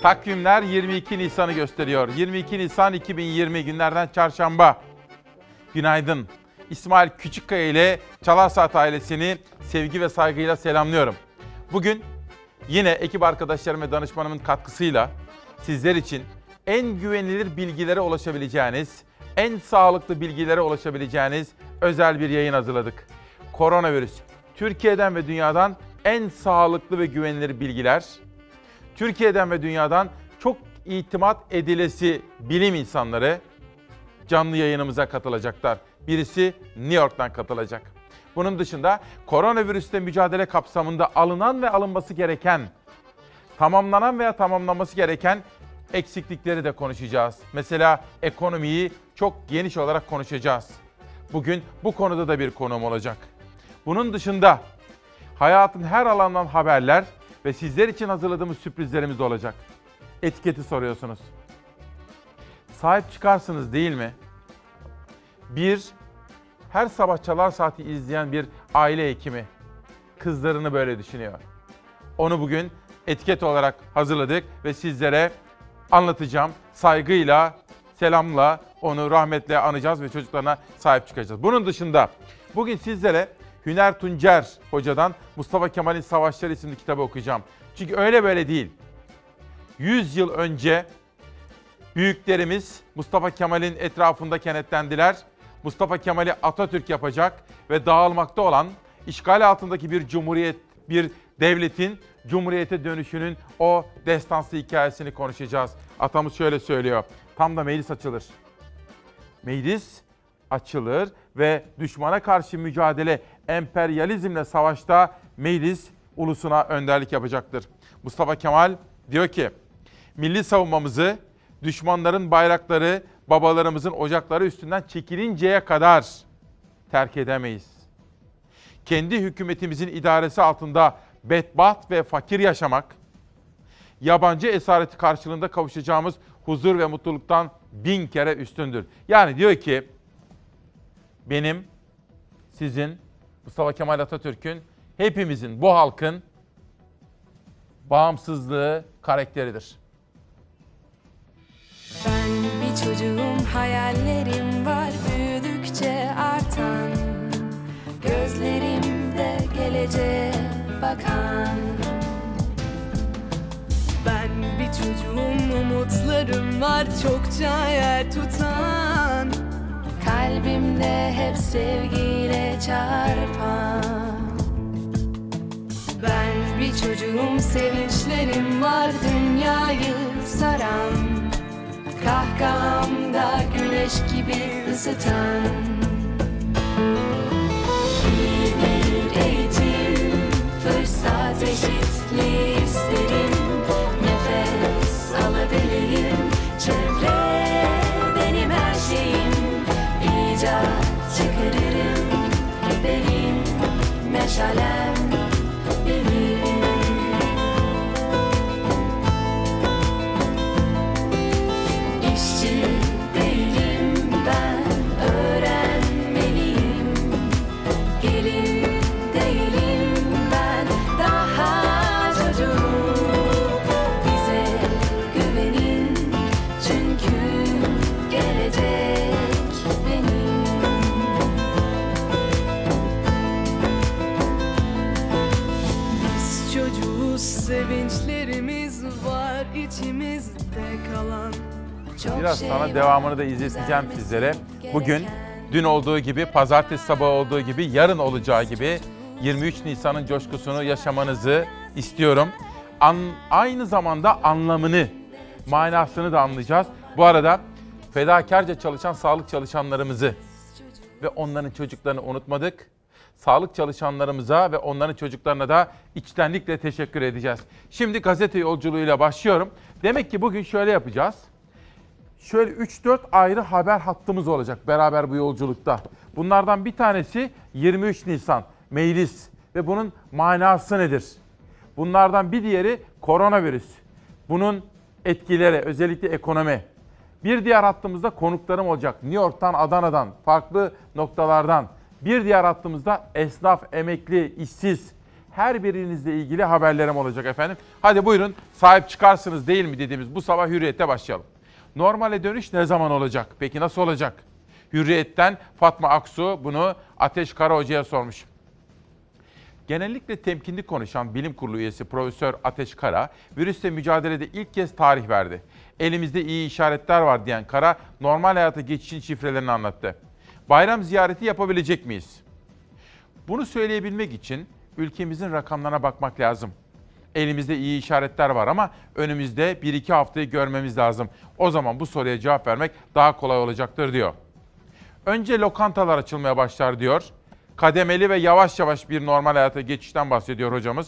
Takvimler 22 Nisan'ı gösteriyor. 22 Nisan 2020 günlerden çarşamba. Günaydın. İsmail Küçükkaya ile Çalar Saat ailesini sevgi ve saygıyla selamlıyorum. Bugün yine ekip arkadaşlarım ve danışmanımın katkısıyla sizler için en güvenilir bilgilere ulaşabileceğiniz, en sağlıklı bilgilere ulaşabileceğiniz özel bir yayın hazırladık. Koronavirüs, Türkiye'den ve dünyadan en sağlıklı ve güvenilir bilgiler, Türkiye'den ve dünyadan çok itimat edilesi bilim insanları canlı yayınımıza katılacaklar. Birisi New York'tan katılacak. Bunun dışında koronavirüsle mücadele kapsamında alınan ve alınması gereken, tamamlanan veya tamamlanması gereken eksiklikleri de konuşacağız. Mesela ekonomiyi çok geniş olarak konuşacağız. Bugün bu konuda da bir konuğum olacak. Bunun dışında hayatın her alanından haberler ve sizler için hazırladığımız sürprizlerimiz de olacak. Etiketi soruyorsunuz. Sahip çıkarsınız değil mi? Her sabah Çalar Saat'i izleyen bir aile hekimi kızlarını böyle düşünüyor. Onu bugün etiket olarak hazırladık ve sizlere anlatacağım. Saygıyla, selamla onu rahmetle anacağız ve çocuklarına sahip çıkacağız. Bunun dışında bugün sizlere Hüner Tuncer Hoca'dan Mustafa Kemal'in Savaşları isimli kitabı okuyacağım. Çünkü öyle böyle değil. 100 yıl önce büyüklerimiz Mustafa Kemal'in etrafında kenetlendiler. Mustafa Kemal'i Atatürk yapacak ve dağılmakta olan işgal altındaki bir cumhuriyet, bir devletin cumhuriyete dönüşünün o destansı hikayesini konuşacağız. Atamız şöyle söylüyor. Tam da meclis açılır. Meclis açılır ve düşmana karşı mücadele, emperyalizmle savaşta meclis ulusuna önderlik yapacaktır. Mustafa Kemal diyor ki, milli savunmamızı düşmanların bayrakları, babalarımızın ocakları üstünden çekilinceye kadar terk edemeyiz. Kendi hükümetimizin idaresi altında bedbaht ve fakir yaşamak, yabancı esareti karşılığında kavuşacağımız huzur ve mutluluktan 1000 kere üstündür. Yani diyor ki, benim, sizin, Mustafa Kemal Atatürk'ün, hepimizin, bu halkın bağımsızlığı karakteridir. Ben bir çocuğum, hayallerim var büyüdükçe artan. Gözlerimde geleceğe bakan. Ben bir çocuğum, umutlarım var çokça yer tutan. Kalbimde hep sevgiyle çarpan. Ben bir çocuğum, sevinçlerim var dünyayı saran. Kahkahamda güneş gibi ısıtan. İyi bir eğitim, fırsat eşitliği isterim. Nefes alabileyim, çevre benim her şeyim. İcat çıkarırım, benim meşalem benim. İşçi değilim ben, öğrenmeliyim. Gelin değilim ben, daha çocuğum. Bize güvenin, çünkü gelecek benim. Biz çocuğuz, sevinçlerimiz var içimizde kalan. Biraz sana devamını da izleteceğim sizlere. Bugün, dün olduğu gibi, pazartesi sabahı olduğu gibi, yarın olacağı gibi 23 Nisan'ın coşkusunu yaşamanızı istiyorum. Aynı zamanda anlamını, manasını da anlayacağız. Bu arada fedakarca çalışan sağlık çalışanlarımızı ve onların çocuklarını unutmadık. Sağlık çalışanlarımıza ve onların çocuklarına da içtenlikle teşekkür edeceğiz. Şimdi gazete yolculuğuyla başlıyorum. Demek ki bugün şöyle yapacağız. Şöyle 3-4 ayrı haber hattımız olacak beraber bu yolculukta. Bunlardan bir tanesi 23 Nisan, meclis ve bunun manası nedir? Bunlardan bir diğeri koronavirüs. Bunun etkileri, özellikle ekonomi. Bir diğer hattımızda konuklarım olacak. New York'tan, Adana'dan, farklı noktalardan. Bir diğer hattımızda esnaf, emekli, işsiz, her birinizle ilgili haberlerim olacak efendim. Hadi buyurun, sahip çıkarsınız değil mi dediğimiz bu sabah Hürriyet'te başlayalım. Normale dönüş ne zaman olacak? Peki nasıl olacak? Hürriyet'ten Fatma Aksu bunu Ateş Karahoca'ya sormuş. Genellikle temkinli konuşan Bilim Kurulu üyesi Profesör Ateş Kara, virüsle mücadelede ilk kez tarih verdi. Elimizde iyi işaretler var diyen Kara, normal hayata geçişin şifrelerini anlattı. Bayram ziyareti yapabilecek miyiz? Bunu söyleyebilmek için ülkemizin rakamlarına bakmak lazım. Elimizde iyi işaretler var ama önümüzde 1-2 haftayı görmemiz lazım. O zaman bu soruya cevap vermek daha kolay olacaktır diyor. Önce lokantalar açılmaya başlar diyor. Kademeli ve yavaş yavaş bir normal hayata geçişten bahsediyor hocamız.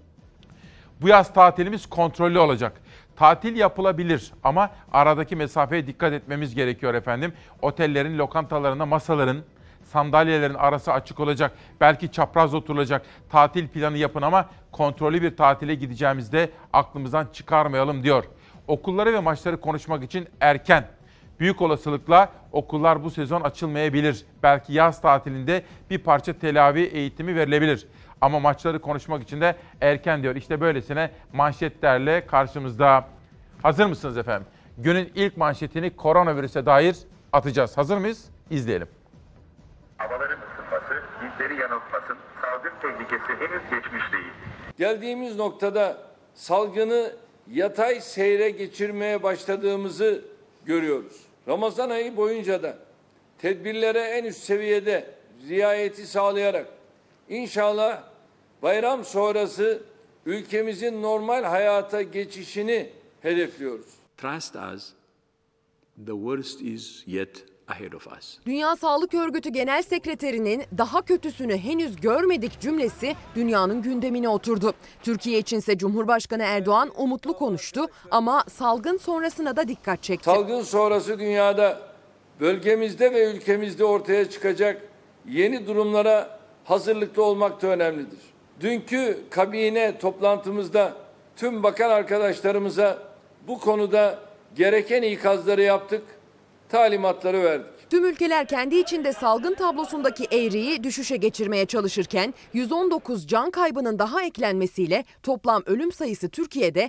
Bu yaz tatilimiz kontrollü olacak. Tatil yapılabilir ama aradaki mesafeye dikkat etmemiz gerekiyor efendim. Otellerin, lokantalarında masaların, sandalyelerin arası açık olacak. Belki çapraz oturulacak. Tatil planı yapın ama kontrollü bir tatile gideceğimizde aklımızdan çıkarmayalım diyor. Okulları ve maçları konuşmak için erken. Büyük olasılıkla okullar bu sezon açılmayabilir. Belki yaz tatilinde bir parça telavi eğitimi verilebilir. Ama maçları konuşmak için de erken diyor. İşte böylesine manşetlerle karşımızda. Hazır mısınız efendim? Günün ilk manşetini koronavirüse dair atacağız. Hazır mıyız? İzleyelim. Havaların ısınması bizleri yanıltmasın. Salgın tehlikesi henüz geçmiş değil. Geldiğimiz noktada salgını yatay seyre geçirmeye başladığımızı görüyoruz. Ramazan ayı boyunca da tedbirlere en üst seviyede riayeti sağlayarak inşallah bayram sonrası ülkemizin normal hayata geçişini hedefliyoruz. Trust us, the worst is yet ahead of us. Dünya Sağlık Örgütü Genel Sekreterinin daha kötüsünü henüz görmedik cümlesi dünyanın gündemine oturdu. Türkiye içinse Cumhurbaşkanı Erdoğan umutlu konuştu ama salgın sonrasına da dikkat çekti. Salgın sonrası dünyada bölgemizde ve ülkemizde ortaya çıkacak yeni durumlara hazırlıklı olmak da önemlidir. Dünkü kabine toplantımızda tüm bakan arkadaşlarımıza bu konuda gereken ikazları yaptık, talimatları verdik. Tüm ülkeler kendi içinde salgın tablosundaki eğriyi düşüşe geçirmeye çalışırken 119 can kaybının daha eklenmesiyle toplam ölüm sayısı Türkiye'de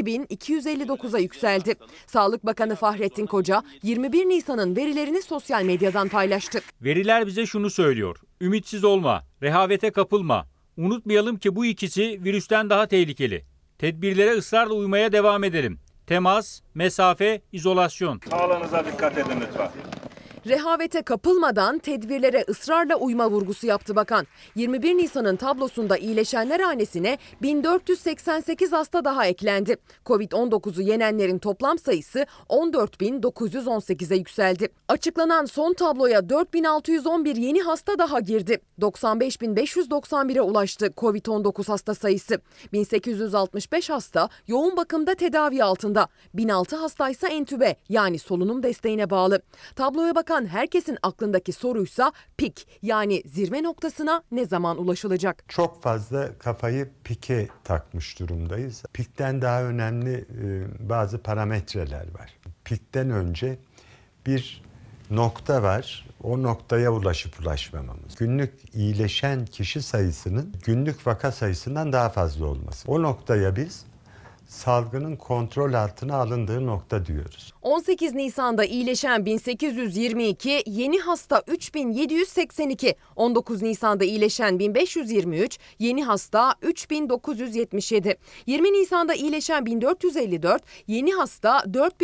2259'a yükseldi. Sağlık Bakanı Fahrettin Koca 21 Nisan'ın verilerini sosyal medyadan paylaştı. Veriler bize şunu söylüyor: ümitsiz olma, rehavete kapılma. Unutmayalım ki bu ikisi virüsten daha tehlikeli. Tedbirlere ısrarla uymaya devam edelim. Temas, mesafe, izolasyon. Sağlığınıza dikkat edin lütfen. Rehavete kapılmadan tedbirlere ısrarla uyma vurgusu yaptı bakan. 21 Nisan'ın tablosunda iyileşenler hanesine 1488 hasta daha eklendi. Covid-19'u yenenlerin toplam sayısı 14.918'e yükseldi. Açıklanan son tabloya 4611 yeni hasta daha girdi. 95.591'e ulaştı Covid-19 hasta sayısı. 1865 hasta yoğun bakımda tedavi altında. 1006 hastaysa entübe yani solunum desteğine bağlı. Tabloya bakan herkesin aklındaki soruysa pik yani zirve noktasına ne zaman ulaşılacak? Çok fazla kafayı pike takmış durumdayız. Pikten daha önemli bazı parametreler var. Pikten önce bir nokta var. O noktaya ulaşıp ulaşmamamız. Günlük iyileşen kişi sayısının günlük vaka sayısından daha fazla olması. O noktaya biz salgının kontrol altına alındığı nokta diyoruz. 18 Nisan'da iyileşen 1822, yeni hasta 3782. 19 Nisan'da iyileşen 1523, yeni hasta 3977. 20 Nisan'da iyileşen 1454, yeni hasta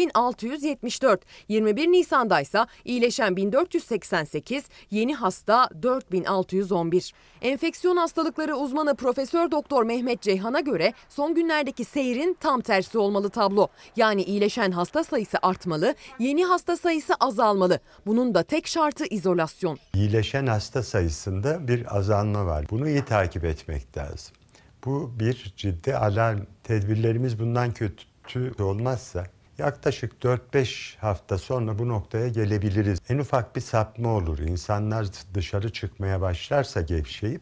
4674. 21 Nisan'da ise iyileşen 1488, yeni hasta 4611. Enfeksiyon hastalıkları uzmanı Profesör Doktor Mehmet Ceyhan'a göre son günlerdeki seyrin tam tersi olmalı tablo. Yani iyileşen hasta sayısı artmalı, yeni hasta sayısı azalmalı. Bunun da tek şartı izolasyon. İyileşen hasta sayısında bir azalma var. Bunu iyi takip etmek lazım. Bu bir ciddi alarm. Tedbirlerimiz bundan kötü olmazsa yaklaşık 4-5 hafta sonra bu noktaya gelebiliriz. En ufak bir sapma olur. İnsanlar dışarı çıkmaya başlarsa gevşeyip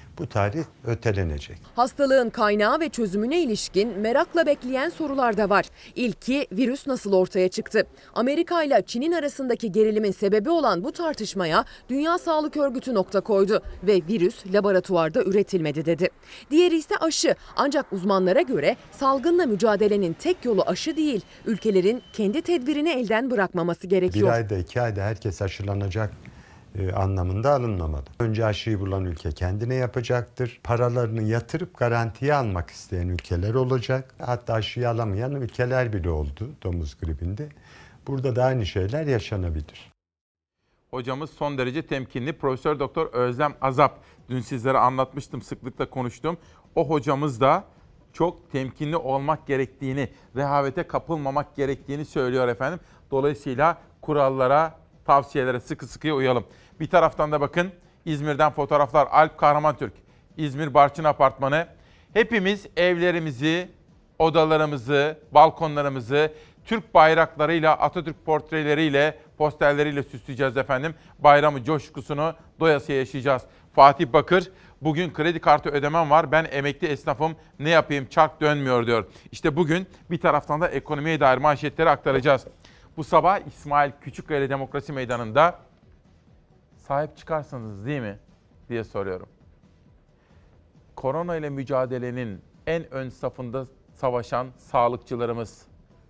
bu tarih ötelenecek. Hastalığın kaynağı ve çözümüne ilişkin merakla bekleyen sorular da var. İlki virüs nasıl ortaya çıktı? Amerika ile Çin'in arasındaki gerilimin sebebi olan bu tartışmaya Dünya Sağlık Örgütü nokta koydu ve virüs laboratuvarda üretilmedi dedi. Diğeri ise aşı. Ancak uzmanlara göre salgınla mücadelenin tek yolu aşı değil, ülkelerin kendi tedbirini elden bırakmaması gerekiyor. 1 ayda 2 ayda herkes aşılanacak anlamında alınmamalı. Önce aşıyı bulan ülke kendine yapacaktır. Paralarını yatırıp garantiye almak isteyen ülkeler olacak. Hatta aşıyı alamayan ülkeler bile oldu domuz gribinde. Burada da aynı şeyler yaşanabilir. Hocamız son derece temkinli. Profesör Doktor Özlem Azap. Dün sizlere anlatmıştım, sıklıkla konuştum. O hocamız da çok temkinli olmak gerektiğini, rehavete kapılmamak gerektiğini söylüyor efendim. Dolayısıyla kurallara, tavsiyelere sıkı sıkıya uyalım. Bir taraftan da bakın İzmir'den fotoğraflar. Alp Kahramantürk, İzmir Barçın Apartmanı. Hepimiz evlerimizi, odalarımızı, balkonlarımızı Türk bayraklarıyla, Atatürk portreleriyle, posterleriyle süsleyeceğiz efendim. Bayramı coşkusunu doyasıya yaşayacağız. Fatih Bakır, bugün kredi kartı ödemem var. Ben emekli esnafım, ne yapayım, çark dönmüyor diyor. İşte bugün bir taraftan da ekonomiye dair manşetleri aktaracağız. Bu sabah İsmail Küçükkaya Demokrasi Meydanı'nda sahip çıkarsınız değil mi diye soruyorum. Korona ile mücadelenin en ön safında savaşan sağlıkçılarımız,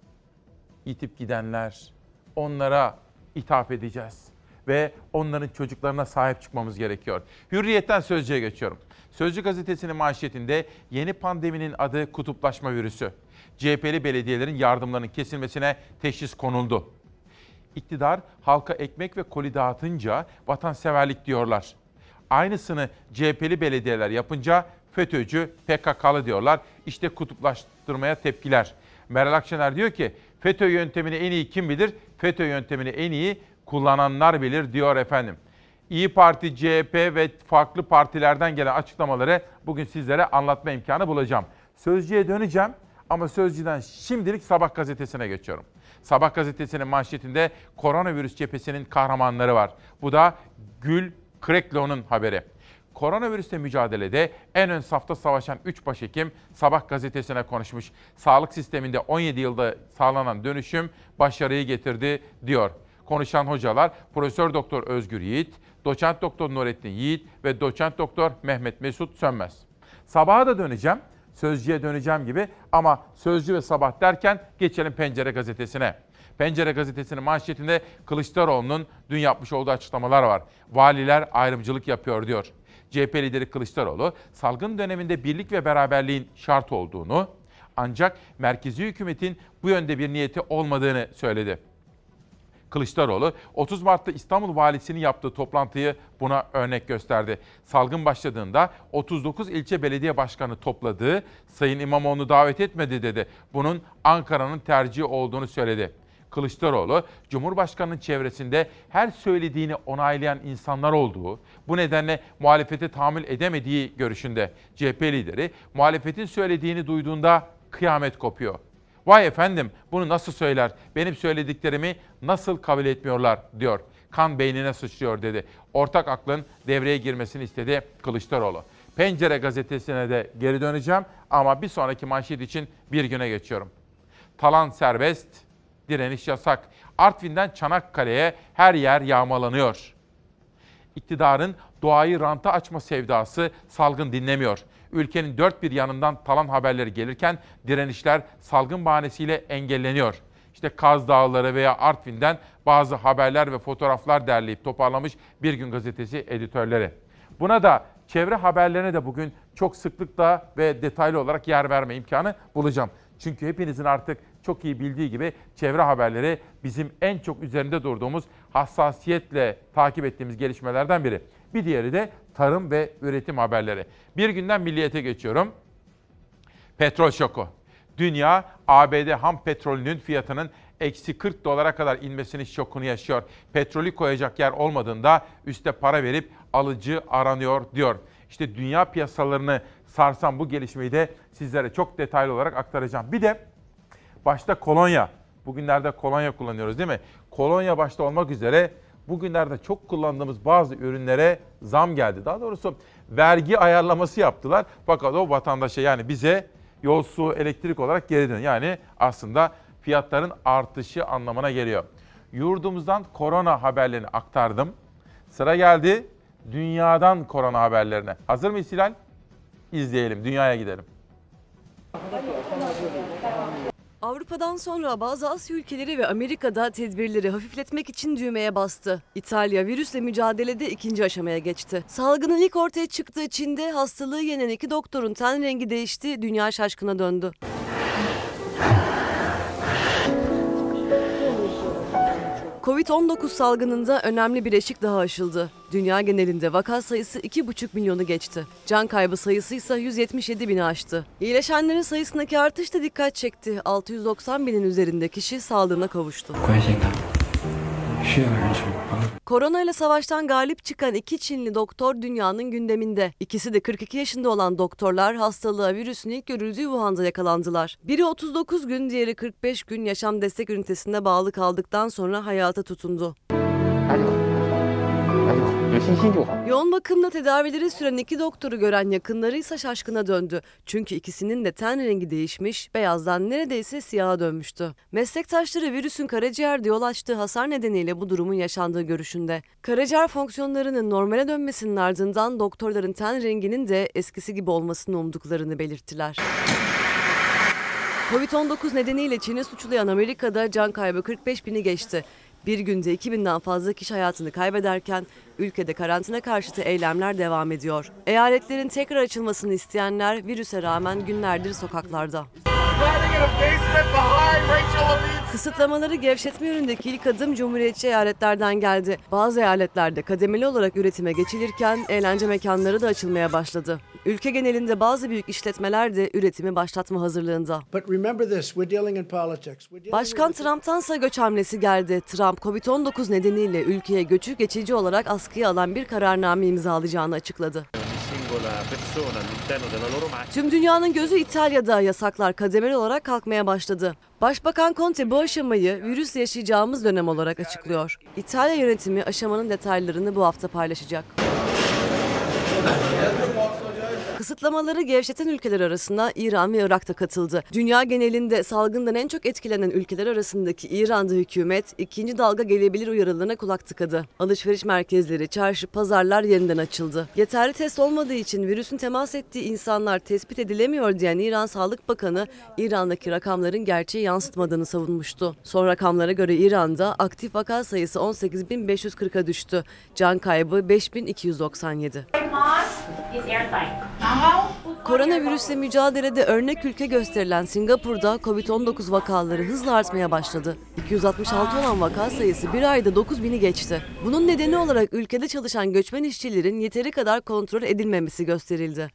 yitip gidenler, onlara ithaf edeceğiz ve onların çocuklarına sahip çıkmamız gerekiyor. Hürriyet'ten Sözcü'ye geçiyorum. Sözcü gazetesinin manşetinde yeni pandeminin adı kutuplaşma virüsü. CHP'li belediyelerin yardımlarının kesilmesine teşhis konuldu. İktidar halka ekmek ve koli dağıtınca vatanseverlik diyorlar. Aynısını CHP'li belediyeler yapınca FETÖ'cü, PKK'lı diyorlar. İşte kutuplaştırmaya tepkiler. Meral Akşener diyor ki FETÖ yöntemini en iyi kim bilir? FETÖ yöntemini en iyi kullananlar bilir diyor efendim. İYİ Parti, CHP ve farklı partilerden gelen açıklamaları bugün sizlere anlatma imkanı bulacağım. Sözcü'ye döneceğim ama Sözcü'den şimdilik Sabah gazetesine geçiyorum. Sabah gazetesinin manşetinde koronavirüs cephesinin kahramanları var. Bu da Gül Kreklo'nun haberi. Koronavirüsle mücadelede en ön safta savaşan 3 başhekim Sabah gazetesine konuşmuş. Sağlık sisteminde 17 yılda sağlanan dönüşüm başarıyı getirdi diyor. Konuşan hocalar Profesör Doktor Özgür Yiğit, Doçent Doktor Nurettin Yiğit ve Doçent Doktor Mehmet Mesut Sönmez. Sabaha da döneceğim, Sözcü'ye döneceğim gibi ama Sözcü ve Sabah derken geçelim Pencere gazetesine. Pencere gazetesinin manşetinde Kılıçdaroğlu'nun dün yapmış olduğu açıklamalar var. Valiler ayrımcılık yapıyor diyor. CHP lideri Kılıçdaroğlu, salgın döneminde birlik ve beraberliğin şart olduğunu, ancak merkezi hükümetin bu yönde bir niyeti olmadığını söyledi. Kılıçdaroğlu, 30 Mart'ta İstanbul Valisi'nin yaptığı toplantıyı buna örnek gösterdi. Salgın başladığında 39 ilçe belediye başkanı topladığı, Sayın İmamoğlu'nu davet etmedi dedi. Bunun Ankara'nın tercihi olduğunu söyledi. Kılıçdaroğlu, Cumhurbaşkanı'nın çevresinde her söylediğini onaylayan insanlar olduğu, bu nedenle muhalefete tahammül edemediği görüşünde. CHP lideri, muhalefetin söylediğini duyduğunda kıyamet kopuyor. Vay efendim, bunu nasıl söyler, benim söylediklerimi nasıl kabul etmiyorlar diyor. Kan beynine sıçrıyor dedi. Ortak aklın devreye girmesini istedi Kılıçdaroğlu. Pencere gazetesine de geri döneceğim ama bir sonraki manşet için bir güne geçiyorum. Talan serbest, direniş yasak. Artvin'den Çanakkale'ye her yer yağmalanıyor. İktidarın doğayı ranta açma sevdası salgın dinlemiyor. Ülkenin dört bir yanından talan haberleri gelirken direnişler salgın bahanesiyle engelleniyor. İşte Kaz Dağları veya Artvin'den bazı haberler ve fotoğraflar derleyip toparlamış Bir Gün Gazetesi editörleri. Buna da çevre haberlerine de bugün çok sıklıkla ve detaylı olarak yer verme imkanı bulacağım. Çünkü hepinizin artık çok iyi bildiği gibi çevre haberleri bizim en çok üzerinde durduğumuz, hassasiyetle takip ettiğimiz gelişmelerden biri. Bir diğeri de tarım ve üretim haberleri. Bir günden Milliyet'e geçiyorum. Petrol şoku. Dünya, ABD ham petrolünün fiyatının eksi 40 dolara kadar inmesinin şokunu yaşıyor. Petrolü koyacak yer olmadığında üste para verip alıcı aranıyor diyor. İşte dünya piyasalarını sarsan bu gelişmeyi de sizlere çok detaylı olarak aktaracağım. Bir de başta kolonya. Bugünlerde kolonya kullanıyoruz değil mi? Kolonya başta olmak üzere bugünlerde çok kullandığımız bazı ürünlere zam geldi. Daha doğrusu vergi ayarlaması yaptılar. Fakat o vatandaşa yani bize yol, su, elektrik olarak geri dönüyor. Yani aslında fiyatların artışı anlamına geliyor. Yurdumuzdan korona haberlerini aktardım. Sıra geldi dünyadan korona haberlerine. Hazır mıyız Hilal? İzleyelim, dünyaya gidelim. Avrupa'dan sonra bazı Asya ülkeleri ve Amerika'da tedbirleri hafifletmek için düğmeye bastı. İtalya virüsle mücadelede ikinci aşamaya geçti. Salgının ilk ortaya çıktığı Çin'de hastalığı yenen 2 doktorun ten rengi değişti, dünya şaşkına döndü. Covid-19 salgınında önemli bir eşik daha aşıldı. Dünya genelinde vaka sayısı 2,5 milyonu geçti. Can kaybı sayısı ise 177 bini aştı. İyileşenlerin sayısındaki artış da dikkat çekti. 690 binin üzerinde kişi sağlığına kavuştu. Korona ile savaştan galip çıkan 2 Çinli doktor dünyanın gündeminde. İkisi de 42 yaşında olan doktorlar hastalığa virüsün ilk görüldüğü Wuhan'da yakalandılar. Biri 39 gün, diğeri 45 gün yaşam destek ünitesine bağlı kaldıktan sonra hayata tutundu. Yoğun bakımda tedavileri süren 2 doktoru gören yakınları ise şaşkına döndü. Çünkü ikisinin de ten rengi değişmiş, beyazdan neredeyse siyaha dönmüştü. Meslektaşları virüsün karaciğerde yol açtığı hasar nedeniyle bu durumun yaşandığı görüşünde. Karaciğer fonksiyonlarının normale dönmesinin ardından doktorların ten renginin de eskisi gibi olmasını umduklarını belirttiler. Covid-19 nedeniyle Çin'i suçlayan Amerika'da can kaybı 45 bini geçti. Bir günde 2000'den fazla kişi hayatını kaybederken ülkede karantina karşıtı eylemler devam ediyor. Eyaletlerin tekrar açılmasını isteyenler virüse rağmen günlerdir sokaklarda. Kısıtlamaları gevşetme yönündeki ilk adım Cumhuriyetçi eyaletlerden geldi. Bazı eyaletlerde kademeli olarak üretime geçilirken eğlence mekanları da açılmaya başladı. Ülke genelinde bazı büyük işletmeler de üretimi başlatma hazırlığında. Başkan Trump'tansa göç hamlesi geldi. Trump, Covid-19 nedeniyle ülkeye göçü geçici olarak askıya alan bir kararname imzalayacağını açıkladı. Tüm dünyanın gözü İtalya'da, yasaklar kademeli olarak kalkmaya başladı. Başbakan Conte bu aşamayı virüsle yaşayacağımız dönem olarak açıklıyor. İtalya yönetimi aşamanın detaylarını bu hafta paylaşacak. Kısıtlamaları gevşeten ülkeler arasında İran ve Irak da katıldı. Dünya genelinde salgından en çok etkilenen ülkeler arasındaki İran'da hükümet ikinci dalga gelebilir uyarılarına kulak tıkadı. Alışveriş merkezleri, çarşı, pazarlar yeniden açıldı. Yeterli test olmadığı için virüsün temas ettiği insanlar tespit edilemiyor diyen İran Sağlık Bakanı, İran'daki rakamların gerçeği yansıtmadığını savunmuştu. Son rakamlara göre İran'da aktif vaka sayısı 18.540'a düştü. Can kaybı 5.297. Koronavirüsle mücadelede örnek ülke gösterilen Singapur'da Covid-19 vakaları hızla artmaya başladı. 266 olan vaka sayısı bir ayda 9.000'i geçti. Bunun nedeni olarak ülkede çalışan göçmen işçilerin yeteri kadar kontrol edilmemesi gösterildi.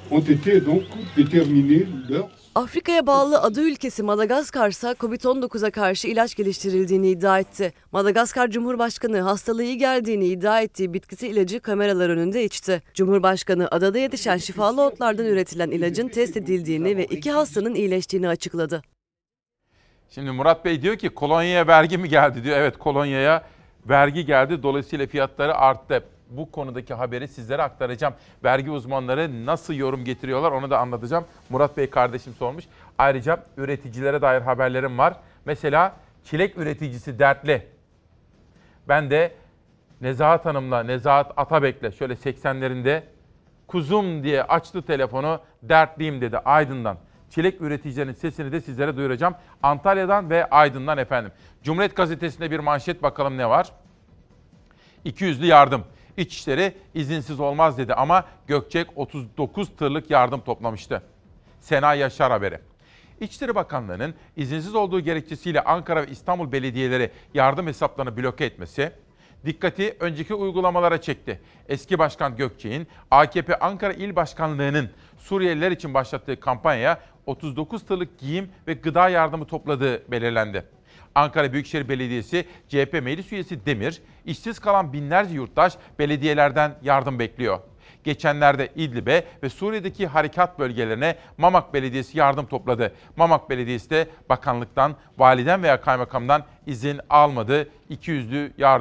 Afrika'ya bağlı ada ülkesi Madagaskar ise Covid-19'a karşı ilaç geliştirildiğini iddia etti. Madagaskar Cumhurbaşkanı hastalığı iyi geldiğini iddia ettiği bitkisel ilacı kameralar önünde içti. Cumhurbaşkanı adada yetişen şifalı otlardan üretilen ilacın test edildiğini ve 2 hastanın iyileştiğini açıkladı. Şimdi Murat Bey diyor ki kolonyaya vergi mi geldi diyor. Evet, kolonyaya vergi geldi. Dolayısıyla fiyatları arttı. Bu konudaki haberi sizlere aktaracağım. Vergi uzmanları nasıl yorum getiriyorlar onu da anlatacağım. Murat Bey kardeşim sormuş. Ayrıca üreticilere dair haberlerim var. Mesela çilek üreticisi dertli. Ben de Nezahat Hanım'la, Nezahat Atabek'le şöyle 80'lerinde kuzum diye açtı telefonu, dertliyim dedi Aydın'dan. Çilek üreticilerinin sesini de sizlere duyuracağım. Antalya'dan ve Aydın'dan efendim. Cumhuriyet Gazetesi'nde bir manşet, bakalım ne var? 200'lü yardım. İçişleri izinsiz olmaz dedi ama Gökçek 39 tırlık yardım toplamıştı. Sena Yaşar haberi. İçişleri Bakanlığı'nın izinsiz olduğu gerekçesiyle Ankara ve İstanbul belediyeleri yardım hesaplarını bloke etmesi dikkati önceki uygulamalara çekti. Eski Başkan Gökçek'in AKP Ankara İl Başkanlığı'nın Suriyeliler için başlattığı kampanyaya 39 tırlık giyim ve gıda yardımı topladığı belirlendi. Ankara Büyükşehir Belediyesi CHP Meclis Üyesi Demir, işsiz kalan binlerce yurttaş belediyelerden yardım bekliyor. Geçenlerde İdlib'e ve Suriye'deki harekat bölgelerine Mamak Belediyesi yardım topladı. Mamak Belediyesi de bakanlıktan, validen veya kaymakamdan izin almadı. 200'lü yardım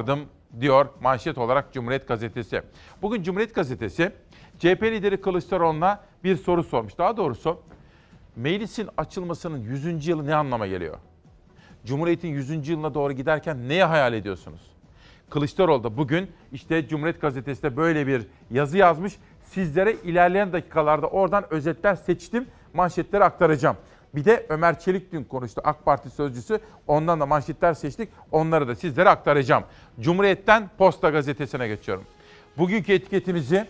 diyor manşet olarak Cumhuriyet Gazetesi. Bugün Cumhuriyet Gazetesi CHP lideri Kılıçdaroğlu'na bir soru sormuş. Daha doğrusu meclisin açılmasının 100. yılı ne anlama geliyor? Cumhuriyet'in 100. yılına doğru giderken neyi hayal ediyorsunuz? Kılıçdaroğlu da bugün işte Cumhuriyet Gazetesi'nde böyle bir yazı yazmış. Sizlere ilerleyen dakikalarda oradan özetler seçtim, manşetleri aktaracağım. Bir de Ömer Çelik dün konuştu, AK Parti sözcüsü. Ondan da manşetler seçtik, onları da sizlere aktaracağım. Cumhuriyet'ten Posta Gazetesi'ne geçiyorum. Bugünkü etiketimizi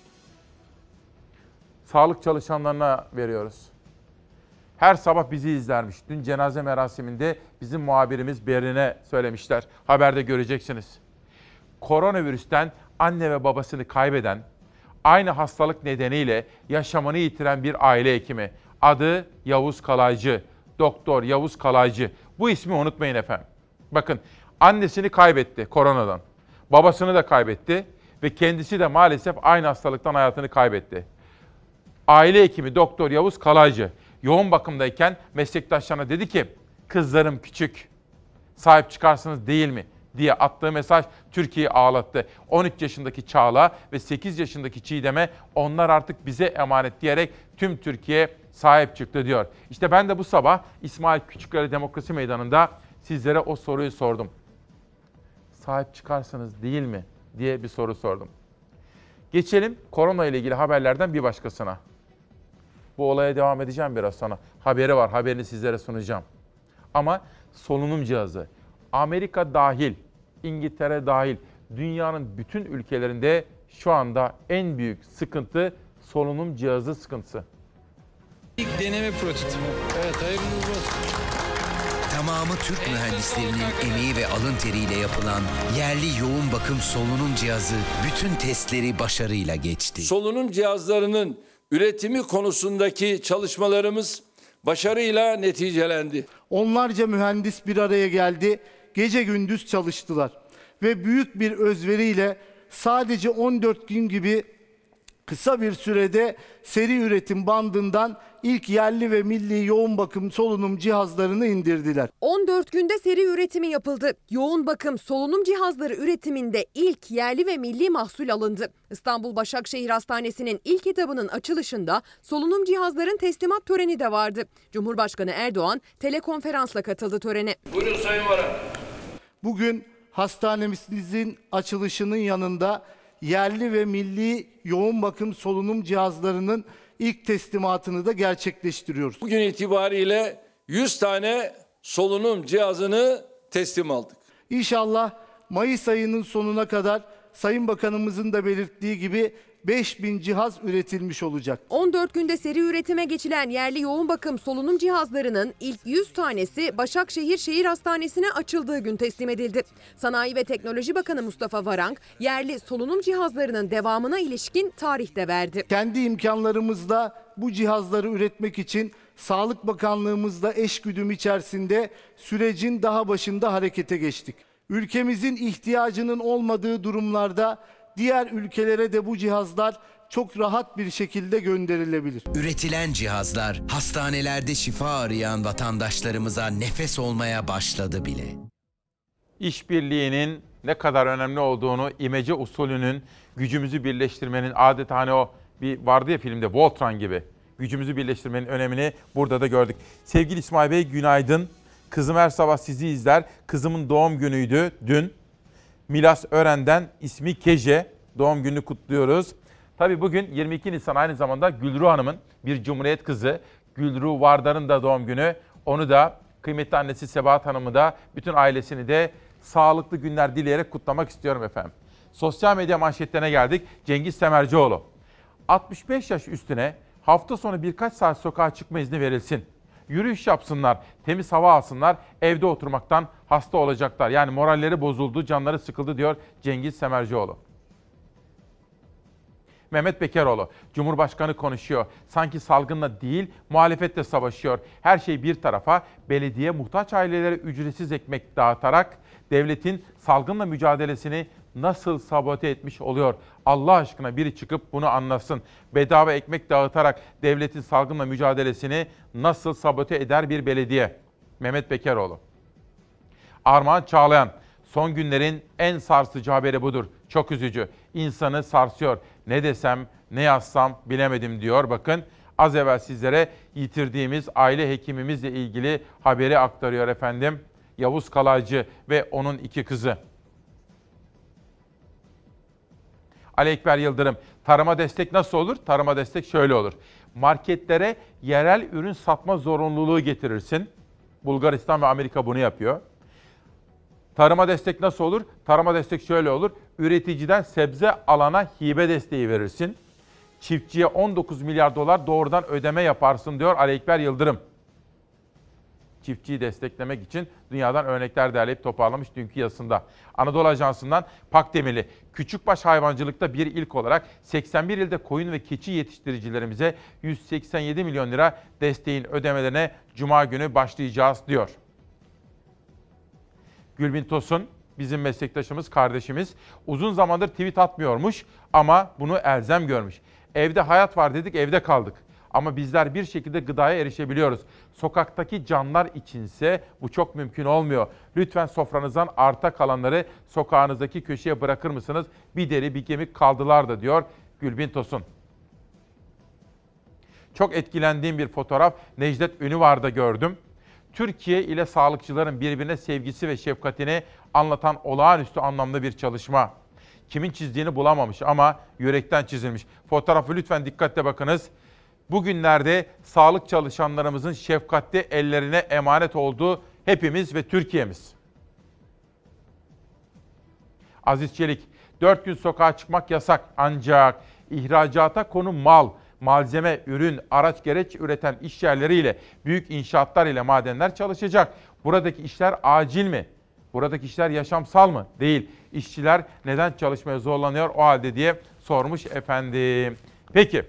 sağlık çalışanlarına veriyoruz. Her sabah bizi izlermiş. Dün cenaze merasiminde bizim muhabirimiz Berin'e söylemişler. Haberde göreceksiniz. Koronavirüsten anne ve babasını kaybeden, aynı hastalık nedeniyle yaşamını yitiren bir aile hekimi. Adı Yavuz Kalaycı. Doktor Yavuz Kalaycı. Bu ismi unutmayın efendim. Bakın, annesini kaybetti koronadan. Babasını da kaybetti ve kendisi de maalesef aynı hastalıktan hayatını kaybetti. Aile hekimi Doktor Yavuz Kalaycı yoğun bakımdayken meslektaşlarına dedi ki, kızlarım küçük, sahip çıkarsınız değil mi diye attığı mesaj Türkiye'yi ağlattı. 13 yaşındaki Çağla ve 8 yaşındaki Çiğdem'e onlar artık bize emanet diyerek tüm Türkiye sahip çıktı diyor. İşte ben de bu sabah İsmail Küçükleri Demokrasi Meydanı'nda sizlere o soruyu sordum. Sahip çıkarsınız değil mi diye bir soru sordum. Geçelim korona ile ilgili haberlerden bir başkasına. Bu olaya devam edeceğim biraz sonra. Haberi var, haberini sizlere sunacağım. Ama solunum cihazı, Amerika dahil, İngiltere dahil, dünyanın bütün ülkelerinde şu anda en büyük sıkıntı solunum cihazı sıkıntısı. İlk deneme prototipi. Evet, hayırlı olsun. Tamamı Türk mühendislerinin emeği ve alın teriyle yapılan yerli yoğun bakım solunum cihazı bütün testleri başarıyla geçti. Solunum cihazlarının üretimi konusundaki çalışmalarımız başarıyla neticelendi. Onlarca mühendis bir araya geldi, gece gündüz çalıştılar ve büyük bir özveriyle sadece 14 gün gibi kısa bir sürede seri üretim bandından ilk yerli ve milli yoğun bakım solunum cihazlarını indirdiler. 14 günde seri üretimi yapıldı. Yoğun bakım solunum cihazları üretiminde ilk yerli ve milli mahsul alındı. İstanbul Başakşehir Hastanesi'nin ilk etabının açılışında solunum cihazların teslimat töreni de vardı. Cumhurbaşkanı Erdoğan telekonferansla katıldı törene. Buyurun Sayın Baran. Bugün hastanemizin açılışının yanında yerli ve milli yoğun bakım solunum cihazlarının ilk teslimatını da gerçekleştiriyoruz. Bugün itibariyle 100 tane solunum cihazını teslim aldık. İnşallah Mayıs ayının sonuna kadar Sayın Bakanımızın da belirttiği gibi 5000 cihaz üretilmiş olacak. 14 günde seri üretime geçilen yerli yoğun bakım solunum cihazlarının ilk 100 tanesi Başakşehir Şehir Hastanesi'ne açıldığı gün teslim edildi. Sanayi ve Teknoloji Bakanı Mustafa Varank, yerli solunum cihazlarının devamına ilişkin tarih de verdi. Kendi imkanlarımızla bu cihazları üretmek için Sağlık Bakanlığımızla eşgüdüm içerisinde sürecin daha başında harekete geçtik. Ülkemizin ihtiyacının olmadığı durumlarda diğer ülkelere de bu cihazlar çok rahat bir şekilde gönderilebilir. Üretilen cihazlar hastanelerde şifa arayan vatandaşlarımıza nefes olmaya başladı bile. İşbirliğinin ne kadar önemli olduğunu, imece usulünün, gücümüzü birleştirmenin adeta hani o bir vardı ya filmde Voltron gibi gücümüzü birleştirmenin önemini burada da gördük. Sevgili İsmail Bey günaydın. Kızım her sabah sizi izler. Kızımın doğum günüydü dün. Milas Ören'den ismi Keje. Doğum gününü kutluyoruz. Tabii bugün 22 Nisan aynı zamanda Gülru Hanım'ın bir Cumhuriyet kızı Gülru Vardar'ın da doğum günü. Onu da kıymetli annesi Sebahat Hanım'ı da bütün ailesini de sağlıklı günler dileyerek kutlamak istiyorum efendim. Sosyal medya manşetlerine geldik. Cengiz Semercioğlu. 65 yaş üstüne hafta sonu birkaç saat sokağa çıkma izni verilsin. Yürüyüş yapsınlar, temiz hava alsınlar, evde oturmaktan hasta olacaklar. Yani moralleri bozuldu, canları sıkıldı diyor Cengiz Semercioğlu. Mehmet Bekeroğlu, Cumhurbaşkanı konuşuyor. Sanki salgınla değil, muhalefetle savaşıyor. Her şey bir tarafa, belediye muhtaç ailelere ücretsiz ekmek dağıtarak devletin salgınla mücadelesini nasıl sabote etmiş oluyor? Allah aşkına biri çıkıp bunu anlasın. Bedava ekmek dağıtarak devletin salgınla mücadelesini nasıl sabote eder bir belediye? Mehmet Bekeroğlu. Armağan Çağlayan, Son günlerin en sarsıcı haberi budur. Çok üzücü. İnsanı sarsıyor. Ne desem, ne yazsam bilemedim diyor. Bakın az evvel sizlere yitirdiğimiz aile hekimimizle ilgili haberi aktarıyor efendim. Yavuz Kalaycı ve onun 2 kızı. Ali Ekber Yıldırım, tarıma destek nasıl olur? Tarıma destek şöyle olur. Marketlere yerel ürün satma zorunluluğu getirirsin. Bulgaristan ve Amerika bunu yapıyor. Tarıma destek nasıl olur? Tarıma destek şöyle olur. Üreticiden sebze alana hibe desteği verirsin. Çiftçiye 19 milyar dolar doğrudan ödeme yaparsın diyor Ali Ekber Yıldırım. Çiftçiyi desteklemek için dünyadan örnekler derleyip toparlamış dünkü yazısında. Anadolu Ajansı'ndan Pakdemirli, küçükbaş hayvancılıkta bir ilk olarak 81 ilde koyun ve keçi yetiştiricilerimize 187 milyon lira desteğin ödemelerine Cuma günü başlayacağız diyor. Gülbin Tosun, bizim meslektaşımız, kardeşimiz, uzun zamandır tweet atmıyormuş ama bunu elzem görmüş. Evde hayat var dedik, evde kaldık. Ama bizler bir şekilde gıdaya erişebiliyoruz. Sokaktaki canlar içinse bu çok mümkün olmuyor. Lütfen sofranızdan arta kalanları sokağınızdaki köşeye bırakır mısınız? Bir deri bir kemik kaldılar da diyor Gülbin Tosun. Çok etkilendiğim bir fotoğraf Necdet Ünüvar'da gördüm. Türkiye ile sağlıkçıların birbirine sevgisi ve şefkatini anlatan olağanüstü anlamlı bir çalışma. Kimin çizdiğini bulamamış ama yürekten çizilmiş. Fotoğrafı lütfen dikkatle bakınız. Bugünlerde sağlık çalışanlarımızın şefkatli ellerine emanet olduğu hepimiz ve Türkiye'miz. Aziz Çelik, 4 gün sokağa çıkmak yasak ancak ihracata konu mal, malzeme, ürün, araç gereç üreten iş yerleriyle, büyük inşaatlar ile madenler çalışacak. Buradaki işler acil mi? Buradaki işler yaşamsal mı? Değil. İşçiler neden çalışmaya zorlanıyor o halde diye sormuş efendim. Peki.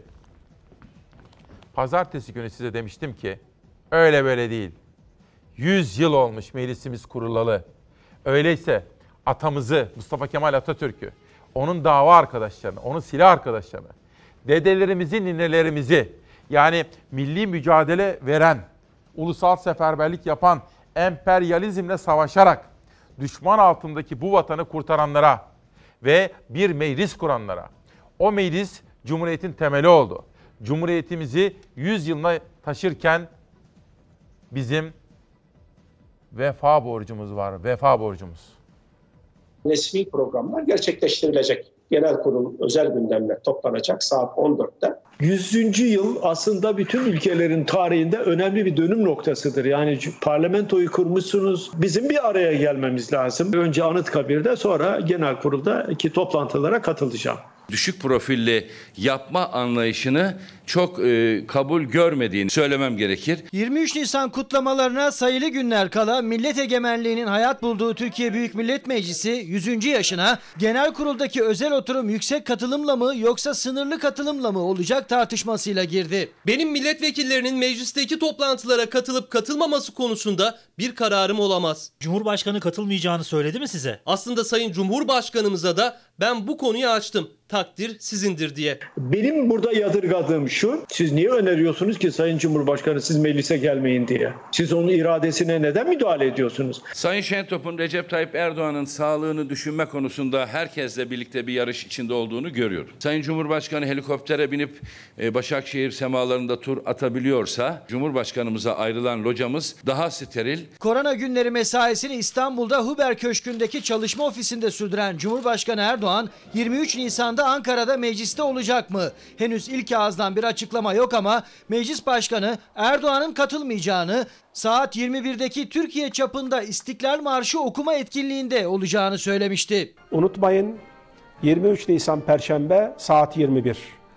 Pazartesi günü size demiştim ki öyle böyle değil. 100 yıl olmuş meclisimiz kurulalı. Öyleyse atamızı, Mustafa Kemal Atatürk'ü, onun dava arkadaşlarını, onun silah arkadaşlarını, dedelerimizi, ninelerimizi, yani milli mücadele veren, ulusal seferberlik yapan, emperyalizmle savaşarak düşman altındaki bu vatanı kurtaranlara ve bir meclis kuranlara, o meclis Cumhuriyet'in temeli oldu. Cumhuriyetimizi 100 yılına taşırken bizim vefa borcumuz var, vefa borcumuz. Resmi programlar gerçekleştirilecek. Genel kurul özel gündemle toplanacak saat 14'te. 100. yıl aslında bütün ülkelerin tarihinde önemli bir dönüm noktasıdır. Yani parlamentoyu kurmuşsunuz. Bizim bir araya gelmemiz lazım. Önce Anıtkabir'de, sonra genel kuruldaki toplantılara katılacağım. Düşük profilli yapma anlayışını çok kabul görmediğini söylemem gerekir. 23 Nisan kutlamalarına sayılı günler kala millet egemenliğinin hayat bulduğu Türkiye Büyük Millet Meclisi 100. yaşına genel kuruldaki özel oturum yüksek katılımla mı yoksa sınırlı katılımla mı olacak tartışmasıyla girdi. Benim milletvekillerinin meclisteki toplantılara katılıp katılmaması konusunda bir kararım olamaz. Cumhurbaşkanı katılmayacağını söyledi mi size? Aslında Sayın Cumhurbaşkanımıza da ben bu konuyu açtım. Takdir sizindir diye. Benim burada yadırgadığım şu: siz niye öneriyorsunuz ki Sayın Cumhurbaşkanı siz meclise gelmeyin diye? Siz onun iradesine neden müdahale ediyorsunuz? Sayın Şentop'un Recep Tayyip Erdoğan'ın sağlığını düşünme konusunda herkesle birlikte bir yarış içinde olduğunu görüyorum. Sayın Cumhurbaşkanı helikoptere binip Başakşehir semalarında tur atabiliyorsa Cumhurbaşkanımıza ayrılan locamız daha steril. Korona günleri mesaisini İstanbul'da Huber Köşkü'ndeki çalışma ofisinde sürdüren Cumhurbaşkanı Erdoğan 23 Nisan'da Ankara'da mecliste olacak mı? Henüz ilk ağızdan bir açıklama yok ama Meclis Başkanı Erdoğan'ın katılmayacağını, saat 21'deki Türkiye çapında İstiklal Marşı okuma etkinliğinde olacağını söylemişti. Unutmayın, 23 Nisan Perşembe saat 21.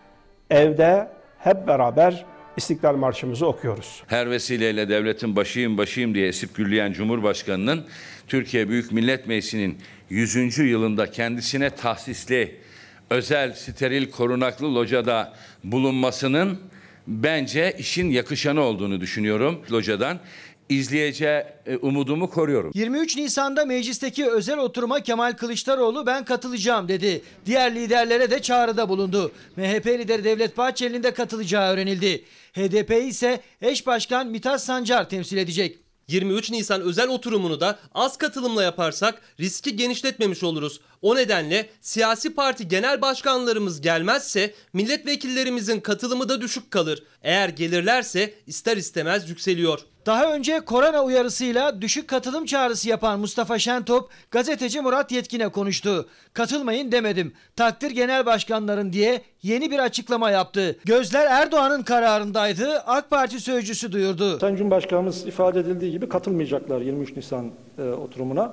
Evde hep beraber İstiklal Marşımızı okuyoruz. Her vesileyle devletin başıyım diye esip gürleyen Cumhurbaşkanı'nın Türkiye Büyük Millet Meclisi'nin 100. yılında kendisine tahsisli özel steril korunaklı locada bulunmasının bence işin yakışanı olduğunu düşünüyorum. Locadan izleyeceği umudumu koruyorum. 23 Nisan'da meclisteki özel oturuma Kemal Kılıçdaroğlu ben katılacağım dedi. Diğer liderlere de çağrıda bulundu. MHP lideri Devlet Bahçeli'nin de katılacağı öğrenildi. HDP ise eş başkan Mithat Sancar temsil edecek. 23 Nisan özel oturumunu da az katılımla yaparsak riski genişletmemiş oluruz. O nedenle siyasi parti genel başkanlarımız gelmezse milletvekillerimizin katılımı da düşük kalır. Eğer gelirlerse ister istemez yükseliyor. Daha önce korona uyarısıyla düşük katılım çağrısı yapan Mustafa Şentop, gazeteci Murat Yetkin'e konuştu. Katılmayın demedim, takdir genel başkanların diye yeni bir açıklama yaptı. Gözler Erdoğan'ın kararındaydı, AK Parti sözcüsü duyurdu. Sayın Cumhurbaşkanımız ifade edildiği gibi katılmayacaklar 23 Nisan oturumuna.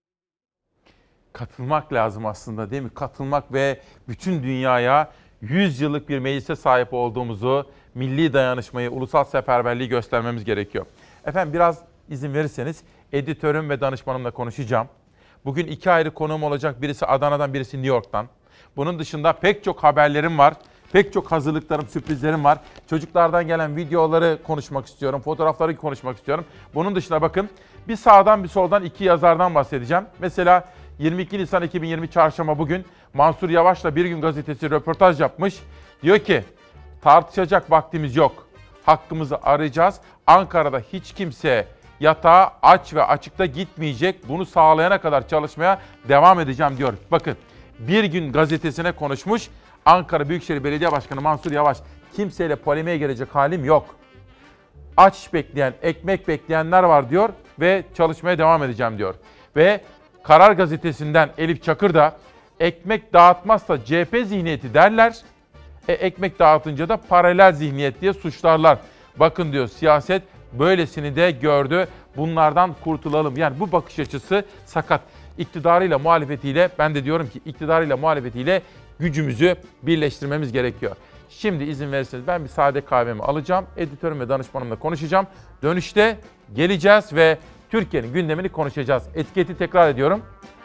Katılmak lazım aslında değil mi? Katılmak ve bütün dünyaya 100 yıllık bir meclise sahip olduğumuzu, milli dayanışmayı, ulusal seferberliği göstermemiz gerekiyor. Efendim biraz izin verirseniz editörüm ve danışmanımla konuşacağım. Bugün 2 ayrı konuğum olacak. Birisi Adana'dan, birisi New York'tan. Bunun dışında pek çok haberlerim var. Pek çok hazırlıklarım, sürprizlerim var. Çocuklardan gelen videoları konuşmak istiyorum. Fotoğrafları konuşmak istiyorum. Bunun dışında bakın bir sağdan bir soldan 2 yazardan bahsedeceğim. Mesela 22 Nisan 2020 Çarşamba bugün Mansur Yavaş'la Bir Gün Gazetesi röportaj yapmış. Diyor ki tartışacak vaktimiz yok. Hakkımızı arayacağız. Ankara'da hiç kimse yatağa aç ve açıkta gitmeyecek. Bunu sağlayana kadar çalışmaya devam edeceğim diyor. Bakın Bir Gün Gazetesi'ne konuşmuş. Ankara Büyükşehir Belediye Başkanı Mansur Yavaş, kimseyle polemiğe girecek halim yok. Aç bekleyen, ekmek bekleyenler var diyor ve çalışmaya devam edeceğim diyor. Ve Karar Gazetesi'nden Elif Çakır da ekmek dağıtmazsa CHP zihniyeti derler. Ekmek dağıtınca da paralel zihniyet diye suçlarlar. Bakın diyor siyaset böylesini de gördü. Bunlardan kurtulalım. Yani bu bakış açısı sakat. İktidarıyla muhalefetiyle ben de diyorum ki iktidarıyla muhalefetiyle gücümüzü birleştirmemiz gerekiyor. Şimdi izin verirseniz ben bir sade kahvemi alacağım. Editörüm ve danışmanımla konuşacağım. Dönüşte geleceğiz ve Türkiye'nin gündemini konuşacağız. Etiketi tekrar ediyorum.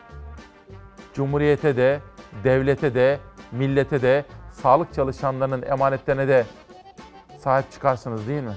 Cumhuriyete de, devlete de, millete de, sağlık çalışanlarının emanetlerine de sahip çıkarsınız değil mi?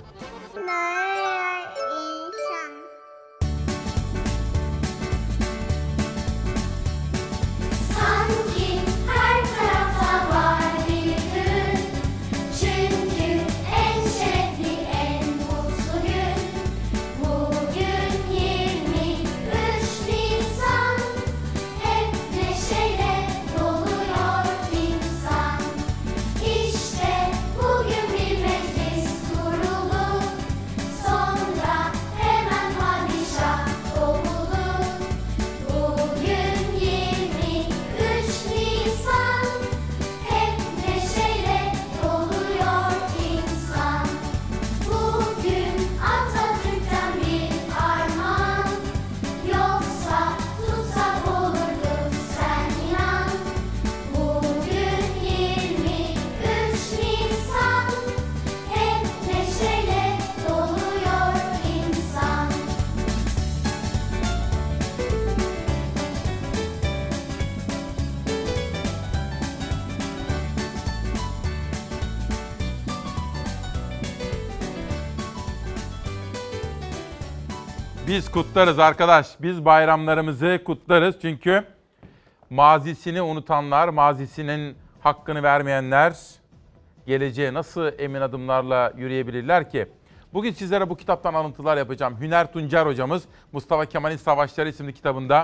Biz kutlarız arkadaş. Biz bayramlarımızı kutlarız. Çünkü mazisini unutanlar, mazisinin hakkını vermeyenler geleceğe nasıl emin adımlarla yürüyebilirler ki? Bugün sizlere bu kitaptan alıntılar yapacağım. Hüner Tuncer hocamız Mustafa Kemal'in Savaşları isimli kitabında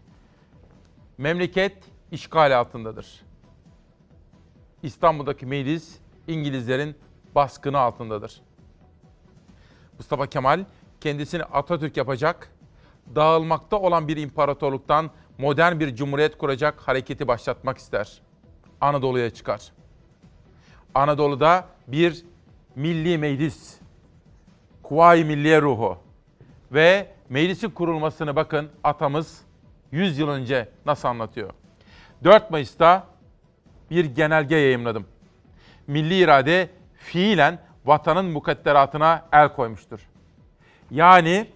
memleket işgal altındadır. İstanbul'daki meclis İngilizlerin baskını altındadır. Mustafa Kemal kendisini Atatürk yapacak, dağılmakta olan bir imparatorluktan modern bir cumhuriyet kuracak hareketi başlatmak ister. Anadolu'ya çıkar. Anadolu'da bir milli meclis, Kuvayi Milliye ruhu ve meclisin kurulmasını bakın atamız 100 yıl önce nasıl anlatıyor. 4 Mayıs'ta bir genelge yayımladım. Milli irade fiilen vatanın mukadderatına el koymuştur. Yani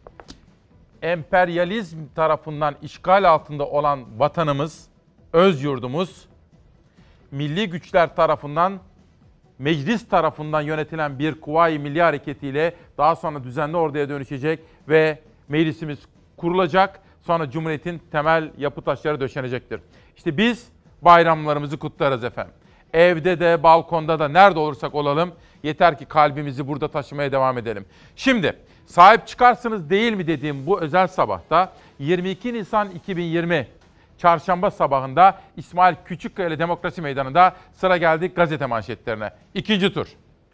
emperyalizm tarafından işgal altında olan vatanımız, öz yurdumuz, milli güçler tarafından, meclis tarafından yönetilen bir Kuvayi Milli Hareketi'yle daha sonra düzenli orduya dönüşecek ve meclisimiz kurulacak. Sonra Cumhuriyet'in temel yapı taşları döşenecektir. İşte biz bayramlarımızı kutlarız efendim. Evde de, balkonda da, nerede olursak olalım. Yeter ki kalbimizi burada taşımaya devam edelim. Şimdi Sahip çıkarsınız değil mi dediğim bu özel sabahta 22 Nisan 2020 Çarşamba sabahında İsmail Küçükkaya Demokrasi Meydanı'nda sıra geldi gazete manşetlerine. İkinci tur.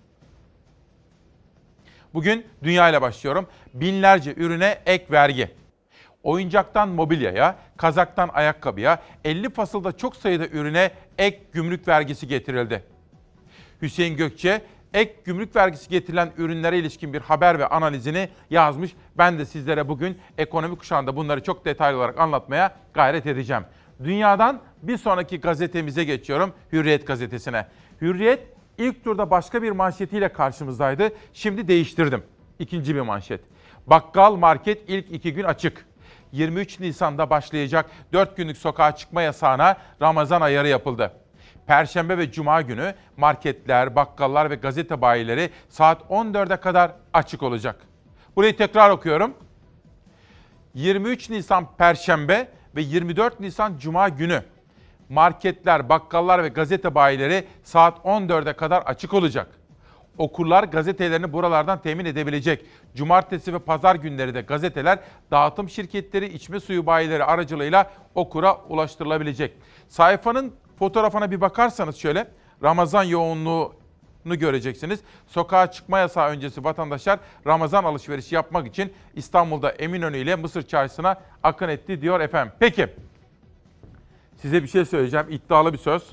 Bugün dünya ile başlıyorum. Binlerce ürüne ek vergi. Oyuncaktan mobilyaya, kazaktan ayakkabıya, 50 fasılda çok sayıda ürüne ek gümrük vergisi getirildi. Hüseyin Gökçe, ek gümrük vergisi getirilen ürünlere ilişkin bir haber ve analizini yazmış. Ben de sizlere bugün ekonomi kuşağında bunları çok detaylı olarak anlatmaya gayret edeceğim. Dünyadan bir sonraki gazetemize geçiyorum, Hürriyet gazetesine. Hürriyet ilk turda başka bir manşetiyle karşımızdaydı. Şimdi değiştirdim. İkinci bir manşet. Bakkal market ilk 2 gün açık. 23 Nisan'da başlayacak 4 günlük sokağa çıkma yasağına Ramazan ayarı yapıldı. Perşembe ve Cuma günü marketler, bakkallar ve gazete bayileri saat 14'e kadar açık olacak. Burayı tekrar okuyorum. 23 Nisan Perşembe ve 24 Nisan Cuma günü marketler, bakkallar ve gazete bayileri saat 14'e kadar açık olacak. Okurlar gazetelerini buralardan temin edebilecek. Cumartesi ve pazar günleri de gazeteler dağıtım şirketleri, içme suyu bayileri aracılığıyla okura ulaştırılabilecek. Sayfanın fotoğrafına bir bakarsanız şöyle Ramazan yoğunluğunu göreceksiniz. Sokağa çıkma yasağı öncesi vatandaşlar Ramazan alışverişi yapmak için İstanbul'da Eminönü ile Mısır Çarşısı'na akın etti diyor efendim. Peki size bir şey söyleyeceğim, iddialı bir söz.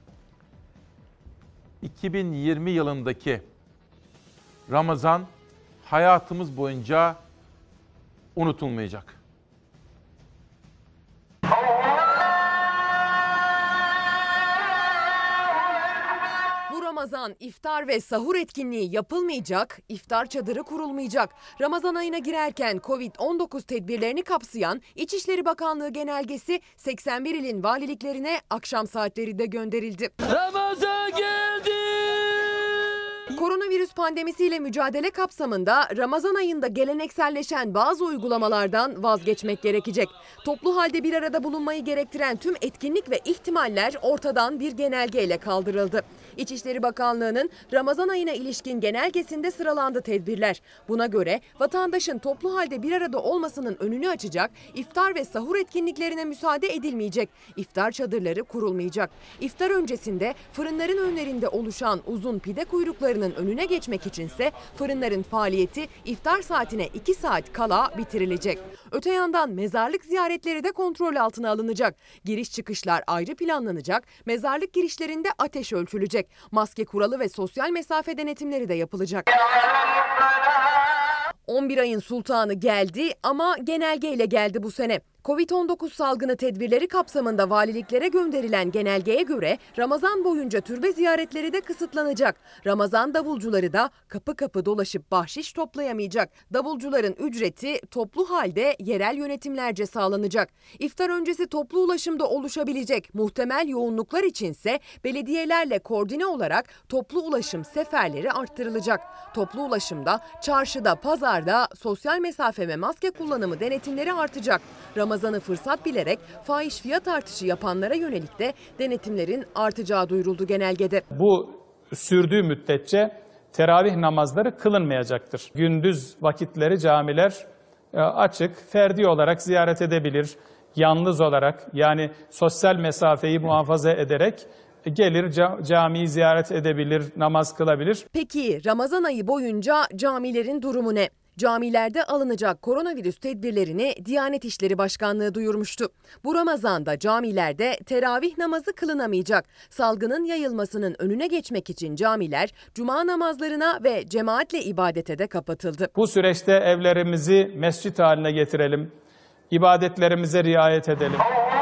2020 yılındaki Ramazan hayatımız boyunca unutulmayacak. Bu Ramazan iftar ve sahur etkinliği yapılmayacak, iftar çadırı kurulmayacak. Ramazan ayına girerken Covid-19 tedbirlerini kapsayan İçişleri Bakanlığı genelgesi 81 ilin valiliklerine akşam saatlerinde gönderildi. Ramazan geldi! Koronavirüs pandemisiyle mücadele kapsamında Ramazan ayında gelenekselleşen bazı uygulamalardan vazgeçmek gerekecek. Toplu halde bir arada bulunmayı gerektiren tüm etkinlik ve ihtimaller ortadan bir genelgeyle kaldırıldı. İçişleri Bakanlığı'nın Ramazan ayına ilişkin genelgesinde sıralandı tedbirler. Buna göre vatandaşın toplu halde bir arada olmasının önünü açacak, iftar ve sahur etkinliklerine müsaade edilmeyecek. İftar çadırları kurulmayacak. İftar öncesinde fırınların önlerinde oluşan uzun pide kuyruklarının önüne geçmek içinse fırınların faaliyeti iftar saatine 2 saat kala bitirilecek. Öte yandan mezarlık ziyaretleri de kontrol altına alınacak. Giriş çıkışlar ayrı planlanacak. Mezarlık girişlerinde ateş ölçülecek. Maske kuralı ve sosyal mesafe denetimleri de yapılacak. 11 ayın sultanı geldi ama genelgeyle geldi bu sene. Covid-19 salgını tedbirleri kapsamında valiliklere gönderilen genelgeye göre Ramazan boyunca türbe ziyaretleri de kısıtlanacak. Ramazan davulcuları da kapı kapı dolaşıp bahşiş toplayamayacak. Davulcuların ücreti toplu halde yerel yönetimlerce sağlanacak. İftar öncesi toplu ulaşımda oluşabilecek muhtemel yoğunluklar içinse belediyelerle koordine olarak toplu ulaşım seferleri arttırılacak. Toplu ulaşımda, çarşıda, pazarda sosyal mesafe ve maske kullanımı denetimleri artacak. Ramazan'ı fırsat bilerek fahiş fiyat artışı yapanlara yönelik de denetimlerin artacağı duyuruldu genelgede. Bu sürdüğü müddetçe teravih namazları kılınmayacaktır. Gündüz vakitleri camiler açık, ferdi olarak ziyaret edebilir. Yalnız olarak yani sosyal mesafeyi muhafaza ederek gelir camiyi ziyaret edebilir, namaz kılabilir. Peki Ramazan ayı boyunca camilerin durumu ne? Camilerde alınacak koronavirüs tedbirlerini Diyanet İşleri Başkanlığı duyurmuştu. Bu Ramazan'da camilerde teravih namazı kılınamayacak. Salgının yayılmasının önüne geçmek için camiler cuma namazlarına ve cemaatle ibadete de kapatıldı. Bu süreçte evlerimizi mescit haline getirelim, ibadetlerimize riayet edelim.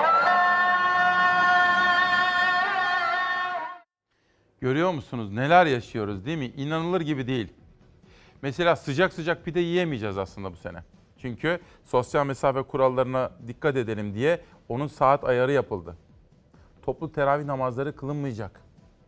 Görüyor musunuz neler yaşıyoruz değil mi? İnanılır gibi değil. Mesela sıcak sıcak pide yiyemeyeceğiz aslında bu sene. Çünkü sosyal mesafe kurallarına dikkat edelim diye onun saat ayarı yapıldı. Toplu teravih namazları kılınmayacak.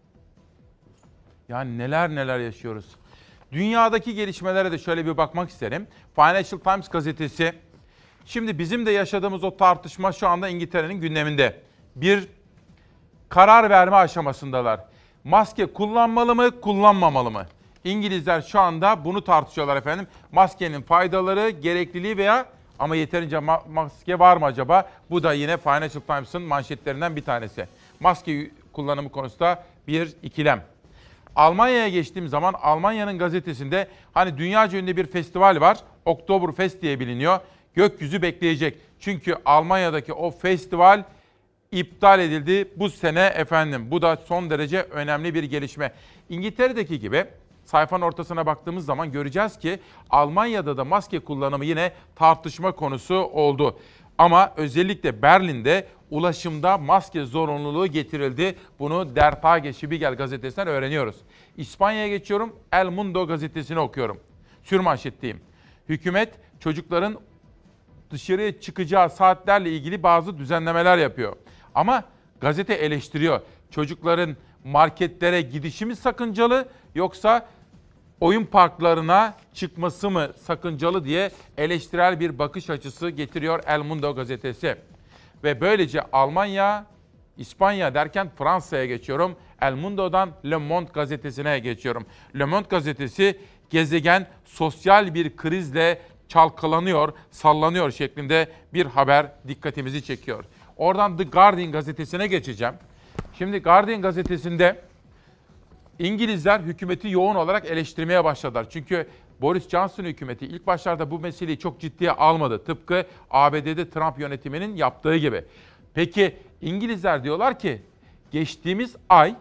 Yani neler yaşıyoruz. Dünyadaki gelişmelere de şöyle bir bakmak isterim. Financial Times gazetesi, şimdi bizim de yaşadığımız o tartışma şu anda İngiltere'nin gündeminde. Bir karar verme aşamasındalar. Maske kullanmalı mı, kullanmamalı mı? İngilizler şu anda bunu tartışıyorlar efendim. Maskenin faydaları, gerekliliği veya ama yeterince maske var mı acaba? Bu da yine Financial Times'ın manşetlerinden bir tanesi. Maske kullanımı konusunda bir ikilem. Almanya'ya geçtiğim zaman Almanya'nın gazetesinde hani dünyaca ünlü bir festival var. Oktoberfest diye biliniyor. Gökyüzü bekleyecek. Çünkü Almanya'daki o festival iptal edildi bu sene efendim. Bu da son derece önemli bir gelişme. İngiltere'deki gibi sayfanın ortasına baktığımız zaman göreceğiz ki Almanya'da da maske kullanımı yine tartışma konusu oldu. Ama özellikle Berlin'de ulaşımda maske zorunluluğu getirildi. Bunu Der Tagesspiegel gazetesinden öğreniyoruz. İspanya'ya geçiyorum. El Mundo gazetesini okuyorum. Sürmanşetteyim. Hükümet çocukların dışarıya çıkacağı saatlerle ilgili bazı düzenlemeler yapıyor. Ama gazete eleştiriyor. Çocukların marketlere gidişi mi sakıncalı yoksa oyun parklarına çıkması mı sakıncalı diye eleştirel bir bakış açısı getiriyor El Mundo gazetesi. Ve böylece Almanya, İspanya derken Fransa'ya geçiyorum. El Mundo'dan Le Monde gazetesine geçiyorum. Le Monde gazetesi gezegen sosyal bir krizle çalkalanıyor, sallanıyor şeklinde bir haber dikkatimizi çekiyor. Oradan The Guardian gazetesine geçeceğim. Şimdi Guardian gazetesinde İngilizler hükümeti yoğun olarak eleştirmeye başladılar. Çünkü Boris Johnson hükümeti ilk başlarda bu meseleyi çok ciddiye almadı. Tıpkı ABD'de Trump yönetiminin yaptığı gibi. Peki İngilizler diyorlar ki geçtiğimiz ay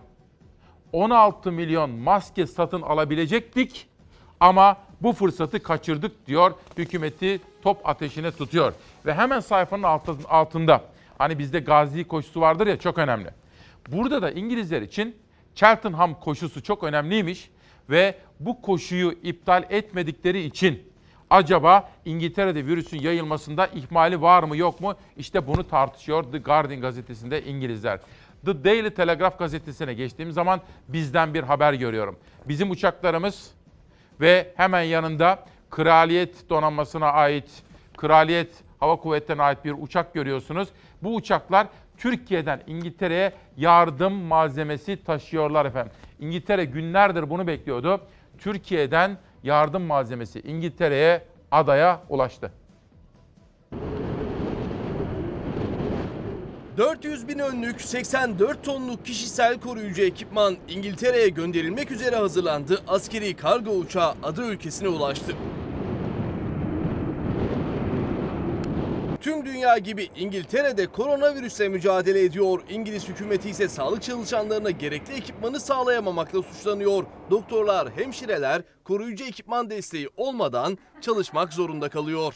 16 milyon maske satın alabilecektik ama bu fırsatı kaçırdık diyor. Hükümeti top ateşine tutuyor. Ve hemen sayfanın altında hani bizde Gazi koşusu vardır ya, çok önemli. Burada da İngilizler için Cheltenham koşusu çok önemliymiş ve bu koşuyu iptal etmedikleri için acaba İngiltere'de virüsün yayılmasında ihmali var mı yok mu? İşte bunu tartışıyor The Guardian gazetesinde İngilizler. The Daily Telegraph gazetesine geçtiğim zaman bizden bir haber görüyorum. Bizim uçaklarımız ve hemen yanında Kraliyet Donanması'na ait, Kraliyet Hava Kuvvetleri'ne ait bir uçak görüyorsunuz. Bu uçaklar Türkiye'den İngiltere'ye yardım malzemesi taşıyorlar efendim. İngiltere günlerdir bunu bekliyordu. Türkiye'den yardım malzemesi İngiltere'ye, adaya ulaştı. 400 bin önlük 84 tonluk kişisel koruyucu ekipman İngiltere'ye gönderilmek üzere hazırlandı. Askeri kargo uçağı ada ülkesine ulaştı. Tüm dünya gibi İngiltere'de koronavirüsle mücadele ediyor. İngiliz hükümeti ise sağlık çalışanlarına gerekli ekipmanı sağlayamamakla suçlanıyor. Doktorlar, hemşireler koruyucu ekipman desteği olmadan çalışmak zorunda kalıyor.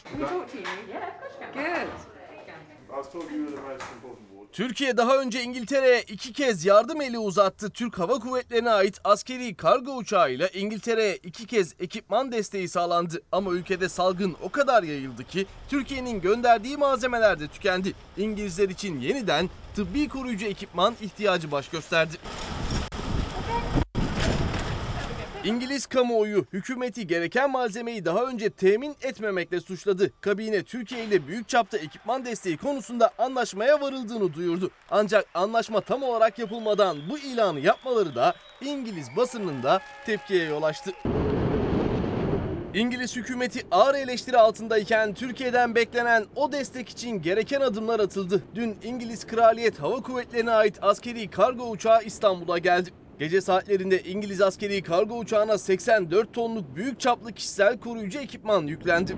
Türkiye daha önce İngiltere'ye 2 kez yardım eli uzattı. Türk Hava Kuvvetleri'ne ait askeri kargo uçağıyla İngiltere'ye 2 kez ekipman desteği sağlandı. Ama ülkede salgın o kadar yayıldı ki Türkiye'nin gönderdiği malzemeler de tükendi. İngilizler için yeniden tıbbi koruyucu ekipman ihtiyacı baş gösterdi. İngiliz kamuoyu hükümeti gereken malzemeyi daha önce temin etmemekle suçladı. Kabine Türkiye ile büyük çapta ekipman desteği konusunda anlaşmaya varıldığını duyurdu. Ancak anlaşma tam olarak yapılmadan bu ilanı yapmaları da İngiliz basınında tepkiye yol açtı. İngiliz hükümeti ağır eleştiri altındayken Türkiye'den beklenen o destek için gereken adımlar atıldı. Dün İngiliz Kraliyet Hava Kuvvetleri'ne ait askeri kargo uçağı İstanbul'a geldi. Gece saatlerinde İngiliz askeri kargo uçağına 84 tonluk büyük çaplı kişisel koruyucu ekipman yüklendi.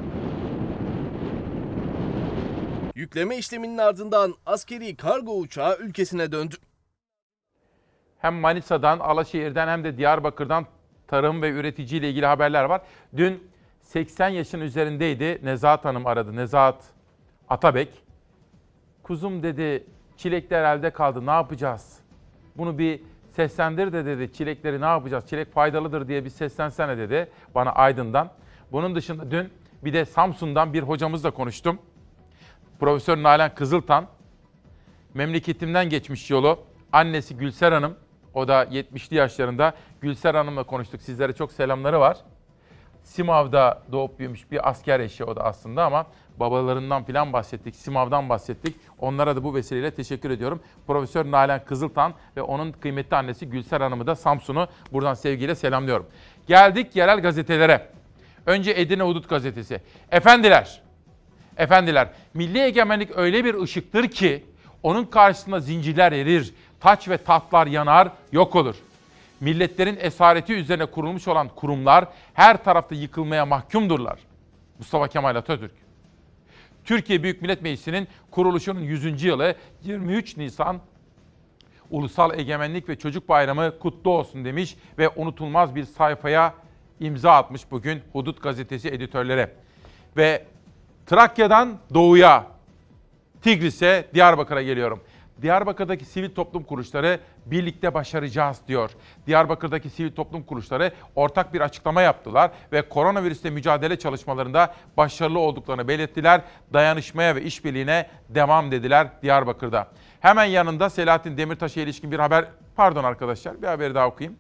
Yükleme işleminin ardından askeri kargo uçağı ülkesine döndü. Hem Manisa'dan, Alaşehir'den hem de Diyarbakır'dan tarım ve üretici ile ilgili haberler var. Dün 80 yaşın üzerindeydi. Nezahat Hanım aradı. Nezahat Atabek. Kuzum dedi, çilekler elde kaldı, ne yapacağız? Bunu bir seslendir de dedi, çilekleri ne yapacağız? Çilek faydalıdır diye bir seslensene dedi bana Aydın'dan. Bunun dışında dün bir de Samsun'dan bir hocamızla konuştum. Profesör Nalan Kızıltan. Memleketimden geçmiş yolu. Annesi Gülser Hanım, o da 70'li yaşlarında. Gülser Hanım'la konuştuk. Sizlere çok selamları var. Simav'da doğup büyümüş bir asker eşi o da aslında ama babalarından falan bahsettik, Simav'dan bahsettik. Onlara da bu vesileyle teşekkür ediyorum. Profesör Nalan Kızıltan ve onun kıymetli annesi Gülser Hanım'ı da Samsun'u buradan sevgiyle selamlıyorum. Geldik yerel gazetelere. Önce Edirne Hudut Gazetesi. Efendiler, milli egemenlik öyle bir ışıktır ki onun karşısında zincirler erir, taç ve tahtlar yanar, yok olur. Milletlerin esareti üzerine kurulmuş olan kurumlar her tarafta yıkılmaya mahkumdurlar. Mustafa Kemal Atatürk. Türkiye Büyük Millet Meclisi'nin kuruluşunun 100. yılı 23 Nisan Ulusal Egemenlik ve Çocuk Bayramı kutlu olsun demiş ve unutulmaz bir sayfaya imza atmış bugün Hudut Gazetesi editörleri. Ve Trakya'dan doğuya, Tigris'e, Diyarbakır'a geliyorum. Diyarbakır'daki sivil toplum kuruluşları birlikte başaracağız diyor. Diyarbakır'daki sivil toplum kuruluşları ortak bir açıklama yaptılar ve koronavirüsle mücadele çalışmalarında başarılı olduklarını belirttiler. Dayanışmaya ve işbirliğine devam dediler Diyarbakır'da. Hemen yanında Selahattin Demirtaş'a ilişkin bir haber. Pardon arkadaşlar, bir haberi daha okuyayım.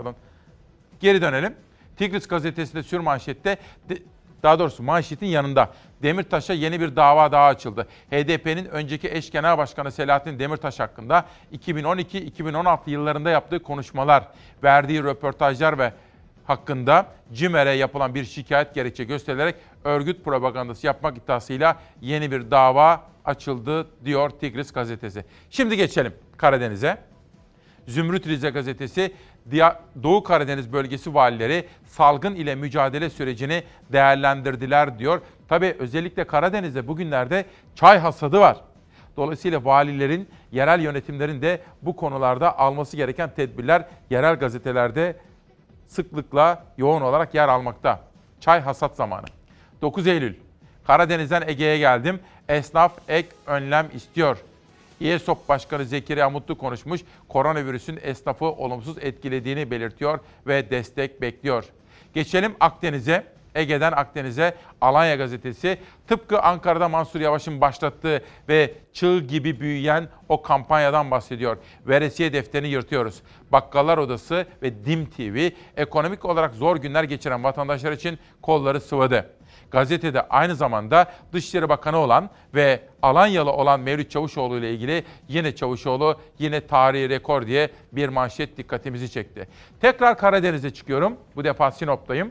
Geri dönelim. Tigris gazetesinde sürmanşette, daha doğrusu manşetin yanında Demirtaş'a yeni bir dava daha açıldı. HDP'nin önceki eş genel başkanı Selahattin Demirtaş hakkında 2012-2016 yıllarında yaptığı konuşmalar, verdiği röportajlar ve hakkında CİMER'e yapılan bir şikayet gerekçe gösterilerek örgüt propagandası yapmak iddiasıyla yeni bir dava açıldı diyor Tigris gazetesi. Şimdi geçelim Karadeniz'e. Zümrüt Rize gazetesi, Doğu Karadeniz bölgesi valileri salgın ile mücadele sürecini değerlendirdiler diyor. Tabii özellikle Karadeniz'de bugünlerde çay hasadı var. Dolayısıyla valilerin, yerel yönetimlerin de bu konularda alması gereken tedbirler yerel gazetelerde sıklıkla yoğun olarak yer almakta. Çay hasat zamanı. 9 Eylül. Karadeniz'den Ege'ye geldim. Esnaf ek önlem istiyor. İESOP Başkanı Zekeriya Mutlu konuşmuş, koronavirüsün esnafı olumsuz etkilediğini belirtiyor ve destek bekliyor. Geçelim Akdeniz'e, Ege'den Akdeniz'e. Alanya gazetesi tıpkı Ankara'da Mansur Yavaş'ın başlattığı ve çığ gibi büyüyen o kampanyadan bahsediyor. Veresiye defterini yırtıyoruz. Bakkallar Odası ve DİM TV ekonomik olarak zor günler geçiren vatandaşlar için kolları sıvadı. Gazetede aynı zamanda Dışişleri Bakanı olan ve Alanyalı olan Mevlüt Çavuşoğlu ile ilgili yine Çavuşoğlu yine tarihi rekor diye bir manşet dikkatimizi çekti. Tekrar Karadeniz'e çıkıyorum. Bu defa Sinop'tayım.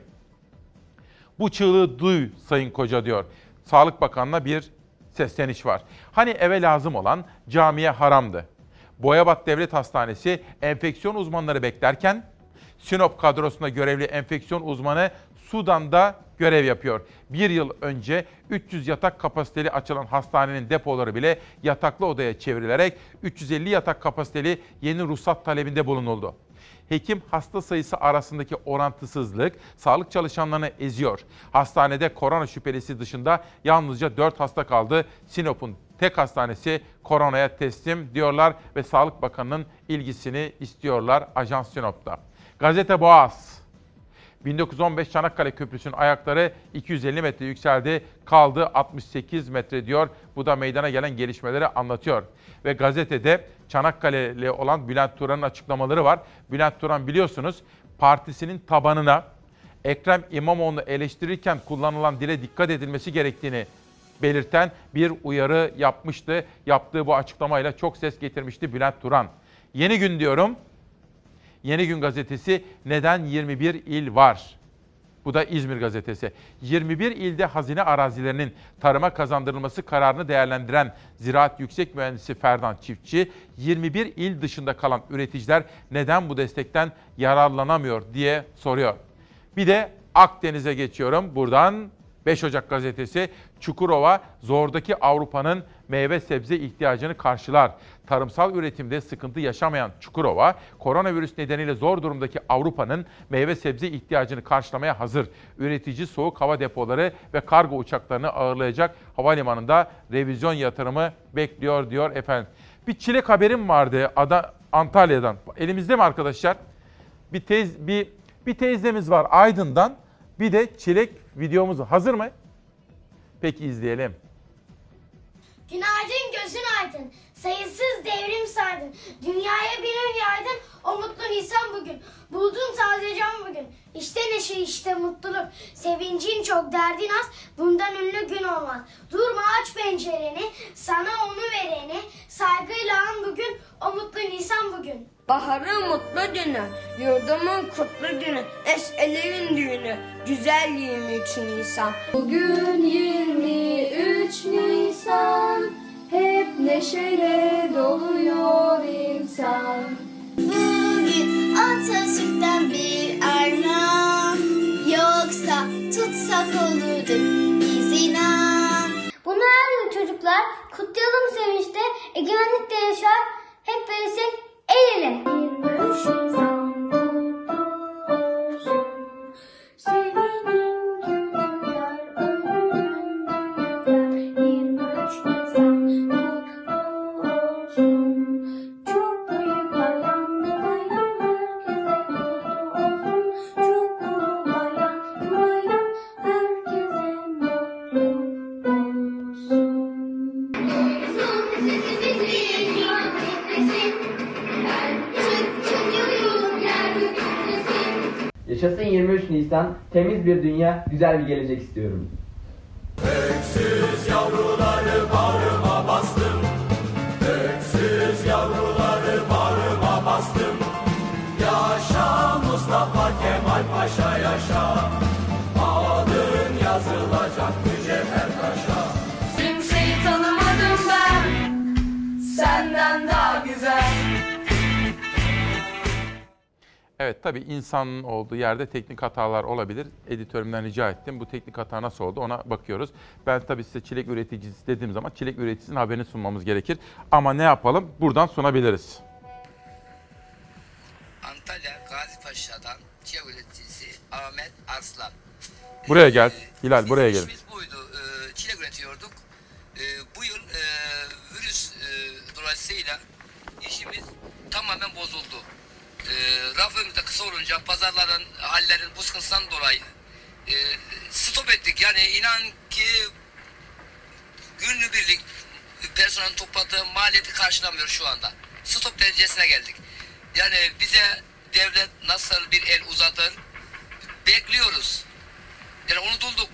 Bu çığlığı duy Sayın Koca diyor. Sağlık Bakanı'na bir sesleniş var. Hani eve lazım olan camiye haramdı. Boyabat Devlet Hastanesi enfeksiyon uzmanları beklerken Sinop kadrosunda görevli enfeksiyon uzmanı Sudan'da görev yapıyor. Bir yıl önce 300 yatak kapasiteli açılan hastanenin depoları bile yataklı odaya çevrilerek 350 yatak kapasiteli yeni ruhsat talebinde bulunuldu. Hekim hasta sayısı arasındaki orantısızlık sağlık çalışanlarını eziyor. Hastanede korona şüphelisi dışında yalnızca 4 hasta kaldı. Sinop'un tek hastanesi koronaya teslim diyorlar ve Sağlık Bakanı'nın ilgisini istiyorlar Ajans Sinop'ta. Gazete Boğaz. 1915 Çanakkale Köprüsü'nün ayakları 250 metre yükseldi, kaldı 68 metre diyor. Bu da meydana gelen gelişmeleri anlatıyor. Ve gazetede Çanakkale'li olan Bülent Turan'ın açıklamaları var. Bülent Turan biliyorsunuz partisinin tabanına Ekrem İmamoğlu'nu eleştirirken kullanılan dile dikkat edilmesi gerektiğini belirten bir uyarı yapmıştı. Yaptığı bu açıklamayla çok ses getirmişti Bülent Turan. Yeni Gün diyorum. Yeni Gün gazetesi neden 21 il var? Bu da İzmir gazetesi. 21 ilde hazine arazilerinin tarıma kazandırılması kararını değerlendiren Ziraat Yüksek Mühendisi Ferdan Çiftçi, 21 il dışında kalan üreticiler neden bu destekten yararlanamıyor diye soruyor. Bir de Akdeniz'e geçiyorum. Buradan 5 Ocak gazetesi Çukurova zordaki Avrupa'nın meyve sebze ihtiyacını karşılar. Tarımsal üretimde sıkıntı yaşamayan Çukurova, koronavirüs nedeniyle zor durumdaki Avrupa'nın meyve sebze ihtiyacını karşılamaya hazır. Üretici soğuk hava depoları ve kargo uçaklarını ağırlayacak havalimanında revizyon yatırımı bekliyor diyor efendim. Bir çilek haberim vardı Antalya'dan. Elimizde mi arkadaşlar? Bir teyzemiz var Aydın'dan. Bir de çilek videomuz hazır mı? Peki izleyelim. Günaydın gözün aydın. sayısız devrim saydın. Dünyaya bilir yaydın, o mutlu Nisan bugün. Buldun taze can bugün. İşte neşe, işte mutluluk. Sevincin çok, derdin az, bundan ünlü gün olmaz. Durma, aç pencereni, sana onu vereni. Saygıyla an bugün, o mutlu Nisan bugün. Baharın mutlu günü, yurdumun kutlu günü, Es'elerin düğünü, güzel 23 Nisan. Bugün 23 Nisan, hep neşeyle doluyor insan. Bugün Atatürk'ten bir armağan, yoksa tutsak olurduk biz inan. Bunu her yıl çocuklar kutlayalım sevinçte, egemenlikte yaşar, hep versek el ele. 23 Nisan kutlu olsun, sevinin gönüller ömründe yükler. 23 Nisan kutlu olsun, çok büyük bayram, bayram herkese kutlu olsun. Çok ulu bayram, bayram herkese mutlu olsun. Yaşasın 23 Nisan, temiz bir dünya, güzel bir gelecek istiyorum. Öksüz yavruları bağrıma bastım. Öksüz yavruları bağrıma bastım. Yaşa Mustafa Kemal Paşa yaşa. Adın yazılacak mücevher taşa. Kimseyi tanımadım ben, senden daha güzel. Evet, tabii insanın olduğu yerde teknik hatalar olabilir. Editörümden rica ettim. Bu teknik hata nasıl oldu ona bakıyoruz. Ben tabii size çilek üreticisi dediğim zaman çilek üreticisinin haberini sunmamız gerekir. Ama ne yapalım? Buradan sunabiliriz. Antalya Gazipaşa'dan çilek üreticisi Ahmet Arslan. Buraya gel. Hilal buraya gelin. İşimiz buydu. Çilek üretiyorduk. Bu yıl virüs dolayısıyla işimiz tamamen bozuldu. Raf ömrü de kısa olunca pazarların hallerin bu sıkıntısından dolayı stop ettik. Yani inan ki günübirlik personelin topladığı maliyeti karşılamıyor şu anda. Stop derecesine geldik. Yani bize devlet nasıl bir el uzatır bekliyoruz. Yani unutulduk.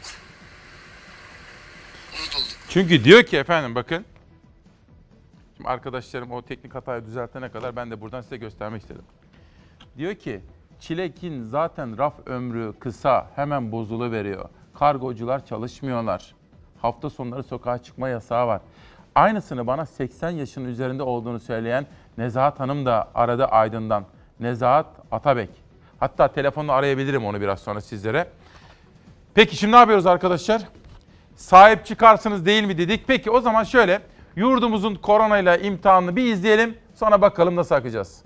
Çünkü diyor ki efendim bakın. Şimdi arkadaşlarım o teknik hatayı düzeltene kadar ben de buradan size göstermek istedim. Diyor ki çilekin zaten raf ömrü kısa, hemen bozuluveriyor. Kargocular çalışmıyorlar. Hafta sonları sokağa çıkma yasağı var. Aynısını bana 80 yaşın üzerinde olduğunu söyleyen Nezahat Hanım da aradı Aydın'dan. Nezahat Atabek. Hatta telefonla arayabilirim onu biraz sonra sizlere. Peki şimdi ne yapıyoruz arkadaşlar? Sahip çıkarsınız değil mi dedik. Peki o zaman şöyle yurdumuzun koronayla imtihanını bir izleyelim. Sonra bakalım nasıl akacağız.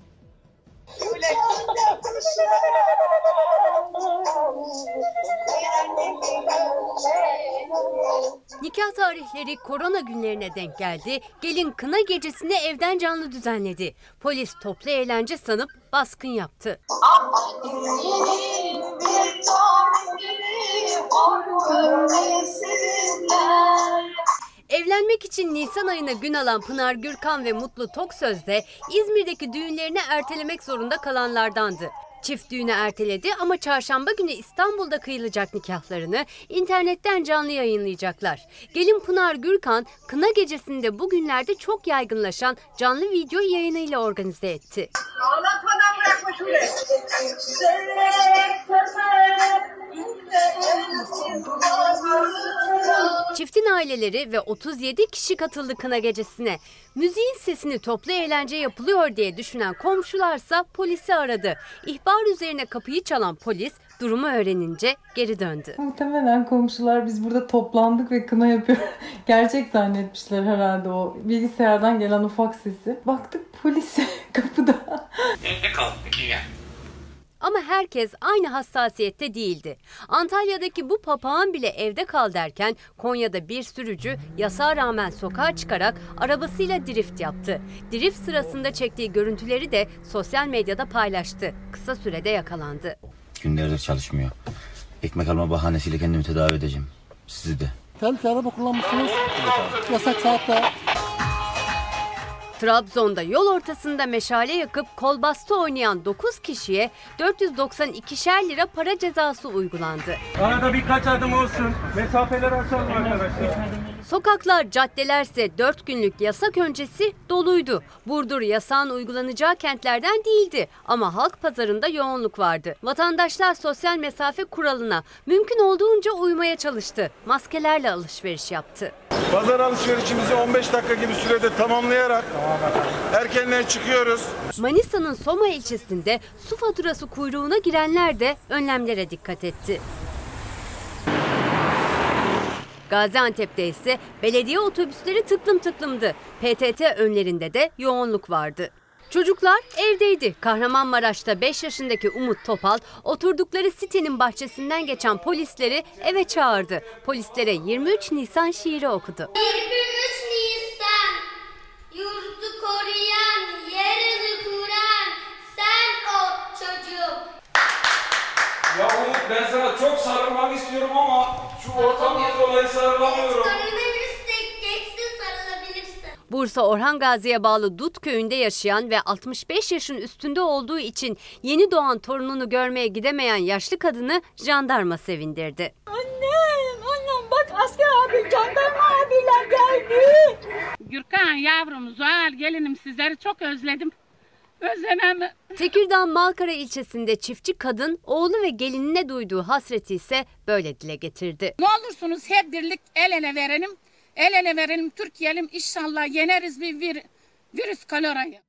Nikah tarihleri korona günlerine denk geldi. Gelin kına gecesini evden canlı düzenledi. Polis toplu eğlence sanıp baskın yaptı. Evlenmek için Nisan ayına gün alan Pınar Gürkan ve Mutlu Toksöz de İzmir'deki düğünlerini ertelemek zorunda kalanlardandı. Çift düğünü erteledi ama çarşamba günü İstanbul'da kıyılacak nikahlarını internetten canlı yayınlayacaklar. Gelin Pınar Gürkan, kına gecesinde bugünlerde çok yaygınlaşan canlı video yayınıyla organize etti. Ağlatmadan bırakma şöyle. Çiftin aileleri ve 37 kişi katıldı kına gecesine. Müziğin sesini toplu eğlence yapılıyor diye düşünen komşularsa polisi aradı. İhbar üzerine kapıyı çalan polis durumu öğrenince geri döndü. Muhtemelen komşular biz burada toplandık ve kına yapıyor. Gerçek zannetmişler herhalde o bilgisayardan gelen ufak sesi. Baktık polis kapıda. Ne kaldı peki ya? Ama herkes aynı hassasiyette değildi. Antalya'daki bu papağan bile evde kal derken Konya'da bir sürücü yasağa rağmen sokağa çıkarak arabasıyla drift yaptı. Drift sırasında çektiği görüntüleri de sosyal medyada paylaştı. Kısa sürede yakalandı. Günlerdir çalışmıyor. Ekmek alma bahanesiyle kendimi tedavi edeceğim. Sizi de. Tehlikeli araba kullanmışsınız. Yasak saatte. Trabzon'da yol ortasında meşale yakıp kol bastı oynayan 9 kişiye 492'şer lira para cezası uygulandı. Arada birkaç adım olsun. Mesafeler açalım arkadaşlar. Sokaklar, caddelerse 4 günlük yasak öncesi doluydu. Burdur yasağın uygulanacağı kentlerden değildi ama halk pazarında yoğunluk vardı. Vatandaşlar sosyal mesafe kuralına mümkün olduğunca uymaya çalıştı. Maskelerle alışveriş yaptı. Pazar alışverişimizi 15 dakika gibi sürede tamamlayarak erkenden çıkıyoruz. Manisa'nın Soma ilçesinde su faturası kuyruğuna girenler de önlemlere dikkat etti. Gaziantep'te ise belediye otobüsleri tıklım tıklımdı. PTT önlerinde de yoğunluk vardı. Çocuklar evdeydi. Kahramanmaraş'ta 5 yaşındaki Umut Topal oturdukları sitenin bahçesinden geçen polisleri eve çağırdı. Polislere 23 Nisan şiiri okudu. 23 Nisan, yurdu koruyan, yerini kuran, sen o çocuk. Ya Umut, ben sana çok sarılmak istiyorum ama şu ortamdan dolayı sarılamıyorum. Sarılabilirsin, geçsin sarılabilirsin. Bursa Orhan Gazi'ye bağlı Dut köyünde yaşayan ve 65 yaşın üstünde olduğu için yeni doğan torununu görmeye gidemeyen yaşlı kadını jandarma sevindirdi. Annem bak asker abi, jandarma abiler geldi. Gürkan yavrum, Zuhal gelinim, sizleri çok özledim. Özlemem. Tekirdağ Malkara ilçesinde çiftçi kadın oğlu ve gelinine duyduğu hasreti ise böyle dile getirdi. Ne olursunuz hep birlik el ele verelim. El ele verelim, Türkiye'lim, inşallah yeneriz bir virüs kolorayı.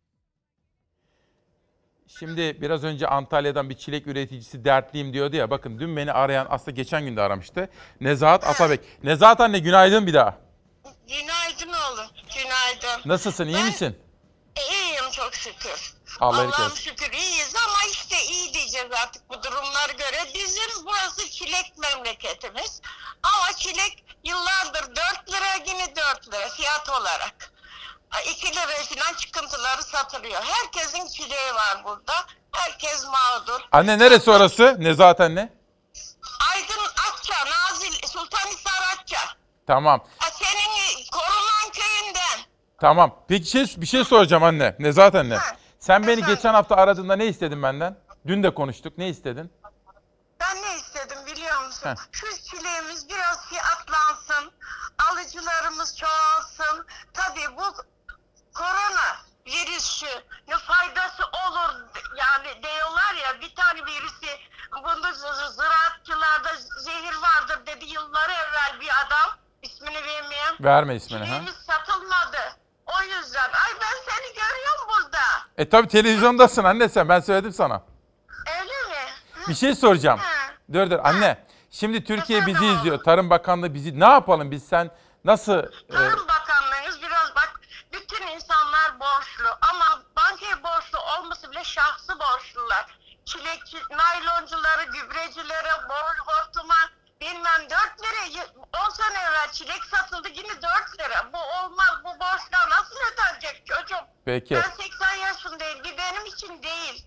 Şimdi biraz önce Antalya'dan bir çilek üreticisi dertliyim diyordu ya. Bakın dün beni arayan, aslında geçen gün de aramıştı. Nezahat Atabek. Nezahat anne, günaydın bir daha. Günaydın oğlum, günaydın. Nasılsın, iyi misin? İyiyim çok şükür. Allah'ım şükür iyiyiz ama işte iyi diyeceğiz artık bu durumlara göre. Bizim burası çilek memleketimiz. Ama çilek yıllardır 4 lira, yine 4 lira fiyat olarak. 2 lira falan çıkıntıları satılıyor. Herkesin çileği var burada. Herkes mağdur. Anne neresi orası? Nezahat anne? Aydın Akça, Nazil, Sultanhisar Akça. Tamam. Senin korunan köyünden. Tamam. Peki bir şey soracağım anne. Nezahat anne. Sen beni geçen hafta aradığında ne istedin benden? Dün de konuştuk. Ne istedin? Ben ne istedim biliyor musun? Şu çileğimiz biraz fiyatlansın. Alıcılarımız çoğalsın. Tabii bu korona virüsü ne faydası olur yani diyorlar ya, bir tane virüsü bunda ziraatçılarda zehir vardır dedi yıllar evvel bir adam. İsmini vermeyeyim. Verme ismini. Çileğimiz satılmadı. O yüzden. Ay ben seni görüyorum burada. Tabii televizyondasın anne sen. Ben söyledim sana. Öyle mi? Bir şey soracağım. Dur anne. Şimdi Türkiye bizi izliyor. Tarım Bakanlığı bizi. Ne yapalım biz, sen nasıl? Tarım Bakanlığımız biraz bak, bütün insanlar borçlu ama bankaya borçlu olması bile şahsı borçlular. Çilekçi, nayloncuları, gübrecilere, hortuma bilmem 4 lira, 10 sene evvel çilek satıldı yine 4 lira. Bu olmaz, bu borçlar nasıl ödenecek çocuğum? Peki. Ben 80 yaşındayım, bir benim için değil.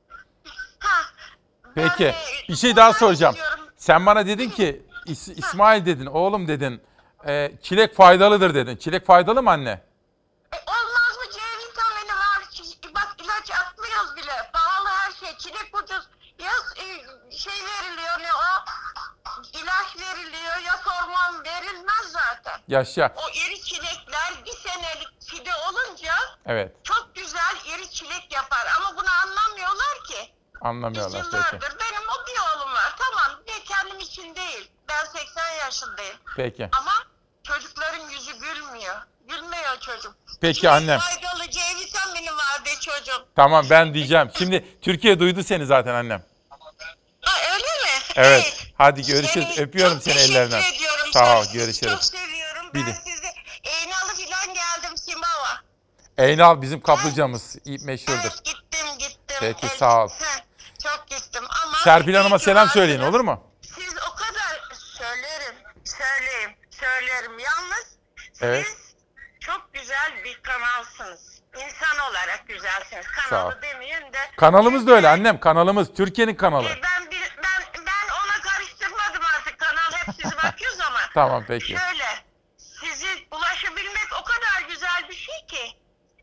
Peki bir şey daha soracağım. Sen bana dedin ki İsmail dedin, oğlum dedin, çilek faydalıdır dedin. Çilek faydalı mı anne? Olmaz mı? C vitamini var. Bak ilaç atmıyoruz bile. Pahalı her şey. Çilek ucuz. Ya şey veriliyor ne o? İlaç veriliyor. Ya hormon verilmez zaten. Yaşa. O iri çilekler bir senelik fide olunca evet, çok güzel iri çilek yapar. Ama bunu anlamıyorlar ki. Anlamıyorlar. Yıllardır Peki. benim o bir oğlum var. Tamam bir kendim için değil. Ben 80 yaşındayım. Peki. Ama çocukların yüzü gülmüyor. Gülmüyor çocuk. Peki annem. Faydalı C vitamini var be çocuğum. Tamam ben diyeceğim. Şimdi Türkiye duydu seni zaten annem. Ha öyle mi? Evet. Hadi görüşürüz. Öpüyorum seni ellerinden. Ediyorum. Sağ ol. Sizi Görüşürüz. çok seviyorum. Ben size Eynal'ı falan geldim Simava. Eynal bizim kaplıcamız. Meşhurdur. Evet gittim. Peki sağ ol. Çok gittim ama. Serpil Hanım'a selam söyleyin, olur mu? Siz o kadar söylerim. Yalnız evet, siz çok güzel bir kanalsınız. İnsan olarak güzelsiniz. Sağ ol. Kanalı demeyeyim de. Kanalımız da öyle annem. Kanalımız Türkiye'nin kanalı. Ben ona karıştırmadım artık. Kanal hep sizi bakıyoruz ama. Tamam peki. Şöyle sizi ulaşabilmek o kadar güzel bir şey ki.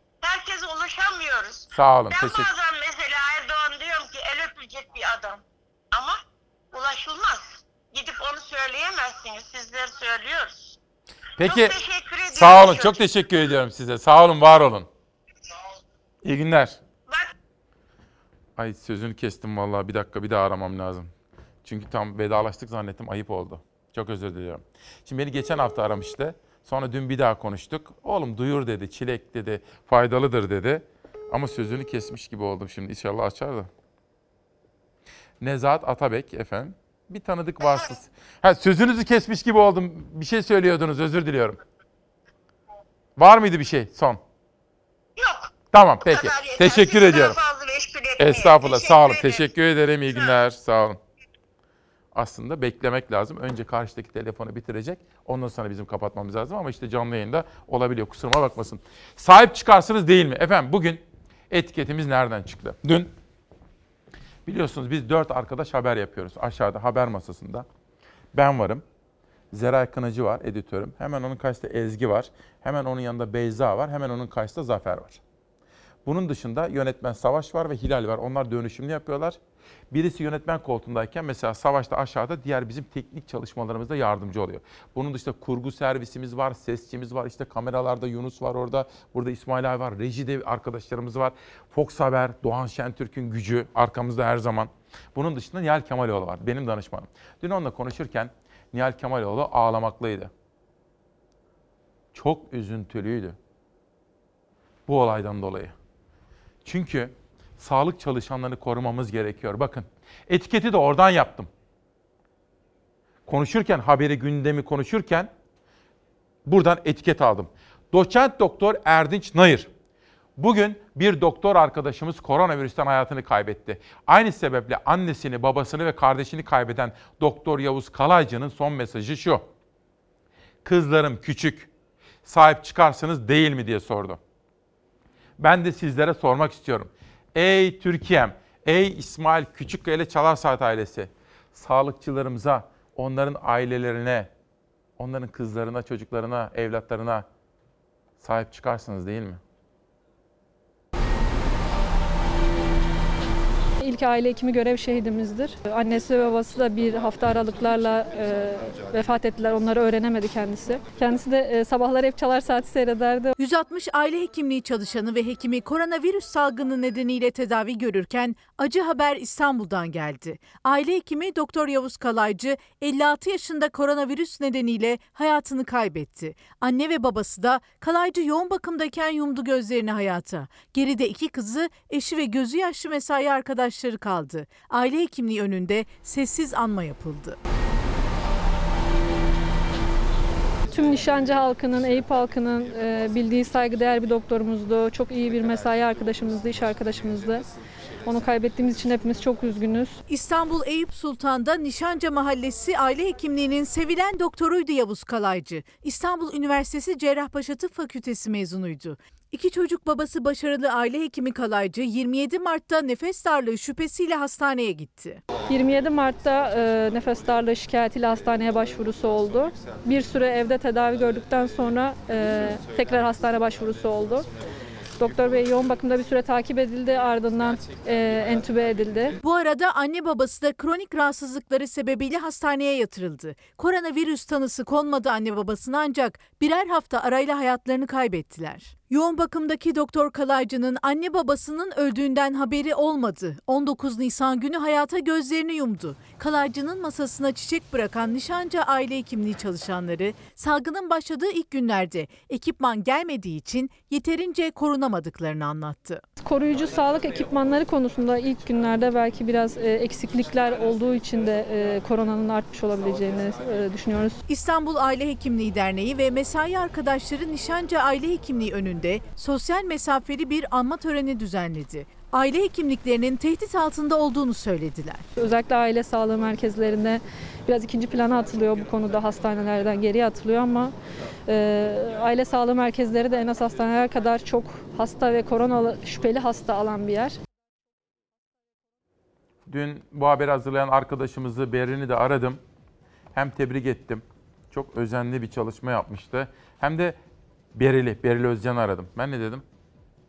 herkese ulaşamıyoruz. Sağ olun. Ben Teşekkür. bazen mesela Erdoğan diyorum ki el öpülecek bir adam. Ama ulaşılmaz. Gidip onu söyleyemezsiniz. Sizler söylüyoruz. Peki. Çok teşekkür ediyorum. Sağ olun. Çok teşekkür ediyorum size. Sağ olun, var olun. İyi günler. Ay sözünü kestim vallahi. Bir dakika, bir daha aramam lazım. Çünkü tam vedalaştık zannettim. Ayıp oldu. Çok özür diliyorum. Şimdi beni geçen hafta aramıştı. Sonra dün bir daha konuştuk. Oğlum duyur dedi. Çilek dedi. Faydalıdır dedi. Ama sözünü kesmiş gibi oldum şimdi. İnşallah açar da. Nezahat Atabek efendim. Bir tanıdık vasıtası. Ha, sözünüzü kesmiş gibi oldum. Bir şey söylüyordunuz. Özür diliyorum. Var mıydı bir şey son? Yok. Tamam peki. Teşekkür ediyorum. etmeyin. Estağfurullah. Sağ olun. ederim. Teşekkür ederim. İyi günler. Sağ olun. Aslında beklemek lazım. Önce karşıdaki telefonu bitirecek. Ondan sonra bizim kapatmamız lazım ama işte canlı yayında olabiliyor. Kusuruma bakmasın. Sahip çıkarsınız değil mi? Efendim bugün etiketimiz nereden çıktı? Dün biliyorsunuz biz 4 arkadaş haber yapıyoruz. Aşağıda haber masasında. Ben varım. Zeray Kınacı var, editörüm. Hemen onun karşısında Ezgi var. Hemen onun yanında Beyza var. Hemen onun karşısında Zafer var. Bunun dışında yönetmen Savaş var ve Hilal var. Onlar dönüşümlü yapıyorlar. Birisi yönetmen koltuğundayken mesela Savaş da aşağıda diğer bizim teknik çalışmalarımızda yardımcı oluyor. Bunun dışında kurgu servisimiz var, sesçimiz var. İşte kameralarda Yunus var orada. Burada İsmail abi var. Rejide arkadaşlarımız var. Fox Haber, Doğan Şentürk'ün gücü arkamızda her zaman. Bunun dışında Nihal Kemaloğlu var. Benim danışmanım. Dün onunla konuşurken Nihal Kemaloğlu ağlamaklıydı. Çok üzüntülüydü. Bu olaydan dolayı. Çünkü sağlık çalışanlarını korumamız gerekiyor. Bakın etiketi de oradan yaptım. Konuşurken, haberi gündemi konuşurken buradan etiket aldım. Doçent Doktor Erdinç Nayır. Bugün bir doktor arkadaşımız koronavirüsten hayatını kaybetti. Aynı sebeple annesini, babasını ve kardeşini kaybeden Doktor Yavuz Kalaycı'nın son mesajı şu. Kızlarım küçük, sahip çıkarsınız değil mi diye sordu. Ben de sizlere sormak istiyorum. Ey Türkiye'm, ey İsmail Küçükkaya ile Çalar Saat ailesi, sağlıkçılarımıza, onların ailelerine, onların kızlarına, çocuklarına, evlatlarına sahip çıkarsınız değil mi? İlk aile hekimi görev şehidimizdir. Annesi ve babası da bir hafta aralıklarla vefat ettiler. Onları öğrenemedi kendisi. Kendisi de sabahları hep Çalar Saati seyrederdi. 160 aile hekimliği çalışanı ve hekimi koronavirüs salgını nedeniyle tedavi görürken acı haber İstanbul'dan geldi. Aile hekimi Doktor Yavuz Kalaycı 56 yaşında koronavirüs nedeniyle hayatını kaybetti. Anne ve babası da Kalaycı yoğun bakımdayken yumdu gözlerini hayata. Geride 2 kızı, eşi ve gözü yaşlı mesai arkadaşları kaldı. Aile hekimliği önünde sessiz anma yapıldı. Tüm Nişancı halkının, Eyüp halkının bildiği saygıdeğer bir doktorumuzdu. Çok iyi bir mesai arkadaşımızdı, iş arkadaşımızdı. Onu kaybettiğimiz için hepimiz çok üzgünüz. İstanbul Eyüp Sultan'da Nişanca Mahallesi aile hekimliğinin sevilen doktoruydu Yavuz Kalaycı. İstanbul Üniversitesi Cerrahpaşa Tıp Fakültesi mezunuydu. 2 çocuk babası başarılı aile hekimi Kalaycı 27 Mart'ta nefes darlığı şüphesiyle hastaneye gitti. 27 Mart'ta nefes darlığı şikayetiyle hastaneye başvurusu oldu. Bir süre evde tedavi gördükten sonra tekrar hastane başvurusu oldu. Doktor Bey yoğun bakımda bir süre takip edildi, ardından entübe edildi. Bu arada anne babası da kronik rahatsızlıkları sebebiyle hastaneye yatırıldı. Koronavirüs tanısı konmadı anne babasına ancak birer hafta arayla hayatlarını kaybettiler. Yoğun bakımdaki Doktor Kalaycı'nın anne babasının öldüğünden haberi olmadı. 19 Nisan günü hayata gözlerini yumdu. Kalaycı'nın masasına çiçek bırakan Nişanca aile hekimliği çalışanları salgının başladığı ilk günlerde ekipman gelmediği için yeterince korunamadıklarını anlattı. Koruyucu sağlık ekipmanları konusunda ilk günlerde belki biraz eksiklikler olduğu için de koronanın artmış olabileceğini düşünüyoruz. İstanbul Aile Hekimliği Derneği ve mesai arkadaşları Nişanca Aile Hekimliği önünde sosyal mesafeli bir anma töreni düzenledi. Aile hekimliklerinin tehdit altında olduğunu söylediler. Özellikle aile sağlığı merkezlerinde biraz ikinci plana atılıyor bu konuda, hastanelerden geriye atılıyor ama aile sağlığı merkezleri de en az hastaneler kadar çok hasta ve korona şüpheli hasta alan bir yer. Dün bu haberi hazırlayan arkadaşımızı Berin'i de aradım. Hem tebrik ettim. Çok özenli bir çalışma yapmıştı. Hem de Beril Özcan'ı aradım. Ben ne dedim?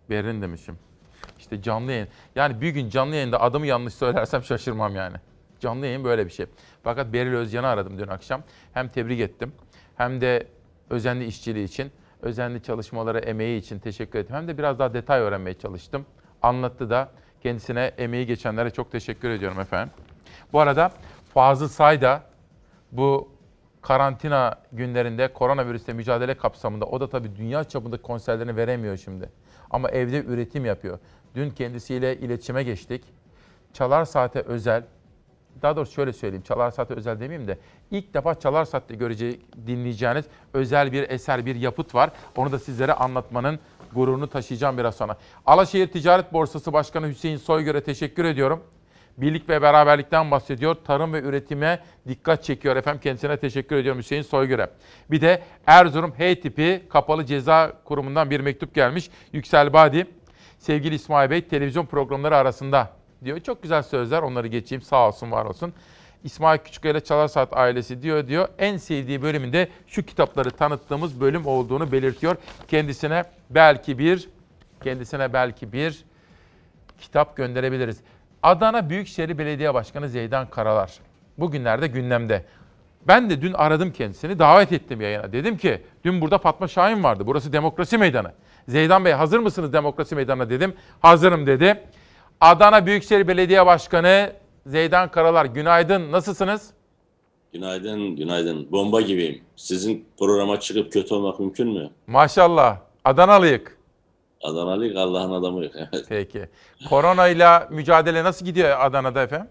Berin demişim. İşte canlı yayın. Yani bir gün canlı yayında adımı yanlış söylersem şaşırmam yani. Canlı yayın böyle bir şey. Fakat Beril Özcan'ı aradım dün akşam. Hem tebrik ettim hem de özenli işçiliği için, özenli çalışmaları, emeği için teşekkür ettim. Hem de biraz daha detay öğrenmeye çalıştım. Anlattı da kendisine emeği geçenlere çok teşekkür ediyorum efendim. Bu arada Fazıl Say da bu karantina günlerinde koronavirüsle mücadele kapsamında, o da tabii dünya çapında konserlerini veremiyor şimdi. Ama evde üretim yapıyor. Dün kendisiyle iletişime geçtik. Çalar Saat'e özel, daha doğrusu şöyle söyleyeyim, Çalar Saat'e özel demeyeyim de ilk defa Çalar Saat'te dinleyeceğiniz özel bir eser, bir yapıt var. Onu da sizlere anlatmanın gururunu taşıyacağım biraz sonra. Alaşehir Ticaret Borsası Başkanı Hüseyin Soygör'e teşekkür ediyorum. Birlik ve beraberlikten bahsediyor. Tarım ve üretime dikkat çekiyor efendim. Kendisine teşekkür ediyorum Hüseyin Soygör'e. Bir de Erzurum H tipi kapalı ceza kurumundan bir mektup gelmiş. Yüksel Badi, sevgili İsmail Bey, televizyon programları arasında diyor. Çok güzel sözler, onları geçeyim, sağ olsun var olsun. İsmail Küçükkaya ile Çalar Saat ailesi diyor. En sevdiği bölümünde şu kitapları tanıttığımız bölüm olduğunu belirtiyor. Kendisine belki bir kitap gönderebiliriz. Adana Büyükşehir Belediye Başkanı Zeydan Karalar bugünlerde gündemde. Ben de dün aradım kendisini, davet ettim yayına. Dedim ki dün burada Fatma Şahin vardı. Burası Demokrasi Meydanı. Zeydan Bey, hazır mısınız Demokrasi Meydanı'na dedim. Hazırım dedi. Adana Büyükşehir Belediye Başkanı Zeydan Karalar, günaydın. Nasılsınız? Günaydın. Bomba gibiyim. Sizin programa çıkıp kötü olmak mümkün mü? Maşallah. Adanalıyık. Adanalıyık, Allah'ın adamıyık. Evet. Peki. Koronayla mücadele nasıl gidiyor Adana'da efendim?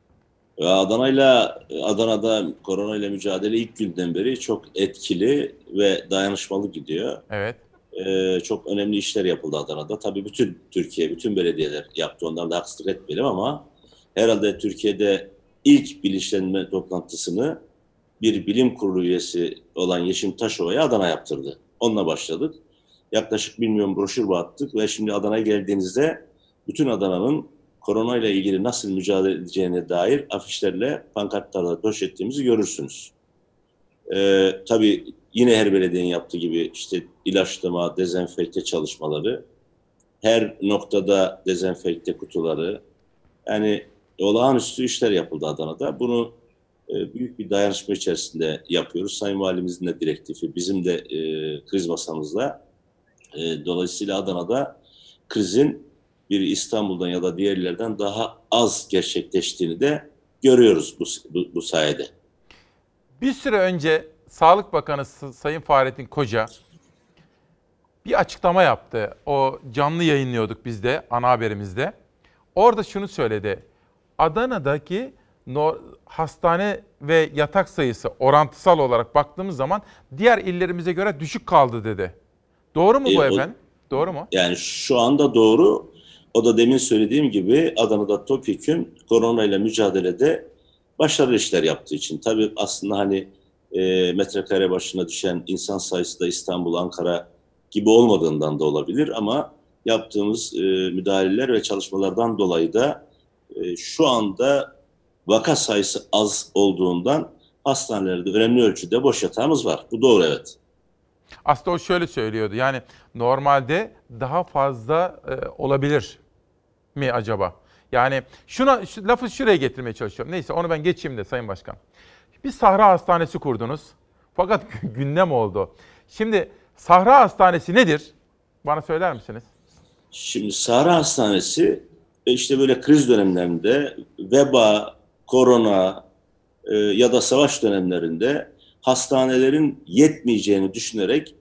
Adana'da koronayla mücadele ilk günden beri çok etkili ve dayanışmalı gidiyor. Evet. Çok önemli işler yapıldı Adana'da. Tabii bütün Türkiye, bütün belediyeler yaptı. Ondan da haksızlık etmeyelim ama herhalde Türkiye'de ilk bilinçlenme toplantısını bir bilim kurulu üyesi olan Yeşim Taşova'ya Adana yaptırdı. Onunla başladık. Yaklaşık 1 milyon broşür attık ve şimdi Adana'ya geldiğinizde bütün Adana'nın koronayla ilgili nasıl mücadele edeceğine dair afişlerle, pankartlarla döşettiğimizi görürsünüz. Tabii yine her belediyenin yaptığı gibi işte ilaçlama, dezenfekte çalışmaları, her noktada dezenfekte kutuları, yani olağanüstü işler yapıldı Adana'da. Bunu büyük bir dayanışma içerisinde yapıyoruz. Sayın Valimizin de direktifi, bizim de kriz masamızla. Dolayısıyla Adana'da krizin bir İstanbul'dan ya da diğer illerden daha az gerçekleştiğini de görüyoruz bu sayede. Bir süre önce Sağlık Bakanı Sayın Fahrettin Koca bir açıklama yaptı. O canlı yayınlıyorduk biz de ana haberimizde. Orada şunu söyledi. Adana'daki hastane ve yatak sayısı orantısal olarak baktığımız zaman diğer illerimize göre düşük kaldı dedi. Doğru mu bu efendim? Doğru mu? Yani şu anda doğru. O da demin söylediğim gibi Adana'da topyekün koronayla mücadelede başarılı işler yaptığı için. Tabii aslında hani metrekare başına düşen insan sayısı da İstanbul, Ankara gibi olmadığından da olabilir ama yaptığımız müdahaleler ve çalışmalardan dolayı da şu anda vaka sayısı az olduğundan hastanelerde önemli ölçüde boş yatağımız var. Bu doğru, evet. Aslında o şöyle söylüyordu. Yani normalde daha fazla olabilir mi acaba? Yani lafı şuraya getirmeye çalışıyorum. Neyse onu ben geçeyim de Sayın Başkan. Bir Sahra Hastanesi kurdunuz. Fakat gündem oldu. Şimdi Sahra Hastanesi nedir? Bana söyler misiniz? Şimdi Sahra Hastanesi işte böyle kriz dönemlerinde veba, korona ya da savaş dönemlerinde hastanelerin yetmeyeceğini düşünerek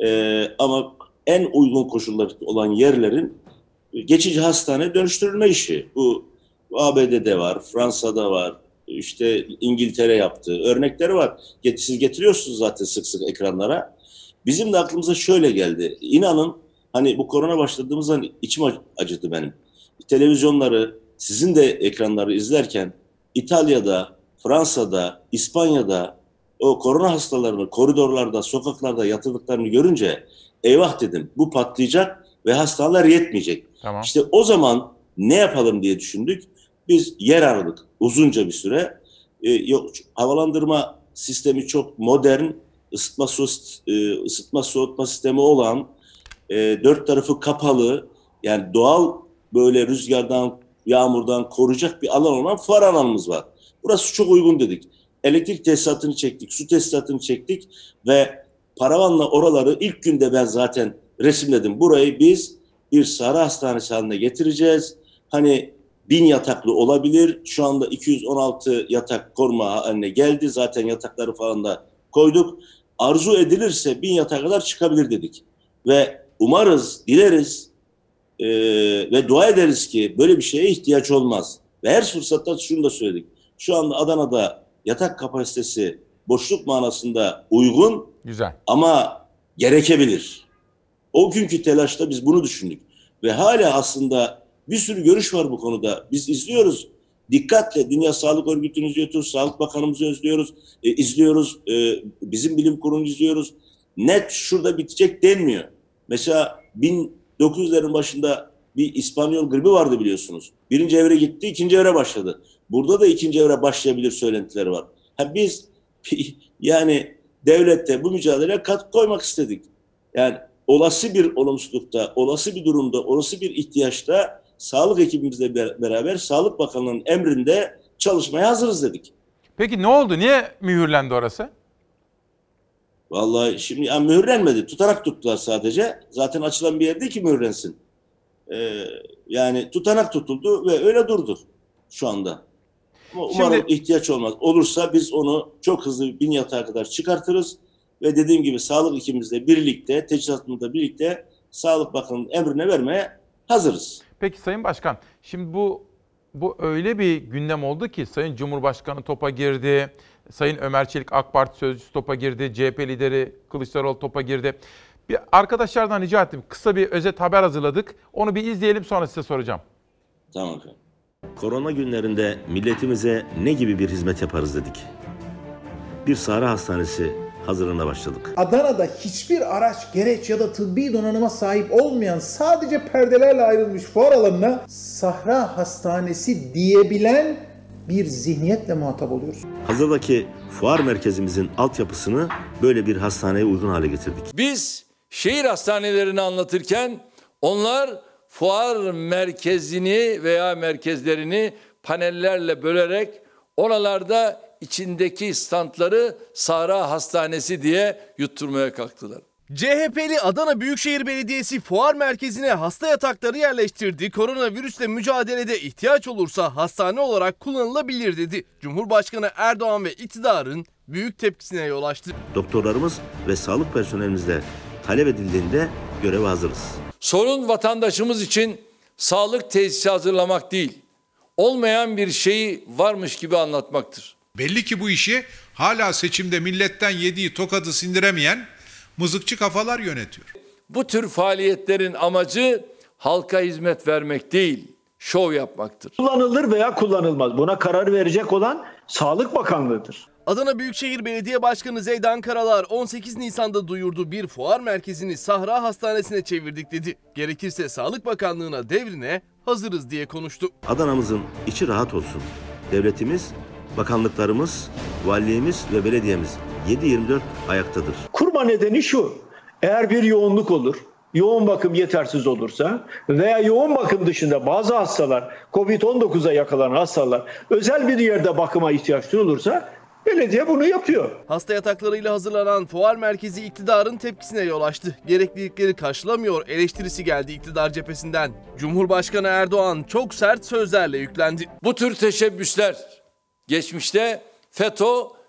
ama en uygun koşulları olan yerlerin geçici hastane dönüştürülme işi. Bu ABD'de var, Fransa'da var, işte İngiltere yaptı. Örnekleri var. Siz getiriyorsunuz zaten sık sık ekranlara. Bizim de aklımıza şöyle geldi. İnanın hani bu korona başladığımızda içim acıdı benim. Televizyonları, sizin de ekranları izlerken İtalya'da, Fransa'da, İspanya'da o korona hastalarını koridorlarda, sokaklarda yatırdıklarını görünce eyvah dedim, bu patlayacak ve hastaneler yetmeyecek. Tamam. İşte o zaman ne yapalım diye düşündük. Biz yer aradık uzunca bir süre. Havalandırma sistemi çok modern, ısıtma soğutma sistemi olan, 4 tarafı kapalı, Yani doğal böyle rüzgardan, yağmurdan koruyacak bir alan olan fuar alanımız var. Burası çok uygun dedik. Elektrik tesisatını çektik, su tesisatını çektik ve paravanla oraları ilk günde ben zaten resimledim. Burayı biz bir Sahra Hastanesi haline getireceğiz. Hani 1000 yataklı olabilir. Şu anda 216 yatak koruma haline geldi. Zaten yatakları falan da koyduk. Arzu edilirse 1000 yatağa kadar çıkabilir dedik. Ve umarız, dileriz ve dua ederiz ki böyle bir şeye ihtiyaç olmaz. Ve her fırsatta şunu da söyledik. Şu anda Adana'da yatak kapasitesi boşluk manasında uygun. Güzel. Ama gerekebilir. O günkü telaşta biz bunu düşündük. Ve hala aslında bir sürü görüş var bu konuda. Biz izliyoruz. Dikkatle Dünya Sağlık Örgütü'nü izliyoruz, Sağlık Bakanımızı izliyoruz, bizim bilim kurulunu izliyoruz. Net şurada bitecek denmiyor. Mesela 1900'lerin başında bir İspanyol gribi vardı biliyorsunuz. Birinci evre gitti, ikinci evre başladı. Burada da ikinci evre başlayabilir söylentileri var. Biz yani devlette bu mücadeleye katkı koymak istedik. Yani olası bir olumsuzlukta, olası bir durumda, olası bir ihtiyaçta sağlık ekibimizle beraber Sağlık Bakanlığı'nın emrinde çalışmaya hazırız dedik. Peki ne oldu? Niye mühürlendi orası? Vallahi şimdi yani mühürlenmedi. Tutanak tuttular sadece. Zaten açılan bir yer değil ki mühürlensin. Yani tutanak tutuldu ve öyle durdu şu anda. Ama umarım ihtiyaç olmaz. Olursa biz onu çok hızlı 1000 yatağa kadar çıkartırız. Ve dediğim gibi sağlık ekibimizle birlikte, teçhizatımızla birlikte Sağlık Bakanı'nın emrine vermeye hazırız. Peki Sayın Başkan, şimdi bu öyle bir gündem oldu ki Sayın Cumhurbaşkanı topa girdi, Sayın Ömer Çelik AK Parti sözcüsü topa girdi, CHP lideri Kılıçdaroğlu topa girdi. Bir arkadaşlardan rica ettim, kısa bir özet haber hazırladık. Onu bir izleyelim, sonra size soracağım. Tamam efendim. Korona günlerinde milletimize ne gibi bir hizmet yaparız dedik. Bir Sahra Hastanesi hazırlığına başladık. Adana'da hiçbir araç, gereç ya da tıbbi donanıma sahip olmayan sadece perdelerle ayrılmış fuar alanına Sahra Hastanesi diyebilen bir zihniyetle muhatap oluyoruz. Hazırdaki fuar merkezimizin altyapısını böyle bir hastaneye uygun hale getirdik. Biz şehir hastanelerini anlatırken onlar fuar merkezini veya merkezlerini panellerle bölerek oralarda içindeki standları Sahra Hastanesi diye yutturmaya kalktılar. CHP'li Adana Büyükşehir Belediyesi fuar merkezine hasta yatakları yerleştirdi. Koronavirüsle mücadelede ihtiyaç olursa hastane olarak kullanılabilir dedi. Cumhurbaşkanı Erdoğan ve iktidarın büyük tepkisine yol açtı. Doktorlarımız ve sağlık personelimizle talep edildiğinde göreve hazırız. Sorun vatandaşımız için sağlık tesisi hazırlamak değil, olmayan bir şeyi varmış gibi anlatmaktır. Belli ki bu işi hala seçimde milletten yediği tokadı sindiremeyen mızıkçı kafalar yönetiyor. Bu tür faaliyetlerin amacı halka hizmet vermek değil, şov yapmaktır. Kullanılır veya kullanılmaz. Buna karar verecek olan Sağlık Bakanlığı'dır. Adana Büyükşehir Belediye Başkanı Zeydan Karalar 18 Nisan'da duyurdu, bir fuar merkezini Sahra Hastanesi'ne çevirdik dedi. Gerekirse Sağlık Bakanlığı'na devrine hazırız diye konuştu. Adana'mızın içi rahat olsun. Devletimiz, bakanlıklarımız, valiliğimiz ve belediyemiz 7/24 ayaktadır. Kurma nedeni şu: eğer bir yoğunluk olur, yoğun bakım yetersiz olursa veya yoğun bakım dışında bazı hastalar, Covid-19'a yakalanan hastalar özel bir yerde bakıma ihtiyaçları olursa belediye bunu yapıyor. Hasta yataklarıyla hazırlanan fuar merkezi iktidarın tepkisine yol açtı. Gereklilikleri karşılamıyor eleştirisi geldi iktidar cephesinden. Cumhurbaşkanı Erdoğan çok sert sözlerle yüklendi. Bu tür teşebbüsler geçmişte FETÖ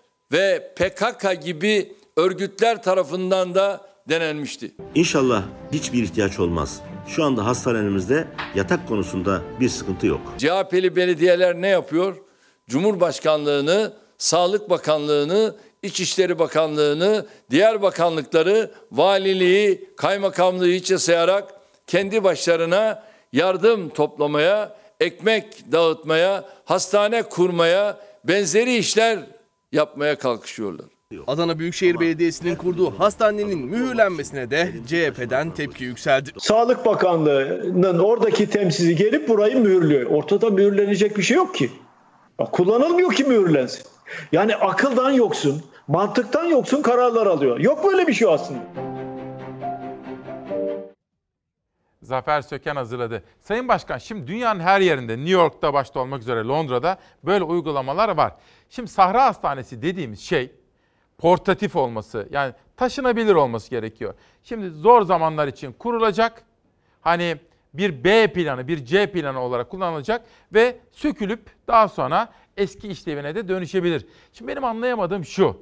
ve PKK gibi örgütler tarafından da denenmişti. İnşallah hiçbir ihtiyaç olmaz. Şu anda hastanelerimizde yatak konusunda bir sıkıntı yok. CHP'li belediyeler ne yapıyor? Cumhurbaşkanlığını, Sağlık Bakanlığını, İçişleri Bakanlığını, diğer bakanlıkları, valiliği, kaymakamlığı hiçe sayarak kendi başlarına yardım toplamaya, ekmek dağıtmaya, hastane kurmaya, benzeri işler yapmaya kalkışıyorlar. Adana Büyükşehir Belediyesi'nin kurduğu hastanenin mühürlenmesine de CHP'den tepki yükseldi. Sağlık Bakanlığı'nın oradaki temsilcisi gelip burayı mühürlüyor. Ortada mühürlenecek bir şey yok ki. Kullanılmıyor ki mühürlensin. Yani akıldan yoksun, mantıktan yoksun kararlar alıyor. Yok böyle bir şey aslında. Zafer Söken hazırladı. Sayın Başkan, şimdi dünyanın her yerinde, New York'ta başta olmak üzere Londra'da böyle uygulamalar var. Şimdi Sahra Hastanesi dediğimiz şey portatif olması, yani taşınabilir olması gerekiyor. Şimdi zor zamanlar için kurulacak. Hani bir B planı, bir C planı olarak kullanılacak ve sökülüp daha sonra eski işlevine de dönüşebilir. Şimdi benim anlayamadığım şu.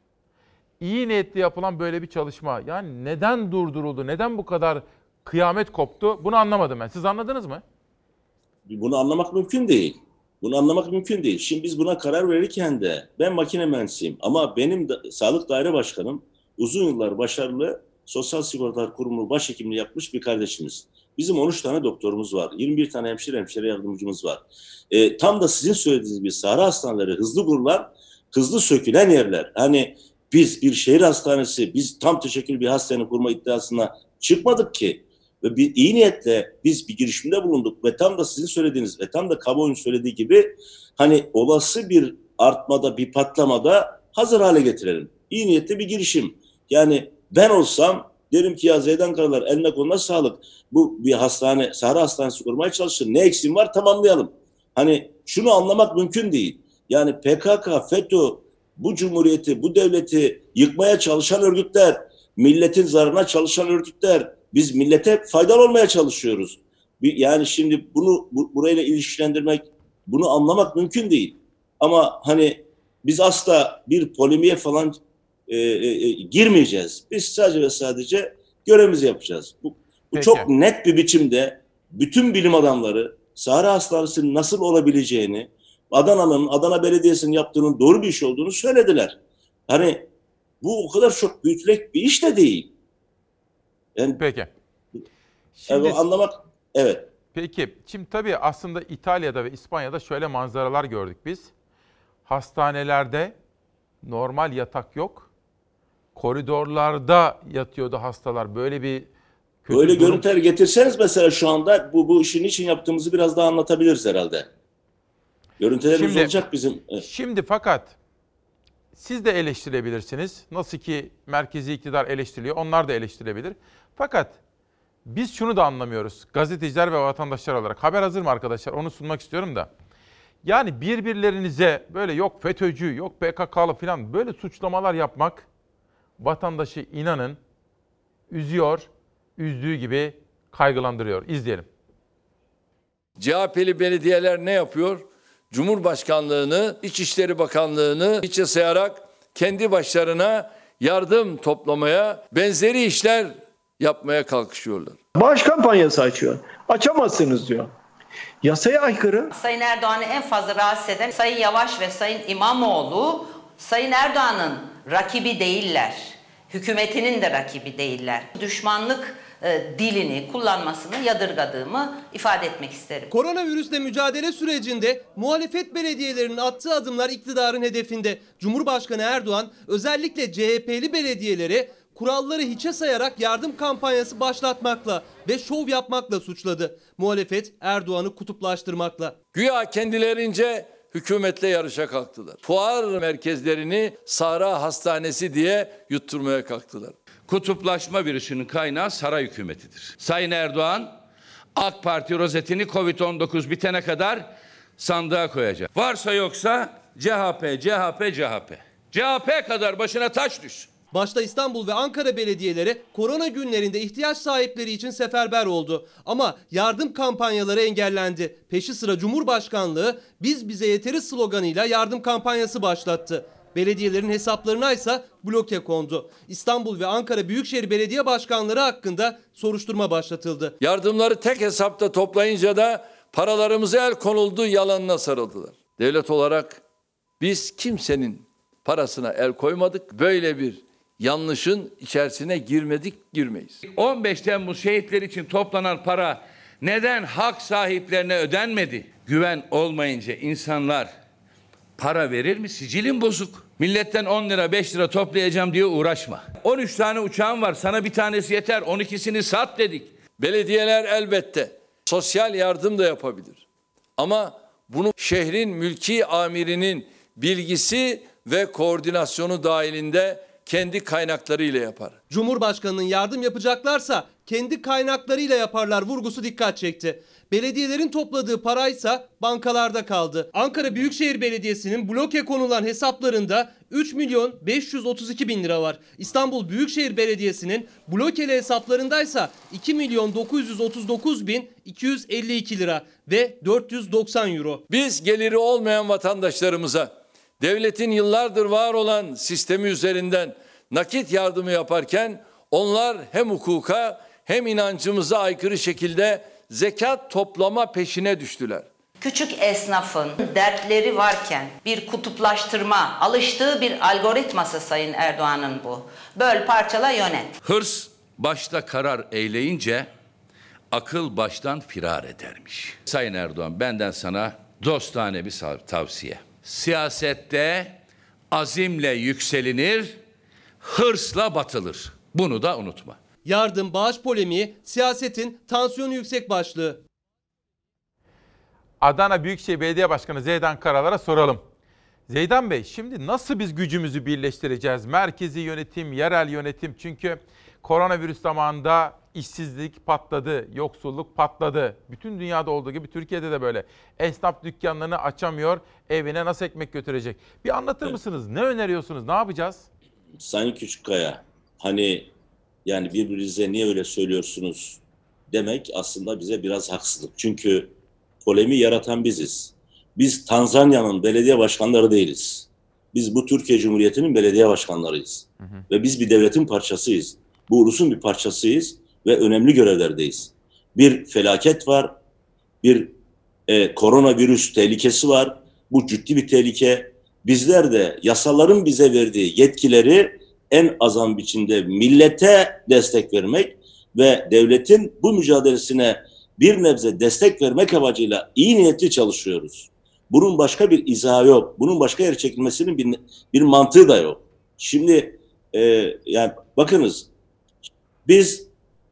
İyi niyetli yapılan böyle bir çalışma, yani neden durduruldu, neden bu kadar kıyamet koptu, bunu anlamadım ben. Siz anladınız mı? Bunu anlamak mümkün değil. Bunu anlamak mümkün değil. Şimdi biz buna karar verirken de ben makine mühendisiyim ama benim sağlık daire başkanım uzun yıllar başarılı Sosyal Sigortalar Kurumu başhekimliği yapmış bir kardeşimiz. Bizim 13 tane doktorumuz var. 21 tane hemşire yardımcımız var. Tam da sizin söylediğiniz gibi Sahra hastaneleri hızlı kurulan, hızlı sökülen yerler. Hani biz bir şehir hastanesi, biz tam teşekkül bir hastane kurma iddiasına çıkmadık ki. Ve bir iyi niyetle biz bir girişimde bulunduk ve tam da sizin söylediğiniz ve tam da kamuoyunun söylediği gibi hani olası bir artmada, bir patlamada hazır hale getirelim. İyi niyetli bir girişim. Yani ben olsam derim ki ya Zeydan Karalar eline koluna sağlık. Bu bir hastane, Sahra Hastanesi kurmaya çalışır. Ne eksiğim var tamamlayalım. Hani şunu anlamak mümkün değil. Yani PKK, FETÖ, bu cumhuriyeti, bu devleti yıkmaya çalışan örgütler, milletin zararına çalışan örgütler. Biz millete faydalı olmaya çalışıyoruz. Yani şimdi bunu burayla ilişkilendirmek, bunu anlamak mümkün değil. Ama hani biz asla bir polemiğe falan girmeyeceğiz. Biz sadece ve sadece görevimizi yapacağız. Bu çok net bir biçimde bütün bilim adamları Sahra Hastanesi'nin nasıl olabileceğini, Adana Belediyesi'nin yaptığının doğru bir iş olduğunu söylediler. Hani bu o kadar çok büyütülecek bir iş de değil. Yani, peki. Şimdi, anlamak, evet. Peki, şimdi tabii aslında İtalya'da ve İspanya'da şöyle manzaralar gördük biz. Hastanelerde normal yatak yok. Koridorlarda yatıyordu hastalar. Böyle bir kötü böyle durum. Görüntüler getirseniz mesela şu anda bu işin için yaptığımızı biraz daha anlatabiliriz herhalde. Görüntülerimiz olacak bizim. Şimdi fakat siz de eleştirebilirsiniz. Nasıl ki merkezi iktidar eleştiriliyor, onlar da eleştirebilir. Fakat biz şunu da anlamıyoruz. Gazeteciler ve vatandaşlar olarak. Haber hazır mı arkadaşlar? Onu sunmak istiyorum da. Yani birbirlerinize böyle yok FETÖ'cü, yok PKK'lı falan böyle suçlamalar yapmak vatandaşı inanın üzüyor, üzdüğü gibi kaygılandırıyor. İzleyelim. CHP'li belediyeler ne yapıyor? Cumhurbaşkanlığını, İçişleri Bakanlığını hiçe sayarak kendi başlarına yardım toplamaya, benzeri işler yapmaya kalkışıyorlar. Bağış kampanyası açıyor. Açamazsınız diyor. Yasaya aykırı. Sayın Erdoğan'ı en fazla rahatsız eden Sayın Yavaş ve Sayın İmamoğlu, Sayın Erdoğan'ın rakibi değiller. Hükümetinin de rakibi değiller. Düşmanlık dilini kullanmasını yadırgadığımı ifade etmek isterim. Koronavirüsle mücadele sürecinde muhalefet belediyelerinin attığı adımlar iktidarın hedefinde. Cumhurbaşkanı Erdoğan özellikle CHP'li belediyelere kuralları hiçe sayarak yardım kampanyası başlatmakla ve şov yapmakla suçladı. Muhalefet Erdoğan'ı kutuplaştırmakla. Güya kendilerince hükümetle yarışa kalktılar. Fuar merkezlerini Sahra Hastanesi diye yutturmaya kalktılar. Kutuplaşma virüsünün kaynağı saray hükümetidir. Sayın Erdoğan, AK Parti rozetini Covid-19 bitene kadar sandığa koyacak. Varsa yoksa CHP kadar başına taş düş. Başta İstanbul ve Ankara belediyeleri korona günlerinde ihtiyaç sahipleri için seferber oldu. Ama yardım kampanyaları engellendi. Peşi sıra Cumhurbaşkanlığı "Biz bize yeteriz" sloganıyla yardım kampanyası başlattı. Belediyelerin hesaplarına ise bloke kondu. İstanbul ve Ankara Büyükşehir Belediye Başkanları hakkında soruşturma başlatıldı. Yardımları tek hesapta toplayınca da paralarımıza el konulduğu yalanına sarıldılar. Devlet olarak biz kimsenin parasına el koymadık. Böyle bir yanlışın içerisine girmeyiz. 15 Temmuz şehitleri için toplanan para neden hak sahiplerine ödenmedi? Güven olmayınca insanlar para verir mi? Sicilin bozuk. Milletten 10 lira 5 lira toplayacağım diye uğraşma. 13 tane uçağım var, sana bir tanesi yeter, 12'sini sat dedik. Belediyeler elbette sosyal yardım da yapabilir. Ama bunu şehrin mülki amirinin bilgisi ve koordinasyonu dahilinde kendi kaynaklarıyla yapar. Cumhurbaşkanının yardım yapacaklarsa kendi kaynaklarıyla yaparlar vurgusu dikkat çekti. Belediyelerin topladığı paraysa bankalarda kaldı. Ankara Büyükşehir Belediyesi'nin bloke konulan hesaplarında 3.532.000 lira var. İstanbul Büyükşehir Belediyesi'nin blokeli hesaplarındaysa 2.939.252 lira ve 490 euro. Biz geliri olmayan vatandaşlarımıza devletin yıllardır var olan sistemi üzerinden nakit yardımı yaparken onlar hem hukuka hem inancımıza aykırı şekilde zekat toplama peşine düştüler. Küçük esnafın dertleri varken bir kutuplaştırma, alıştığı bir algoritması Sayın Erdoğan'ın bu. Böl, parçala, yönet. Hırs başta karar eyleyince akıl baştan firar edermiş. Sayın Erdoğan, benden sana dostane bir tavsiye. Siyasette azimle yükselinir, hırsla batılır. Bunu da unutma. Yardım, bağış polemiği, siyasetin tansiyonu yüksek başlığı. Adana Büyükşehir Belediye Başkanı Zeydan Karalar'a soralım. Zeydan Bey, şimdi nasıl biz gücümüzü birleştireceğiz? Merkezi yönetim, yerel yönetim, çünkü koronavirüs zamanında işsizlik patladı, yoksulluk patladı. Bütün dünyada olduğu gibi Türkiye'de de böyle. Esnaf dükkanlarını açamıyor, evine nasıl ekmek götürecek? Bir anlatır mısınız? Ne öneriyorsunuz? Ne yapacağız? Sayın Küçükkaya, hani yani birbirinize niye öyle söylüyorsunuz demek aslında bize biraz haksızlık. Çünkü polemi yaratan biziz. Biz Tanzanya'nın belediye başkanları değiliz. Biz bu Türkiye Cumhuriyeti'nin belediye başkanlarıyız. Ve biz bir devletin parçasıyız. Bu ulusun bir parçasıyız ve önemli görevlerdeyiz. Bir felaket var, bir koronavirüs tehlikesi var. Bu ciddi bir tehlike. Bizler de yasaların bize verdiği yetkileri en azam biçimde millete destek vermek ve devletin bu mücadelesine bir nebze destek vermek amacıyla iyi niyetli çalışıyoruz. Bunun başka bir izahı yok. Bunun başka yere çekilmesinin bir mantığı da yok. Şimdi yani bakınız, biz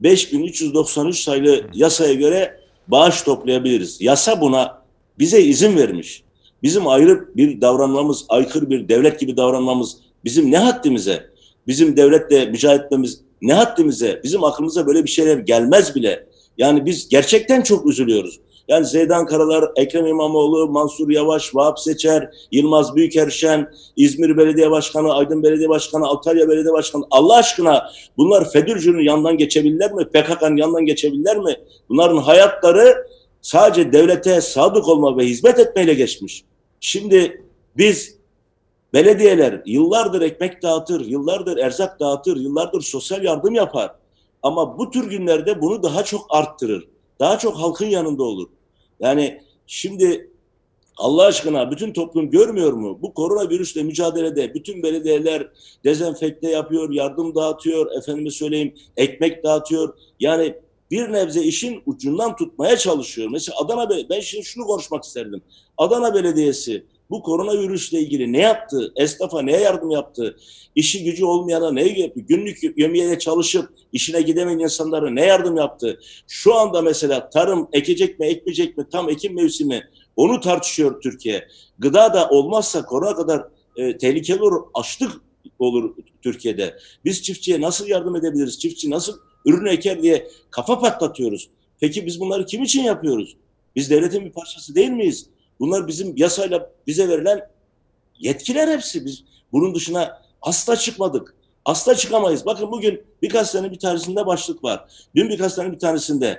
5393 sayılı yasaya göre bağış toplayabiliriz. Yasa buna bize izin vermiş. Bizim ayrı bir davranmamız, aykırı bir devlet gibi davranmamız bizim ne haddimize? Bizim devletle mücadele etmemiz ne haddimize? Bizim aklımıza böyle bir şeyler gelmez bile. Yani biz gerçekten çok üzülüyoruz. Yani Zeydan Karalar, Ekrem İmamoğlu, Mansur Yavaş, Vahap Seçer, Yılmaz Büyükerşen, İzmir Belediye Başkanı, Aydın Belediye Başkanı, Antalya Belediye Başkanı, Allah aşkına bunlar FETÖ'cünün yanından geçebilirler mi? PKK'nın yanından geçebilirler mi? Bunların hayatları sadece devlete sadık olma ve hizmet etmeyle geçmiş. Şimdi biz, belediyeler yıllardır ekmek dağıtır, yıllardır erzak dağıtır, yıllardır sosyal yardım yapar. Ama bu tür günlerde bunu daha çok arttırır. Daha çok halkın yanında olur. Yani şimdi Allah aşkına bütün toplum görmüyor mu? Bu koronavirüsle mücadelede bütün belediyeler dezenfekte yapıyor, yardım dağıtıyor, efendime söyleyeyim ekmek dağıtıyor. Yani bir nebze işin ucundan tutmaya çalışıyor. Mesela ben şimdi şunu konuşmak isterdim. Adana Belediyesi bu koronavirüsle ilgili ne yaptı? Esnafa neye yardım yaptı? İşi gücü olmayana ne yaptı? Günlük gömleğe çalışıp işine gidemeyen insanlara ne yardım yaptı? Şu anda mesela tarım ekecek mi ekmeyecek mi? Tam ekim mevsimi. Onu tartışıyor Türkiye. Gıda da olmazsa korona kadar tehlikeli olur. Açlık olur Türkiye'de. Biz çiftçiye nasıl yardım edebiliriz? Çiftçi nasıl ürünü eker diye kafa patlatıyoruz. Peki biz bunları kim için yapıyoruz? Biz devletin bir parçası değil miyiz? Bunlar bizim yasayla bize verilen yetkiler hepsi. Biz bunun dışına asla çıkmadık. Asla çıkamayız. Bakın bugün bir gazetenin bir tanesinde başlık var. Dün bir gazetenin bir tanesinde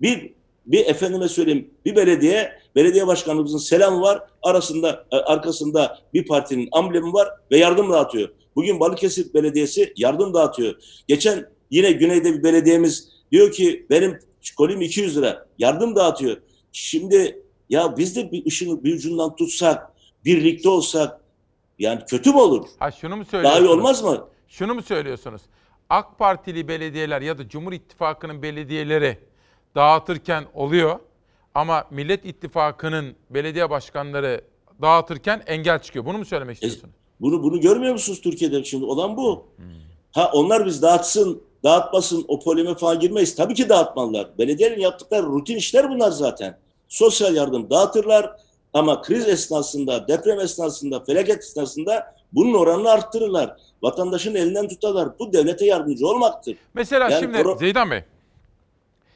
bir efendime söyleyeyim bir belediye başkanımızın selamı var. Arkasında bir partinin amblemi var ve yardım dağıtıyor. Bugün Balıkesir Belediyesi yardım dağıtıyor. Geçen yine güneyde bir belediyemiz diyor ki benim kolim 200 lira yardım dağıtıyor. Şimdi ya biz de bir ışını bir ucundan tutsak, birlikte olsak yani kötü mü olur? Şunu mu söylüyorsunuz? Daha iyi olmaz mı? Şunu mu söylüyorsunuz? AK Partili belediyeler ya da Cumhur İttifakı'nın belediyeleri dağıtırken oluyor ama Millet İttifakı'nın belediye başkanları dağıtırken engel çıkıyor. Bunu mu söylemek istiyorsunuz? Bunu görmüyor musunuz Türkiye'de şimdi? Olan bu. Onlar biz dağıtsın, dağıtmasın, o poleme falan girmeyiz. Tabii ki dağıtmalılar. Belediyenin yaptıkları rutin işler bunlar zaten. Sosyal yardım dağıtırlar ama kriz esnasında, deprem esnasında, felaket esnasında bunun oranını arttırırlar. Vatandaşın elinden tutarlar. Bu devlete yardımcı olmaktır. Mesela yani şimdi Zeydan Bey,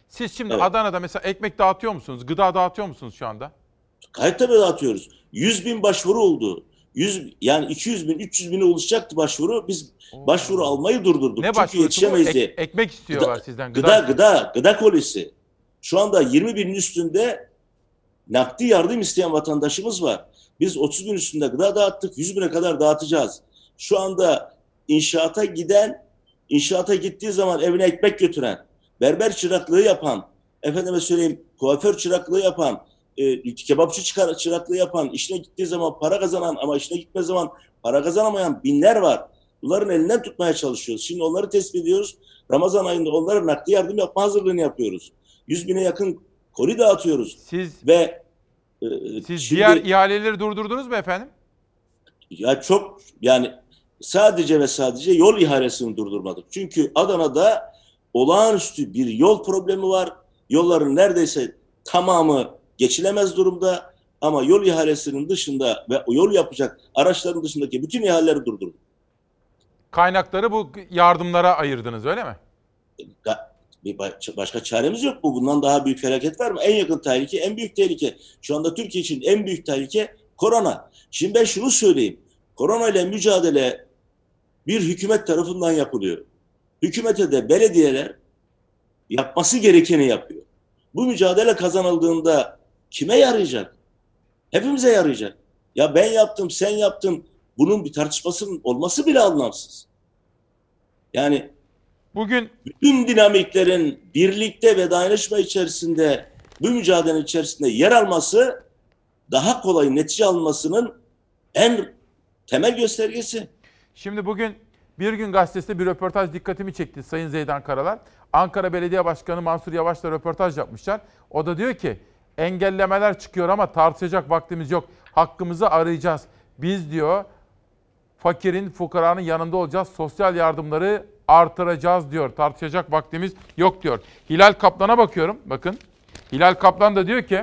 Siz şimdi Evet. Adana'da mesela ekmek dağıtıyor musunuz? Gıda dağıtıyor musunuz şu anda? Gayet tabii dağıtıyoruz. 100.000 başvuru oldu. 200.000, 300.000'e ulaşacaktı başvuru. Biz başvuru almayı durdurduk. Ne Çünkü başvurusu bu? yetişemeyiz diye. Ekmek istiyorlar sizden. Gıda kolisi. Şu anda 20.000'in üstünde nakdi yardım isteyen vatandaşımız var. Biz 30.000 üstünde gıda dağıttık. 100.000'e kadar dağıtacağız. Şu anda inşaata gittiği zaman evine ekmek götüren, berber çıraklığı yapan, efendime söyleyeyim kuaför çıraklığı yapan, kebapçı çıraklığı yapan, işine gittiği zaman para kazanan ama işine gitme zaman para kazanamayan binler var. Bunların elinden tutmaya çalışıyoruz. Şimdi onları tespit ediyoruz. Ramazan ayında onlara nakdi yardım yapma hazırlığını yapıyoruz. 100.000'e yakın koli dağıtıyoruz. Siz şimdi, diğer ihaleleri durdurdunuz mu efendim? Ya çok yani sadece ve sadece yol ihalesini durdurmadık. Çünkü Adana'da olağanüstü bir yol problemi var. Yolların neredeyse tamamı geçilemez durumda ama yol ihalesinin dışında ve yol yapacak araçların dışındaki bütün ihaleleri durdurduk. Kaynakları bu yardımlara ayırdınız öyle mi? Başka çaremiz yok mu? Bundan daha büyük felaket var mı? En yakın tehlike, en büyük tehlike. Şu anda Türkiye için en büyük tehlike korona. Şimdi ben şunu söyleyeyim. Korona ile mücadele bir hükümet tarafından yapılıyor. Hükümete de belediyeler yapması gerekeni yapıyor. Bu mücadele kazanıldığında kime yarayacak? Hepimize yarayacak. Ya ben yaptım, sen yaptın. Bunun bir tartışmasının olması bile anlamsız. Yani bugün bütün dinamiklerin birlikte ve dayanışma içerisinde bu mücadelenin içerisinde yer alması daha kolay netice almasının en temel göstergesi. Şimdi bugün Bir Gün Gazetesi'nde bir röportaj dikkatimi çekti Sayın Zeydan Karalar. Ankara Belediye Başkanı Mansur Yavaş'la röportaj yapmışlar. O da diyor ki engellemeler çıkıyor ama tartışacak vaktimiz yok. Hakkımızı arayacağız. Biz diyor fakirin, fukaranın yanında olacağız. Sosyal yardımları artıracağız diyor. Tartışacak vaktimiz yok diyor. Hilal Kaplan'a bakıyorum. Bakın. Hilal Kaplan da diyor ki,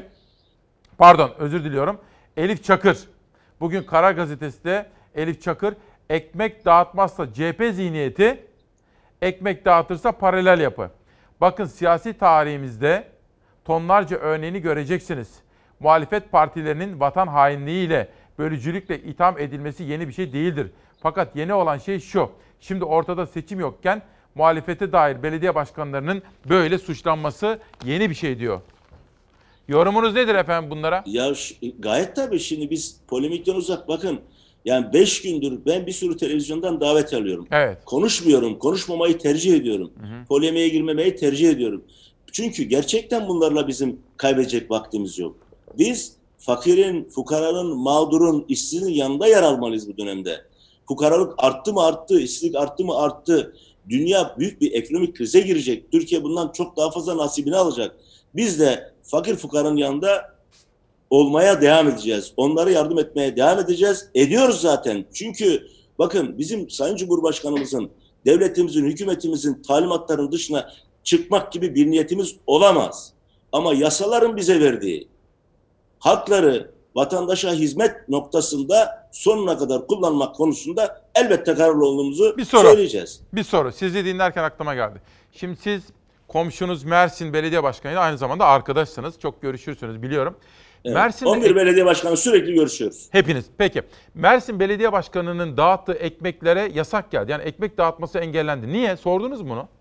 özür diliyorum. Elif Çakır. Bugün Karar Gazetesi'de Elif Çakır ekmek dağıtmazsa CHP zihniyeti, ekmek dağıtırsa paralel yapı. Bakın siyasi tarihimizde tonlarca örneğini göreceksiniz. Muhalefet partilerinin vatan hainliğiyle, bölücülükle itham edilmesi yeni bir şey değildir. Fakat yeni olan şey şu. Şimdi ortada seçim yokken muhalefete dair belediye başkanlarının böyle suçlanması yeni bir şey diyor. Yorumunuz nedir efendim bunlara? Ya gayet tabii şimdi biz polemikten uzak bakın. Yani 5 gündür ben bir sürü televizyondan davet alıyorum. Evet. Konuşmuyorum, konuşmamayı tercih ediyorum. Polemiğe girmemeyi tercih ediyorum. Çünkü gerçekten bunlarla bizim kaybedecek vaktimiz yok. Biz fakirin, fukaranın, mağdurun, işsizin yanında yer almalıyız bu dönemde. Fukaralık arttı mı arttı, işsizlik arttı mı arttı. Dünya büyük bir ekonomik krize girecek. Türkiye bundan çok daha fazla nasibini alacak. Biz de fakir fukaranın yanında olmaya devam edeceğiz. Onlara yardım etmeye devam edeceğiz. Ediyoruz zaten. Çünkü bakın bizim Sayın Cumhurbaşkanımızın, devletimizin, hükümetimizin talimatlarının dışına çıkmak gibi bir niyetimiz olamaz. Ama yasaların bize verdiği hakları vatandaşa hizmet noktasında sonuna kadar kullanmak konusunda elbette kararlı olduğumuzu söyleyeceğiz. Bir soru. Sizi dinlerken aklıma geldi. Şimdi siz komşunuz Mersin Belediye Başkanı'yla aynı zamanda arkadaşsınız. Çok görüşürsünüz biliyorum. Evet, Mersin'de 11 belediye başkanı sürekli görüşüyoruz. Hepiniz. Peki. Mersin Belediye Başkanı'nın dağıttığı ekmeklere yasak geldi. Yani ekmek dağıtması engellendi. Niye? Sordunuz mu bunu?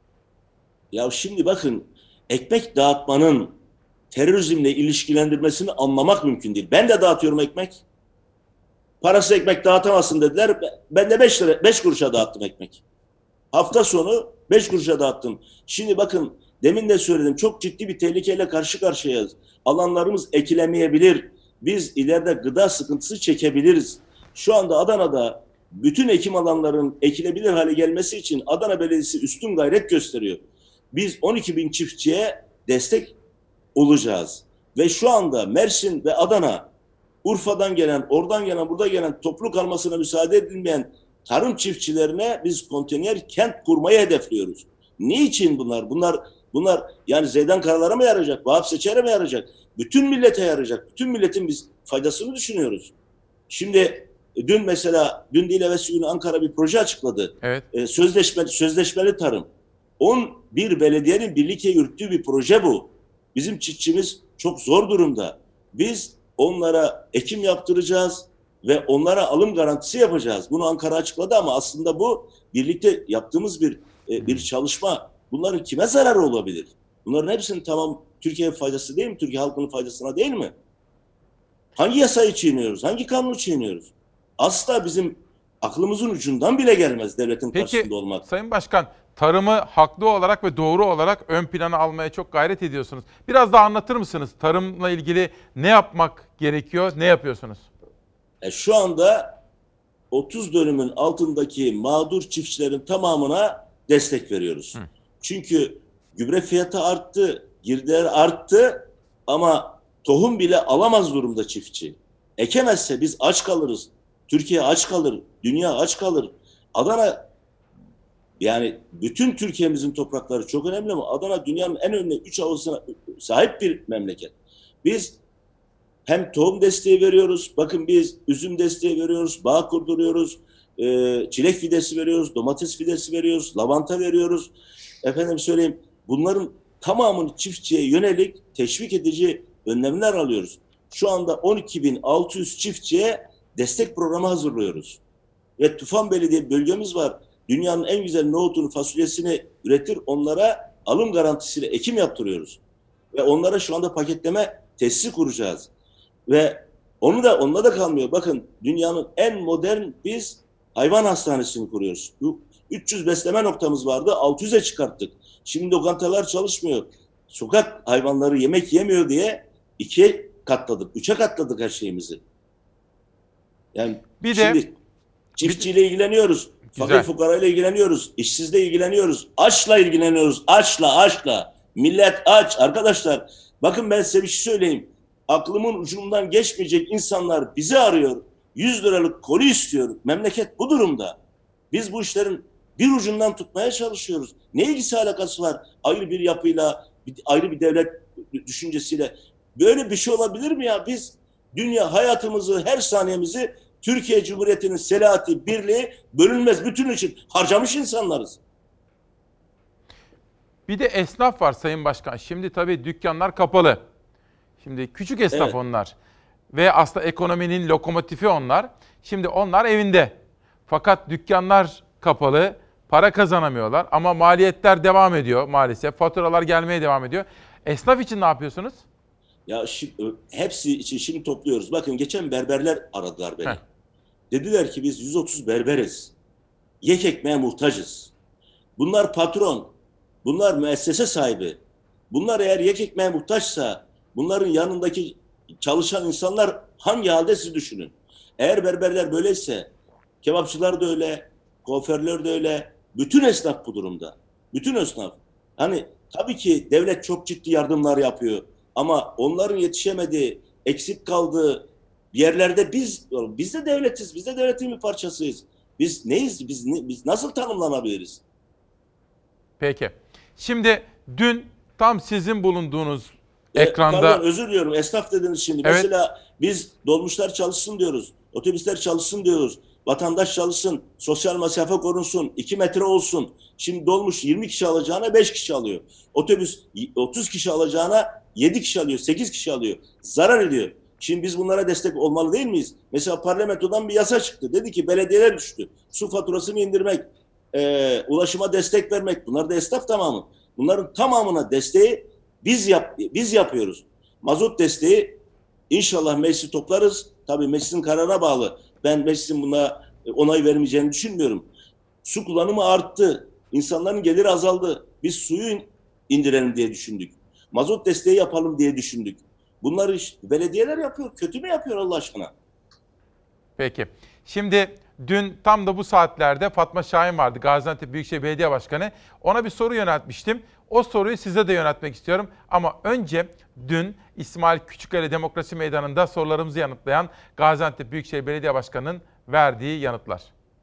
Ya şimdi bakın ekmek dağıtmanın terörizmle ilişkilendirmesini anlamak mümkün değil. Ben de dağıtıyorum ekmek. Parasız ekmek dağıtamazsın dediler. Ben de 5 kuruşa dağıttım ekmek. Hafta sonu 5 kuruşa dağıttım. Şimdi bakın demin de söyledim çok ciddi bir tehlikeyle karşı karşıyayız. Alanlarımız ekilemeyebilir. Biz ileride gıda sıkıntısı çekebiliriz. Şu anda Adana'da bütün ekim alanlarının ekilebilir hale gelmesi için Adana Belediyesi üstün gayret gösteriyor. Biz 12.000 çiftçiye destek olacağız. Ve şu anda Mersin ve Adana, Urfa'dan gelen, oradan gelen, burada gelen toplu kalmasına müsaade edilmeyen tarım çiftçilerine biz konteyner kent kurmayı hedefliyoruz. Niçin bunlar? Bunlar yani Zeydan Karalar'a mı yarayacak? Vahap Seçer'e mi yarayacak? Bütün millete yarayacak. Bütün milletin biz faydasını düşünüyoruz. Şimdi dün değil evvelsi gün Ankara bir proje açıkladı. Evet. Sözleşmeli tarım. 11 belediyenin birlikte yürüttüğü bir proje bu. Bizim çiftçimiz çok zor durumda. Biz onlara ekim yaptıracağız ve onlara alım garantisi yapacağız. Bunu Ankara açıkladı ama aslında bu birlikte yaptığımız bir çalışma. Bunların kime zararı olabilir? Bunların hepsinin tamam Türkiye faydası değil mi? Türkiye halkının faydasına değil mi? Hangi yasayı çiğniyoruz? Hangi kanunu çiğniyoruz? Asla bizim aklımızın ucundan bile gelmez devletin karşısında olmak. Peki Sayın Başkan, tarımı haklı olarak ve doğru olarak ön plana almaya çok gayret ediyorsunuz. Biraz daha anlatır mısınız? Tarımla ilgili ne yapmak gerekiyor, ne yapıyorsunuz? Şu anda 30 dönümün altındaki mağdur çiftçilerin tamamına destek veriyoruz. Çünkü gübre fiyatı arttı, girdiler arttı ama tohum bile alamaz durumda çiftçi. Ekemezse biz aç kalırız. Türkiye aç kalır, dünya aç kalır. Adana, yani bütün Türkiye'mizin toprakları çok önemli ama Adana dünyanın en önemli 3 havasına sahip bir memleket. Biz hem tohum desteği veriyoruz, bakın biz üzüm desteği veriyoruz, bağ kurduruyoruz, çilek fidesi veriyoruz, domates fidesi veriyoruz, lavanta veriyoruz. Efendim söyleyeyim, bunların tamamını çiftçiye yönelik teşvik edici önlemler alıyoruz. Şu anda 12.600 çiftçiye destek programı hazırlıyoruz. Ve Tufan Belediye bölgemiz var. Dünyanın en güzel nohutunu, fasulyesini üretir, onlara alım garantisiyle ekim yaptırıyoruz. Ve onlara şu anda paketleme tesisi kuracağız. Ve onunla da kalmıyor. Bakın dünyanın en modern biz hayvan hastanesini kuruyoruz. 300 besleme noktamız vardı, 600'e çıkarttık. Şimdi lokantalar çalışmıyor. Sokak hayvanları yemek yemiyor diye 2'ye katladık, 3'e katladık her şeyimizi. Yani şimdi çiftçiyle ilgileniyoruz. Fakir fukarayla ilgileniyoruz. İşsizle ilgileniyoruz. Açla ilgileniyoruz. Açla. Millet aç. Arkadaşlar bakın ben size bir şey söyleyeyim. Aklımın ucundan geçmeyecek insanlar bizi arıyor. 100 liralık koli istiyor. Memleket bu durumda. Biz bu işlerin bir ucundan tutmaya çalışıyoruz. Ne ilgisi alakası var ayrı bir yapıyla, ayrı bir devlet düşüncesiyle? Böyle bir şey olabilir mi ya? Biz dünya hayatımızı, her saniyemizi Türkiye Cumhuriyeti'nin selahati, birliği, bölünmez bütün için harcamış insanlarız. Bir de esnaf var Sayın Başkan. Şimdi tabii dükkanlar kapalı. Şimdi küçük esnaf onlar. Ve aslında ekonominin lokomotifi onlar. Şimdi onlar evinde. Fakat dükkanlar kapalı, para kazanamıyorlar ama maliyetler devam ediyor maalesef. Faturalar gelmeye devam ediyor. Esnaf için ne yapıyorsunuz? Ya hepsi için şimdi topluyoruz. Bakın geçen berberler aradılar beni. Dediler ki biz 130 berberiz. Yek ekmeğe muhtacız. Bunlar patron. Bunlar müessese sahibi. Bunlar eğer yek ekmeğe muhtaçsa bunların yanındaki çalışan insanlar hangi halde siz düşünün. Eğer berberler böyleyse kebapçılar da öyle, kuaförler de öyle. Bütün esnaf bu durumda. Bütün esnaf. Hani tabii ki devlet çok ciddi yardımlar yapıyor. Ama onların yetişemediği, eksik kaldığı yerlerde biz de devletiz. Biz de devletin bir parçasıyız. Biz neyiz? Biz nasıl tanımlanabiliriz? Peki. Şimdi dün tam sizin bulunduğunuz ekranda... Pardon, özür diliyorum. Esnaf dediniz şimdi. Evet. Mesela biz dolmuşlar çalışsın diyoruz. Otobüsler çalışsın diyoruz. Vatandaş çalışsın. Sosyal mesafe korunsun. 2 metre olsun. Şimdi dolmuş 20 kişi alacağına 5 kişi alıyor. Otobüs 30 kişi alacağına 7 kişi alıyor. 8 kişi alıyor. Zarar ediyor. Şimdi biz bunlara destek olmalı değil miyiz? Mesela parlamentodan bir yasa çıktı. Dedi ki belediyeler düştü. Su faturasını indirmek, ulaşıma destek vermek. Bunlar da esnaf tamamı. Bunların tamamına desteği biz yapıyoruz. Mazot desteği inşallah meclisi toplarız. Tabii meclisin kararına bağlı. Ben meclisin buna onay vermeyeceğini düşünmüyorum. Su kullanımı arttı. İnsanların geliri azaldı. Biz suyu indirelim diye düşündük. Mazot desteği yapalım diye düşündük. Bunları belediyeler yapıyor. Kötü mü yapıyor Allah aşkına? Peki. Şimdi dün tam da bu saatlerde Fatma Şahin vardı. Gaziantep Büyükşehir Belediye Başkanı. Ona bir soru yöneltmiştim. O soruyu size de yöneltmek istiyorum. Ama önce dün İsmail Küçükkale Demokrasi Meydanı'nda sorularımızı yanıtlayan Gaziantep Büyükşehir Belediye Başkanı'nın verdiği yanıtlar.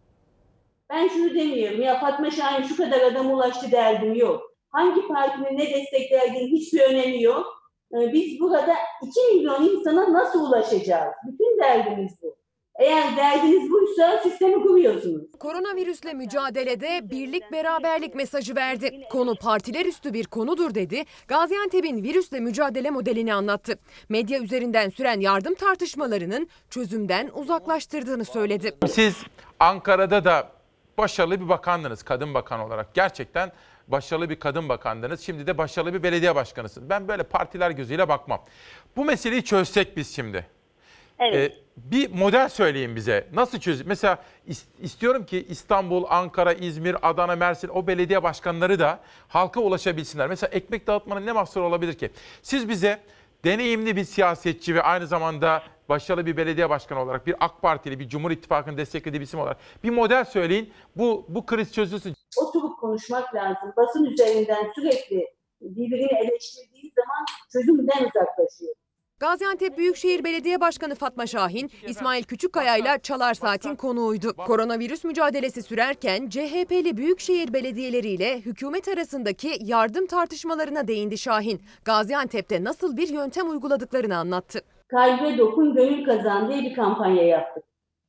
Ben şunu demiyorum. Ya Fatma Şahin şu kadar adama ulaştı derdim yok. Hangi partinin ne desteklerdiğinin hiçbir önemi yok. Biz burada 2 milyon insana nasıl ulaşacağız? Bütün derdimiz bu. Eğer derdiniz buysa sistemi kuruyorsunuz. Koronavirüsle mücadelede birlik beraberlik mesajı verdi. Konu partiler üstü bir konudur dedi. Gaziantep'in virüsle mücadele modelini anlattı. Medya üzerinden süren yardım tartışmalarının çözümden uzaklaştırdığını söyledi. Siz Ankara'da da başarılı bir bakandınız kadın bakan olarak. Gerçekten başarılı bir kadın bakandınız. Şimdi de başarılı bir belediye başkanısınız. Ben böyle partiler gözüyle bakmam. Bu meseleyi çözsek biz şimdi. Evet. Bir model söyleyin bize. Nasıl çözüm? Mesela istiyorum ki İstanbul, Ankara, İzmir, Adana, Mersin o belediye başkanları da halka ulaşabilsinler. Mesela ekmek dağıtmanın ne mahsuru olabilir ki? Siz bize deneyimli bir siyasetçi ve aynı zamanda başarılı bir belediye başkanı olarak, bir AK Partili, bir Cumhur İttifakı'nın desteklediği bir isim olarak bir model söyleyin. Bu kriz çözülsün. Oturup konuşmak lazım. Basın üzerinden sürekli birbirini eleştirdiği zaman çözümden uzaklaşıyor. Gaziantep Büyükşehir Belediye Başkanı Fatma Şahin, İsmail Küçükkaya ile Çalar Saat'in konuğuydu. Koronavirüs mücadelesi sürerken CHP'li büyükşehir belediyeleriyle hükümet arasındaki yardım tartışmalarına değindi Şahin. Gaziantep'te nasıl bir yöntem uyguladıklarını anlattı. Kalbe dokun, gönül kazan diye bir kampanya yaptık.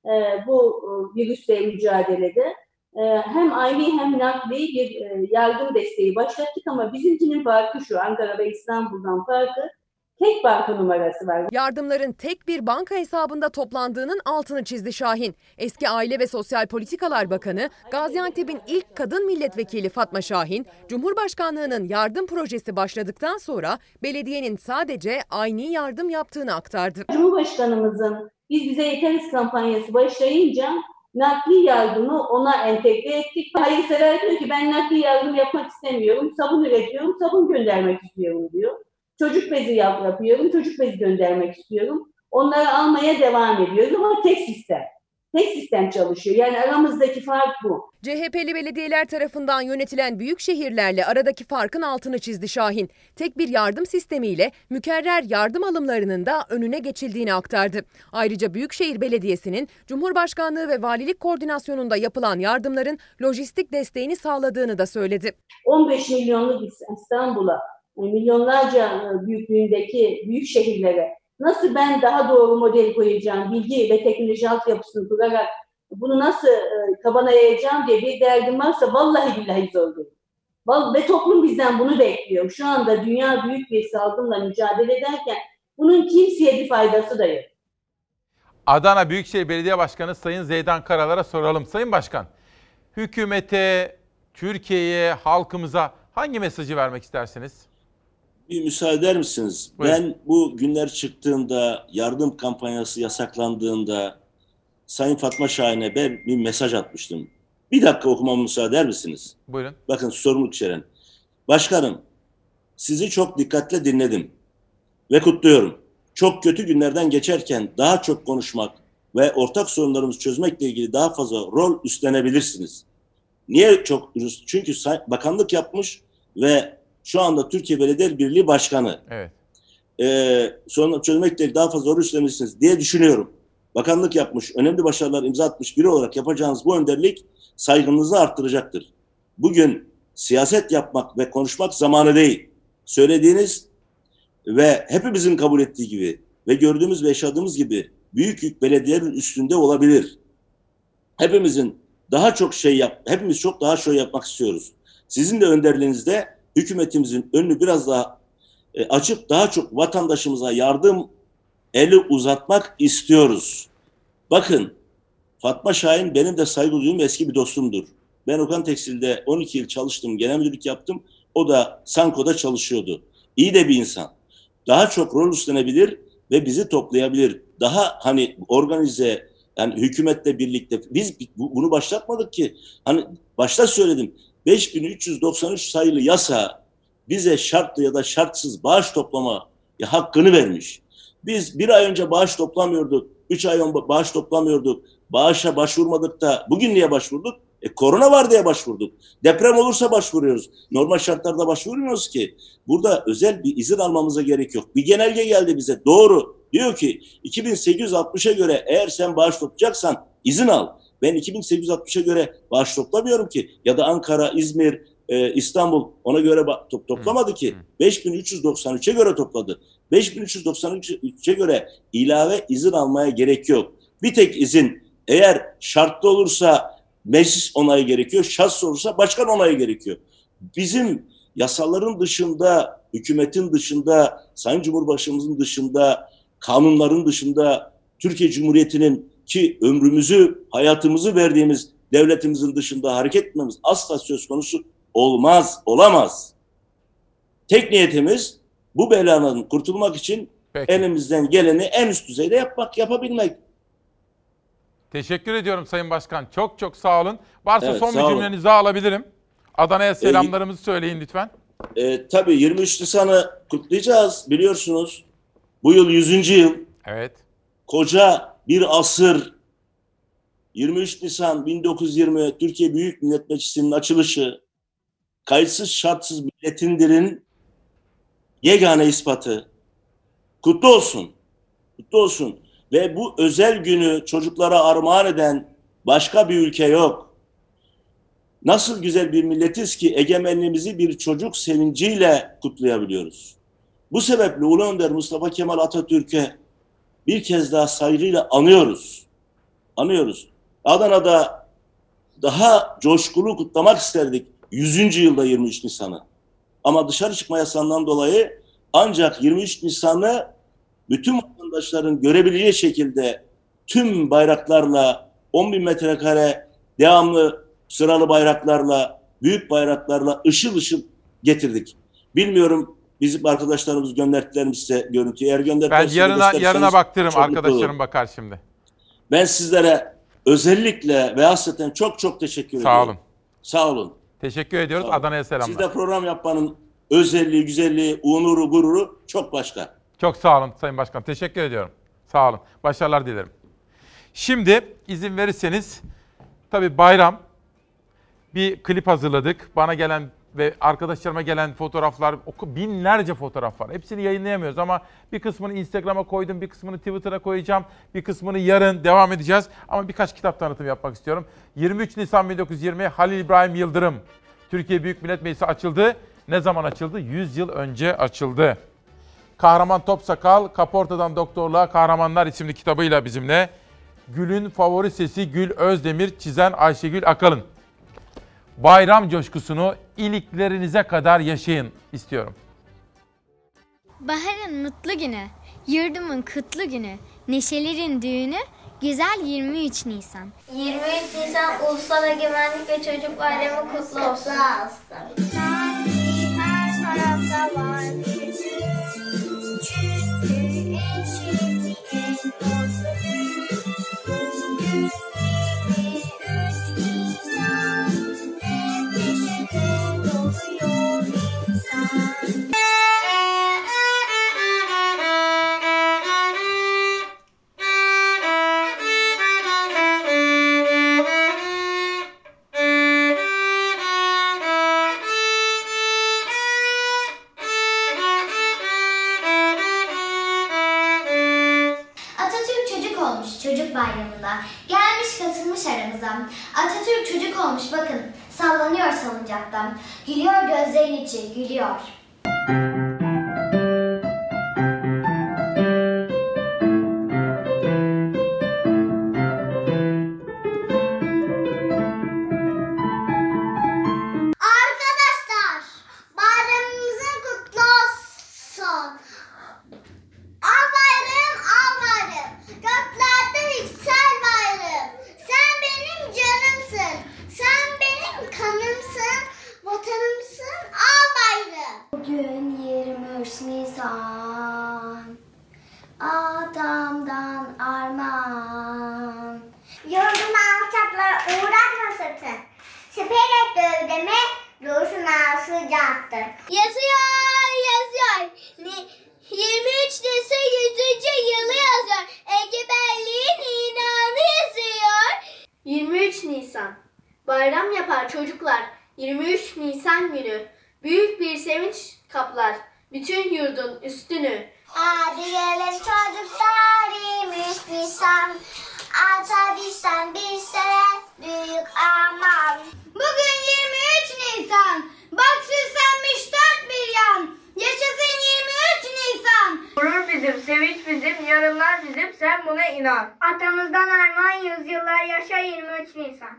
Bu virüsle mücadelede hem aynı hem nakli bir yardım desteği başlattık ama bizimkinin farkı şu, Ankara ve İstanbul'dan farkı, tek banka numarası var. Yardımların tek bir banka hesabında toplandığının altını çizdi Şahin. Eski Aile ve Sosyal Politikalar Bakanı, Gaziantep'in ilk kadın milletvekili Fatma Şahin, Cumhurbaşkanlığının yardım projesi başladıktan sonra belediyenin sadece ayni yardım yaptığını aktardı. Cumhurbaşkanımızın Biz Bize Yeteriz kampanyası başlayınca nakli yardımı ona entegre ettik. Hayırsever diyor ki ben nakli yardım yapmak istemiyorum, sabun üretiyorum, sabun göndermek istiyorum diyor. Çocuk bezi yapıyorum, çocuk bezi göndermek istiyorum. Onları almaya devam ediyoruz ama tek sistem. Tek sistem çalışıyor. Yani aramızdaki fark bu. CHP'li belediyeler tarafından yönetilen büyük şehirlerle aradaki farkın altını çizdi Şahin. Tek bir yardım sistemiyle mükerrer yardım alımlarının da önüne geçildiğini aktardı. Ayrıca Büyükşehir Belediyesi'nin Cumhurbaşkanlığı ve Valilik koordinasyonunda yapılan yardımların lojistik desteğini sağladığını da söyledi. 15 milyonluk İstanbul'a, milyonlarca büyüklüğündeki büyük şehirlere nasıl ben daha doğru model koyacağım, bilgi ve teknoloji altyapısını kurarak bunu nasıl tabana yayacağım diye bir derdim varsa vallahi billahi zor değil. Ve toplum bizden bunu bekliyor. Şu anda dünya büyük bir salgınla mücadele ederken bunun kimseye bir faydası da yok. Adana Büyükşehir Belediye Başkanı Sayın Zeydan Karalar'a soralım. Sayın Başkan, hükümete, Türkiye'ye, halkımıza hangi mesajı vermek istersiniz? Bir müsaade eder misiniz? Buyurun. Ben bu günler çıktığında, yardım kampanyası yasaklandığında Sayın Fatma Şahin'e ben bir mesaj atmıştım. Bir dakika okumama müsaade eder misiniz? Buyurun. Bakın sorumluluk içeren. Başkanım, sizi çok dikkatle dinledim ve kutluyorum. Çok kötü günlerden geçerken daha çok konuşmak ve ortak sorunlarımızı çözmekle ilgili daha fazla rol üstlenebilirsiniz. Niye çok dürüst? Çünkü bakanlık yapmış ve şu anda Türkiye Belediye Birliği Başkanı. Evet. Sorunları çözmekle ilgili daha fazla rol üstlenebilirsiniz diye düşünüyorum. Bakanlık yapmış, önemli başarılar imza atmış biri olarak yapacağınız bu önderlik saygınızı arttıracaktır. Bugün siyaset yapmak ve konuşmak zamanı değil. Söylediğiniz ve hepimizin kabul ettiği gibi ve gördüğümüz ve yaşadığımız gibi büyük yük belediyelerin üstünde olabilir. Hepimizin daha çok hepimiz çok daha şey yapmak istiyoruz. Sizin de önderliğinizde hükümetimizin önünü biraz daha açıp daha çok vatandaşımıza yardım eli uzatmak istiyoruz. Bakın, Fatma Şahin benim de saygı duyduğum eski bir dostumdur. Ben Okan Tekstil'de 12 yıl çalıştım, genel müdürlük yaptım. O da Sanko'da çalışıyordu. İyi de bir insan. Daha çok rol üstlenebilir ve bizi toplayabilir. Daha organize, yani hükümetle birlikte. Biz bunu başlatmadık ki. Başta söyledim. 5393 sayılı yasa bize şartlı ya da şartsız bağış toplama hakkını vermiş. Biz bir ay önce bağış toplamıyorduk, 3 ay önce bağış toplamıyorduk, bağışa başvurmadık da bugün niye başvurduk? Korona var diye başvurduk. Deprem olursa başvuruyoruz. Normal şartlarda başvurmuyoruz ki. Burada özel bir izin almamıza gerek yok. Bir genelge geldi bize. Doğru. Diyor ki 2860'a göre eğer sen bağış toplayacaksan izin al. Ben 2860'a göre bağış toplamıyorum ki. Ya da Ankara, İzmir, İstanbul ona göre toplamadı ki. 5393'e göre topladı. 5393'e göre ilave izin almaya gerek yok. Bir tek izin eğer şartlı olursa meclis onayı gerekiyor, şartsız olursa başkan onayı gerekiyor. Bizim yasaların dışında, hükümetin dışında, Sayın Cumhurbaşkanımızın dışında, kanunların dışında, Türkiye Cumhuriyeti'nin ki ömrümüzü, hayatımızı verdiğimiz devletimizin dışında hareket etmemiz asla söz konusu olmaz, olamaz. Tek niyetimiz bu beladan kurtulmak için elimizden geleni en üst düzeyde yapabilmek. Teşekkür ediyorum Sayın Başkan. Çok çok sağ olun. Varsa Evet, son bir sağ olun. cümlenizi alabilirim. Adana'ya selamlarımızı söyleyin lütfen. Tabii 23 Nisan'ı kutlayacağız biliyorsunuz. Bu yıl 100. yıl. Evet. Koca bir asır. 23 Nisan 1920 Türkiye Büyük Millet Meclisi'nin açılışı. Kayıtsız şartsız milletindir'in yegane ispatı. Kutlu olsun. Kutlu olsun. Ve bu özel günü çocuklara armağan eden başka bir ülke yok. Nasıl güzel bir milletiz ki egemenliğimizi bir çocuk sevinciyle kutlayabiliyoruz. Bu sebeple Ulu Önder Mustafa Kemal Atatürk'e bir kez daha saygıyla anıyoruz. Anıyoruz. Adana'da daha coşkulu kutlamak isterdik 100. yılda 23 Nisan'ı. Ama dışarı çıkma yasağından dolayı ancak 23 Nisan'ı bütün vatandaşların görebileceği şekilde tüm bayraklarla 10.000 metrekare devamlı sıralı bayraklarla, büyük bayraklarla ışıl ışıl getirdik. Bilmiyorum bizim arkadaşlarımız gönderdiler mi size görüntüyü? Eğer gönderdilerse Ben yarına baktırırım. Arkadaşlarım bakar şimdi. Ben sizlere özellikle ve hasreten çok çok teşekkür ediyorum. Sağ olun. Sağ olun. Teşekkür ediyoruz. Adana'ya selamlar. Sizde program yapmanın özelliği, güzelliği, onuru, gururu çok başka. Çok sağ olun Sayın Başkan. Teşekkür ediyorum. Sağ olun. Başarılar dilerim. Şimdi izin verirseniz tabii bayram bir klip hazırladık. Bana gelen ve arkadaşlarıma gelen fotoğraflar, binlerce fotoğraf var. Hepsini yayınlayamıyoruz ama bir kısmını Instagram'a koydum, bir kısmını Twitter'a koyacağım, bir kısmını yarın devam edeceğiz. Ama birkaç kitap tanıtım yapmak istiyorum. 23 Nisan 1920 Halil İbrahim Yıldırım, Türkiye Büyük Millet Meclisi açıldı. Ne zaman açıldı? 100 yıl önce açıldı. Kahraman Topsakal, Kaporta'dan Doktorluğa Kahramanlar isimli kitabıyla bizimle. Gül'ün favori sesi Gül Özdemir, çizen Ayşegül Akalın. Bayram coşkusunu iliklerinize kadar yaşayın istiyorum. Baharın mutlu günü, yurdumun kutlu günü, neşelerin düğünü, güzel 23 Nisan. 23 Nisan Ulusal Egemenlik ve Çocuk Bayramı kutlu olsun. Her tarafta var. Çünkü eşit en mutlu gün. Bugün 23 Nisan. Hep neşeyle doluyor insan. Çocuk bayramında gelmiş katılmış aramıza. Atatürk çocuk olmuş bakın, sallanıyor salıncaktan. Gülüyor gözlerin içi, gülüyor. Arkadaşlar, bayramımızın kutlu olsun. Al bayram, al bayram. Göklerde yüksel bayram. Sen benim canımsın. Sen benim kanımsın. Vatanımsın, al bayram. Bugün 23 Nisan. Adamdan armağan. Yurdum alçaklara uğratma sakın. Siper et gövdeme, ruhuna sıcaktır. Yazıyor, yazıyor. 23 Nisan 100. yılı yazıyor. Egemenliğin ilanı yazıyor. 23 Nisan. Bayram yapar çocuklar. 23 Nisan günü. Büyük bir sevinç kaplar bütün yurdun üstünü. Hadi gelin çocuklar 23 Nisan. Atabilsen bir sene büyük aman. Bugün 23 Nisan. Bak süslenmiş dört bir yan. Yaşasın 23 Nisan. Gurur bizim, sevinç bizim, yarınlar atalarımız bizim, sen buna inan. Atamızdan armağan yüzyıllar yaşa 23 Nisan.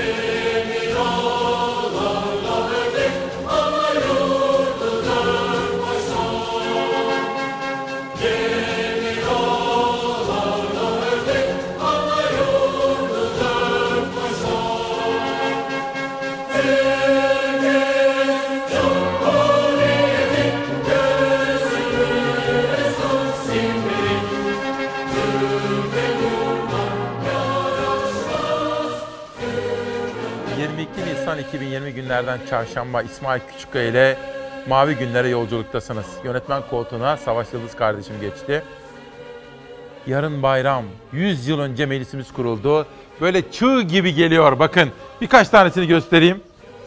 Nisan 2020 günlerden çarşamba İsmail Küçükkaya ile Mavi Günlere yolculuktasınız. Yönetmen koltuğuna Savaş Yıldız kardeşim geçti. Yarın bayram. 100 yıl önce meclisimiz kuruldu. Böyle çığ gibi geliyor. Bakın birkaç tanesini göstereyim.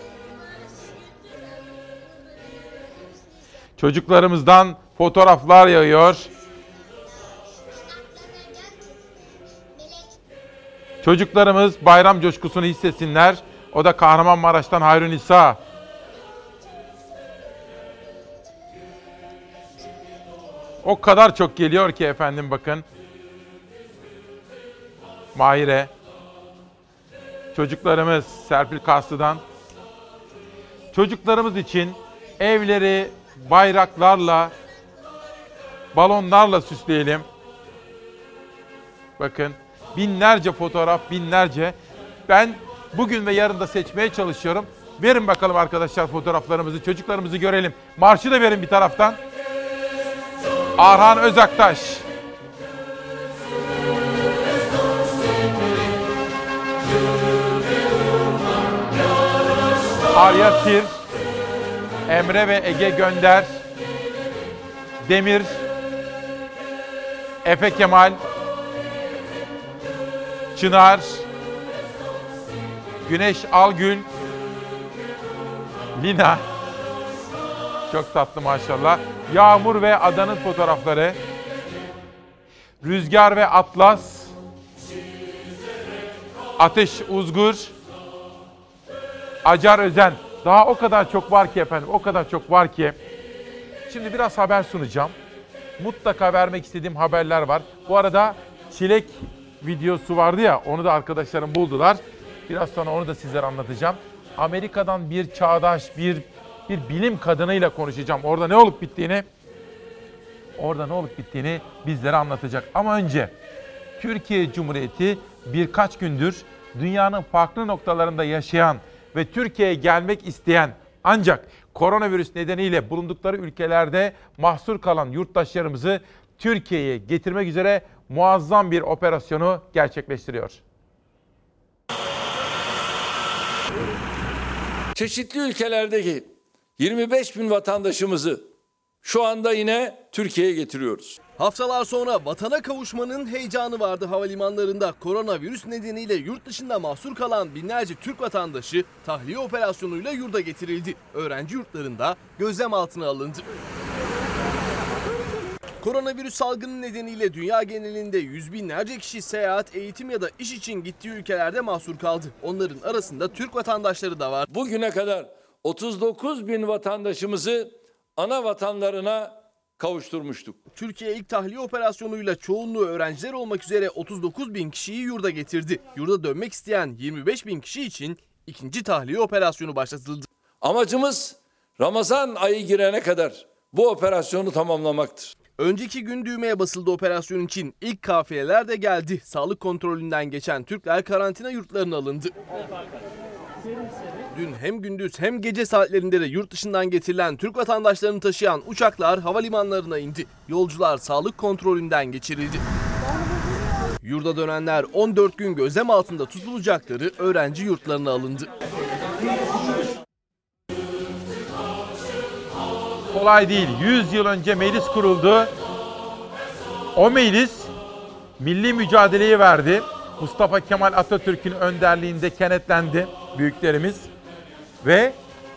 Çocuklarımızdan fotoğraflar yağıyor. Çocuklarımız bayram coşkusunu hissetsinler. O da Kahramanmaraş'tan Hayrun İsa. O kadar çok geliyor ki efendim bakın. Mahire. Çocuklarımız Serpil Kaslı'dan. Çocuklarımız için evleri bayraklarla, balonlarla süsleyelim. Bakın binlerce fotoğraf, binlerce. Ben bugün ve yarın da seçmeye çalışıyorum. Verin bakalım arkadaşlar fotoğraflarımızı, çocuklarımızı görelim. Marşı da verin bir taraftan. Arhan Özaktaş. Arya Sir. Emre ve Ege Gönder. Demir. Efe Kemal. Çınar. Güneş Algül. Lina. Çok tatlı maşallah. Yağmur ve Adanın fotoğrafları. Rüzgar ve Atlas. Ateş Uzgur. Acar Özen. Daha o kadar çok var ki efendim, o kadar çok var ki. Şimdi biraz haber sunacağım. Mutlaka vermek istediğim haberler var. Bu arada çilek videosu vardı ya, onu da arkadaşlarım buldular. Biraz sonra onu da sizlere anlatacağım. Amerika'dan bir çağdaş, bir bilim kadınıyla konuşacağım. Orada ne olup bittiğini bizlere anlatacak. Ama önce Türkiye Cumhuriyeti birkaç gündür dünyanın farklı noktalarında yaşayan ve Türkiye'ye gelmek isteyen ancak koronavirüs nedeniyle bulundukları ülkelerde mahsur kalan yurttaşlarımızı Türkiye'ye getirmek üzere muazzam bir operasyonu gerçekleştiriyor. Çeşitli ülkelerdeki 25 bin vatandaşımızı şu anda yine Türkiye'ye getiriyoruz. Haftalar sonra vatana kavuşmanın heyecanı vardı havalimanlarında. Koronavirüs nedeniyle yurt dışında mahsur kalan binlerce Türk vatandaşı tahliye operasyonuyla yurda getirildi. Öğrenci yurtlarında gözlem altına alındı. Koronavirüs salgını nedeniyle dünya genelinde yüz binlerce kişi seyahat, eğitim ya da iş için gittiği ülkelerde mahsur kaldı. Onların arasında Türk vatandaşları da var. Bugüne kadar 39 bin vatandaşımızı ana vatanlarına kavuşturmuştuk. Türkiye ilk tahliye operasyonuyla çoğunluğu öğrenciler olmak üzere 39 bin kişiyi yurda getirdi. Yurda dönmek isteyen 25 bin kişi için ikinci tahliye operasyonu başlatıldı. Amacımız Ramazan ayı girene kadar bu operasyonu tamamlamaktır. Önceki gün düğmeye basıldı operasyon için. İlk kafileler de geldi. Sağlık kontrolünden geçen Türkler karantina yurtlarına alındı. Dün hem gündüz hem gece saatlerinde de yurt dışından getirilen Türk vatandaşlarını taşıyan uçaklar havalimanlarına indi. Yolcular sağlık kontrolünden geçirildi. Yurda dönenler 14 gün gözlem altında tutulacakları öğrenci yurtlarına alındı. Kolay değil. 100 yıl önce meclis kuruldu. O meclis milli mücadeleyi verdi. Mustafa Kemal Atatürk'ün önderliğinde kenetlendi büyüklerimiz. Ve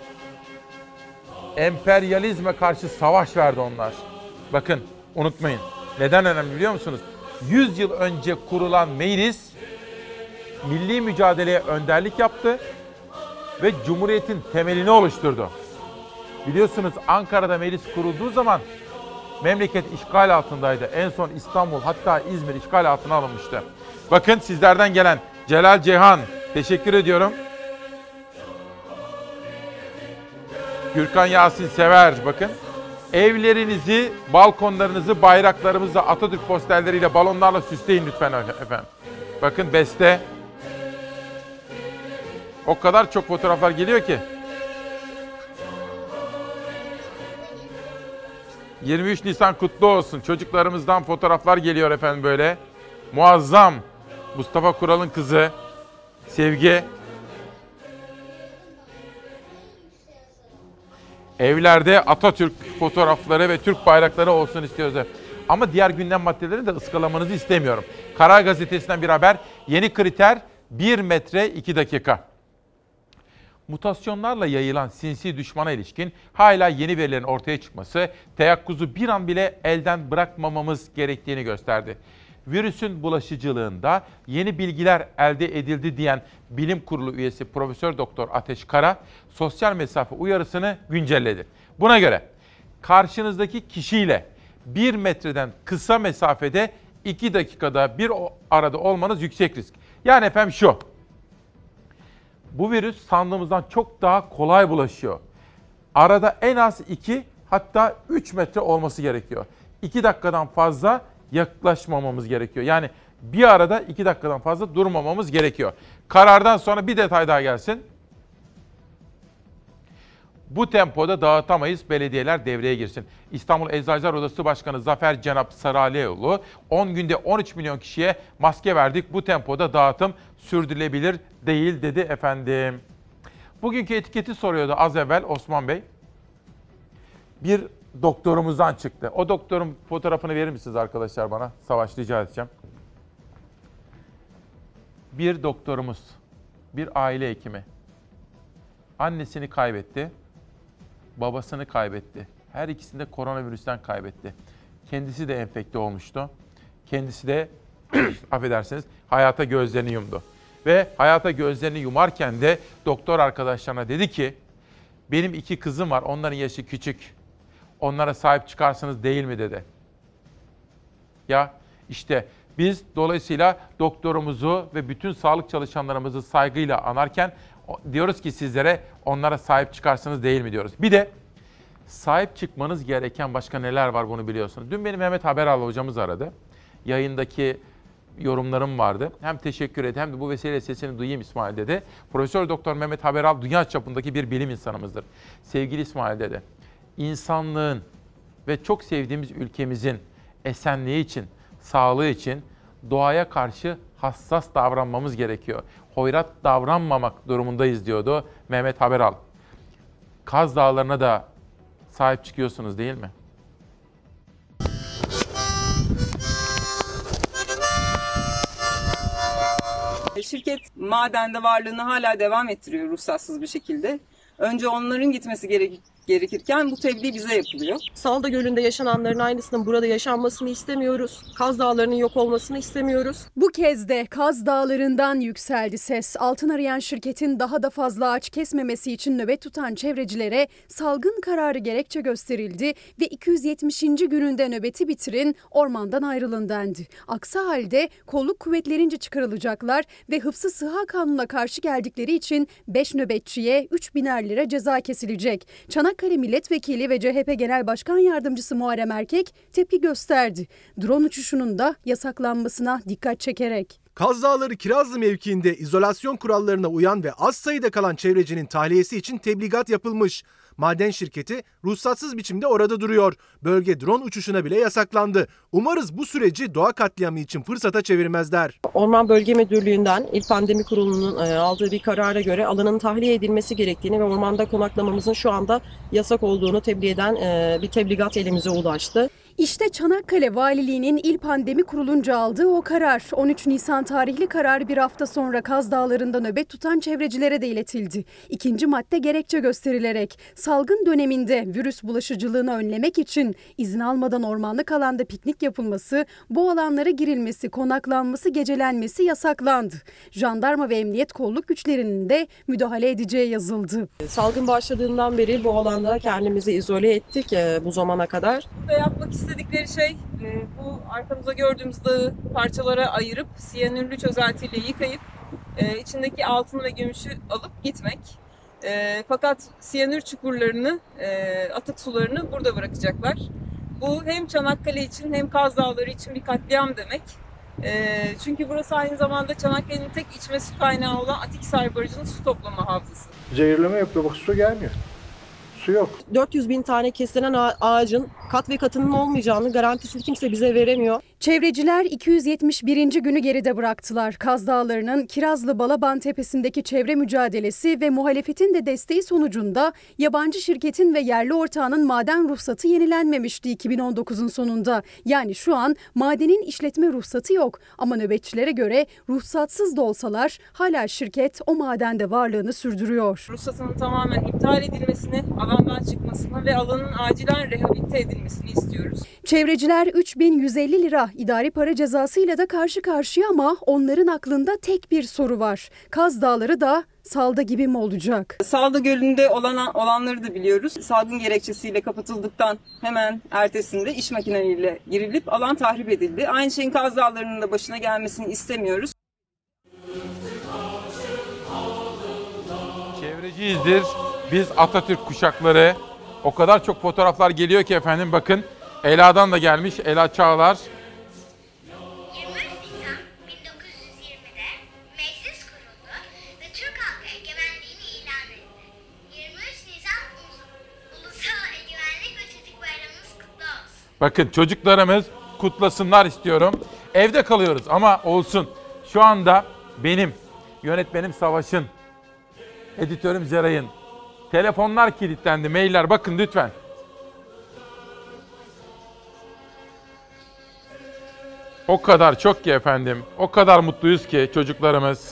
emperyalizme karşı savaş verdi onlar. Bakın unutmayın. Neden önemli biliyor musunuz? 100 yıl önce kurulan meclis milli mücadeleye önderlik yaptı ve Cumhuriyet'in temelini oluşturdu. Biliyorsunuz Ankara'da meclis kurulduğu zaman memleket işgal altındaydı. En son İstanbul, hatta İzmir işgal altına alınmıştı. Bakın sizlerden gelen Celal Ceyhan, teşekkür ediyorum. Gürkan Yasin Sever, bakın. Evlerinizi, balkonlarınızı bayraklarımızla, Atatürk posterleriyle, balonlarla süsleyin lütfen efendim. Bakın beste. O kadar çok fotoğraflar geliyor ki. 23 Nisan kutlu olsun. Çocuklarımızdan fotoğraflar geliyor efendim böyle. Muazzam. Mustafa Kural'ın kızı Sevgi. Evlerde Atatürk fotoğrafları ve Türk bayrakları olsun istiyoruz. Ama diğer gündem maddelerini de ıskalamanızı istemiyorum. Karar Gazetesi'nden bir haber. Yeni kriter 1 metre 2 dakika. Mutasyonlarla yayılan sinsi düşmana ilişkin hala yeni verilerin ortaya çıkması teyakkuzu bir an bile elden bırakmamamız gerektiğini gösterdi. Virüsün bulaşıcılığında yeni bilgiler elde edildi diyen Bilim Kurulu üyesi Profesör Doktor Ateş Kara, sosyal mesafe uyarısını güncelledi. Buna göre karşınızdaki kişiyle 1 metreden kısa mesafede 2 dakikada bir arada olmanız yüksek risk. Yani efendim şu, bu virüs sandığımızdan çok daha kolay bulaşıyor. Arada en az 2 hatta 3 metre olması gerekiyor. 2 dakikadan fazla yaklaşmamamız gerekiyor. Yani bir arada 2 dakikadan fazla durmamamız gerekiyor. Karardan sonra bir detay daha gelsin. Bu tempoda dağıtamayız, belediyeler devreye girsin. İstanbul Eczacılar Odası Başkanı Zafer Cenap Saralioğlu, 10 günde 13 milyon kişiye maske verdik. Bu tempoda dağıtım sürdürülebilir değil dedi efendim. Bugünkü etiketi soruyordu az evvel Osman Bey. Bir doktorumuzdan çıktı. O doktorun fotoğrafını verir misiniz arkadaşlar bana? Savaş rica edeceğim. Bir doktorumuz, bir aile hekimi. Annesini kaybetti, babasını kaybetti. Her ikisini de koronavirüsten kaybetti. Kendisi de enfekte olmuştu. Kendisi de affedersiniz hayata gözlerini yumdu. Ve hayata gözlerini yumarken de doktor arkadaşlarına dedi ki benim 2 kızım var, onların yaşı küçük. Onlara sahip çıkarsınız değil mi dedi. Ya işte biz dolayısıyla doktorumuzu ve bütün sağlık çalışanlarımızı saygıyla anarken diyoruz ki sizlere onlara sahip çıkarsınız değil mi diyoruz. Bir de sahip çıkmanız gereken başka neler var bunu biliyorsunuz. Dün benim Mehmet Haberal hocamız aradı. Yayındaki yorumlarım vardı. Hem teşekkür etti hem de bu vesileyle sesini duyayım İsmail dedi. Profesör Doktor Mehmet Haberal dünya çapındaki bir bilim insanımızdır. Sevgili İsmail dedi. İnsanlığın ve çok sevdiğimiz ülkemizin esenliği için, sağlığı için doğaya karşı hassas davranmamız gerekiyor. Hoyrat davranmamak durumundayız diyordu Mehmet Haberal. Kaz Dağları'na da sahip çıkıyorsunuz değil mi? Şirket madende varlığını hala devam ettiriyor ruhsatsız bir şekilde. Önce onların gitmesi gerekirken bu tebliğ bize yapılıyor. Salda Gölü'nde yaşananların aynısının burada yaşanmasını istemiyoruz. Kaz Dağları'nın yok olmasını istemiyoruz. Bu kez de Kaz Dağları'ndan yükseldi ses. Altın arayan şirketin daha da fazla ağaç kesmemesi için nöbet tutan çevrecilere salgın kararı gerekçe gösterildi ve 270. gününde nöbeti bitirin, ormandan ayrılın dendi. Aksi halde kolluk kuvvetlerince çıkarılacaklar ve Hıfzı Sıha Kanunu'na karşı geldikleri için 5 nöbetçiye 3.000'er lira ceza kesilecek. Çanakkale Milletvekili ve CHP Genel Başkan Yardımcısı Muharrem Erkek tepki gösterdi. Drone uçuşunun da yasaklanmasına dikkat çekerek. Kaz Dağları Kirazlı mevkiinde izolasyon kurallarına uyan ve az sayıda kalan çevrecinin tahliyesi için tebligat yapılmış. Maden şirketi ruhsatsız biçimde orada duruyor. Bölge drone uçuşuna bile yasaklandı. Umarız bu süreci doğa katliamı için fırsata çevirmezler. Orman Bölge Müdürlüğü'nden İl Pandemi Kurulu'nun aldığı bir karara göre alanın tahliye edilmesi gerektiğini ve ormanda konaklamamızın şu anda yasak olduğunu tebliğ eden bir tebligat elimize ulaştı. İşte Çanakkale Valiliği'nin İl Pandemi Kurulu'nca aldığı o karar. 13 Nisan tarihli karar bir hafta sonra Kaz Dağları'nda nöbet tutan çevrecilere de iletildi. İkinci madde gerekçe gösterilerek salgın döneminde virüs bulaşıcılığını önlemek için izin almadan ormanlık alanda piknik yapılması, bu alanlara girilmesi, konaklanması, gecelenmesi yasaklandı. Jandarma ve emniyet kolluk güçlerinin de müdahale edeceği yazıldı. Salgın başladığından beri bu alanda kendimizi izole ettik bu zamana kadar. Yapmak istedikleri şey bu arkamızda gördüğümüz dağı parçalara ayırıp siyanürlü çözeltiyle yıkayıp içindeki altın ve gümüşü alıp gitmek. Fakat siyanür çukurlarını, atık sularını burada bırakacaklar. Bu hem Çanakkale için hem Kaz Dağları için bir katliam demek. Çünkü burası aynı zamanda Çanakkale'nin tek içme su kaynağı olan Atikhisar Barajı'nın su toplama havzası. Zehirleme yapıyor, bak su gelmiyor. Su yok. 400 bin tane kesilen ağacın kat ve katının olmayacağını garantisini kimse bize veremiyor. Çevreciler 271. günü geride bıraktılar. Kaz Dağları'nın Kirazlı Balaban Tepesi'ndeki çevre mücadelesi ve muhalefetin de desteği sonucunda yabancı şirketin ve yerli ortağının maden ruhsatı yenilenmemişti 2019'un sonunda. Yani şu an madenin işletme ruhsatı yok ama nöbetçilere göre ruhsatsız da olsalar hala şirket o madende varlığını sürdürüyor. Ruhsatının tamamen iptal edilmesini, alandan çıkmasını ve alanın acilen rehabilite edilmesini istiyoruz. Çevreciler 3.150 lira idari para cezasıyla da karşı karşıya ama onların aklında tek bir soru var. Kaz Dağları da Salda gibi mi olacak? Salda Gölü'nde olanları da biliyoruz. Salgın gerekçesiyle kapatıldıktan hemen ertesinde iş makineleriyle girilip alan tahrip edildi. Aynı şeyin Kaz Dağları'nın da başına gelmesini istemiyoruz. Çevreciyizdir. Biz Atatürk kuşakları. O kadar çok fotoğraflar geliyor ki efendim bakın. Ela'dan da gelmiş. Ela Çağlar. 23 Nisan 1920'de meclis kuruldu ve Türk halkı egemenliğini ilan etti. 23 Nisan Ulusal Egemenlik ve Çocuk Bayramımız kutlu olsun. Bakın çocuklarımız kutlasınlar istiyorum. Evde kalıyoruz ama olsun. Şu anda benim, yönetmenim Savaş'ın, editörüm Zeray'ın. Telefonlar kilitlendi, mailler bakın lütfen. O kadar çok ki efendim, o kadar mutluyuz ki çocuklarımız.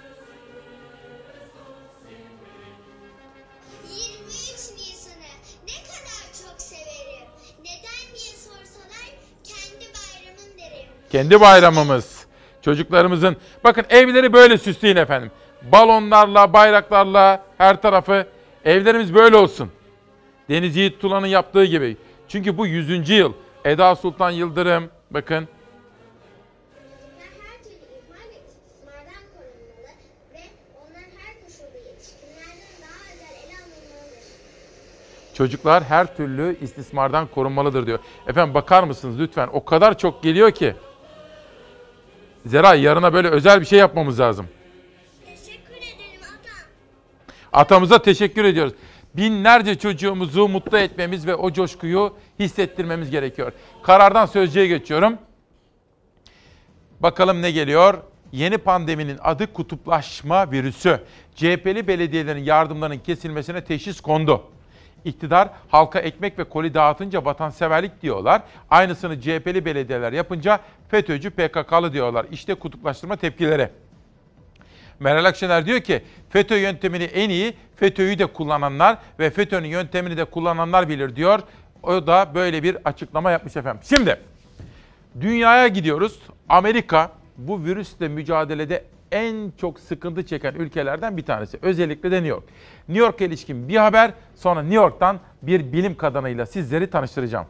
23 Nisan'ı ne kadar çok severim. Neden diye sorsalar kendi bayramım derim. Kendi bayramımız. Çocuklarımızın, bakın evleri böyle süsleyin efendim. Balonlarla, bayraklarla her tarafı. Evlerimiz böyle olsun. Deniz Yiğit Tulan'ın yaptığı gibi. Çünkü bu 100. yıl. Eda Sultan Yıldırım, bakın. Her türlü ihmal ve istismardan korunmalı ve onlar her koşulda yetişkinlerden daha özel ele alınmalıdır. Çocuklar her türlü istismardan korunmalıdır diyor. Efendim bakar mısınız lütfen? O kadar çok geliyor ki. Zeray yarına böyle özel bir şey yapmamız lazım. Teşekkür ederim atam. Atamıza teşekkür ediyoruz. Binlerce çocuğumuzu mutlu etmemiz ve o coşkuyu hissettirmemiz gerekiyor. Karardan sözcüğe geçiyorum. Bakalım ne geliyor? Yeni pandeminin adı kutuplaşma virüsü. CHP'li belediyelerin yardımlarının kesilmesine teşhis kondu. İktidar halka ekmek ve koli dağıtınca vatanseverlik diyorlar. Aynısını CHP'li belediyeler yapınca FETÖ'cü PKK'lı diyorlar. İşte kutuplaştırma tepkileri. Meral Akşener diyor ki FETÖ yöntemini en iyi FETÖ'yü de kullananlar ve FETÖ'nün yöntemini de kullananlar bilir diyor. O da böyle bir açıklama yapmış efendim. Şimdi dünyaya gidiyoruz. Amerika bu virüsle mücadelede en çok sıkıntı çeken ülkelerden bir tanesi. Özellikle de New York. New York'a ilişkin bir haber, sonra New York'tan bir bilim kadınıyla sizleri tanıştıracağım.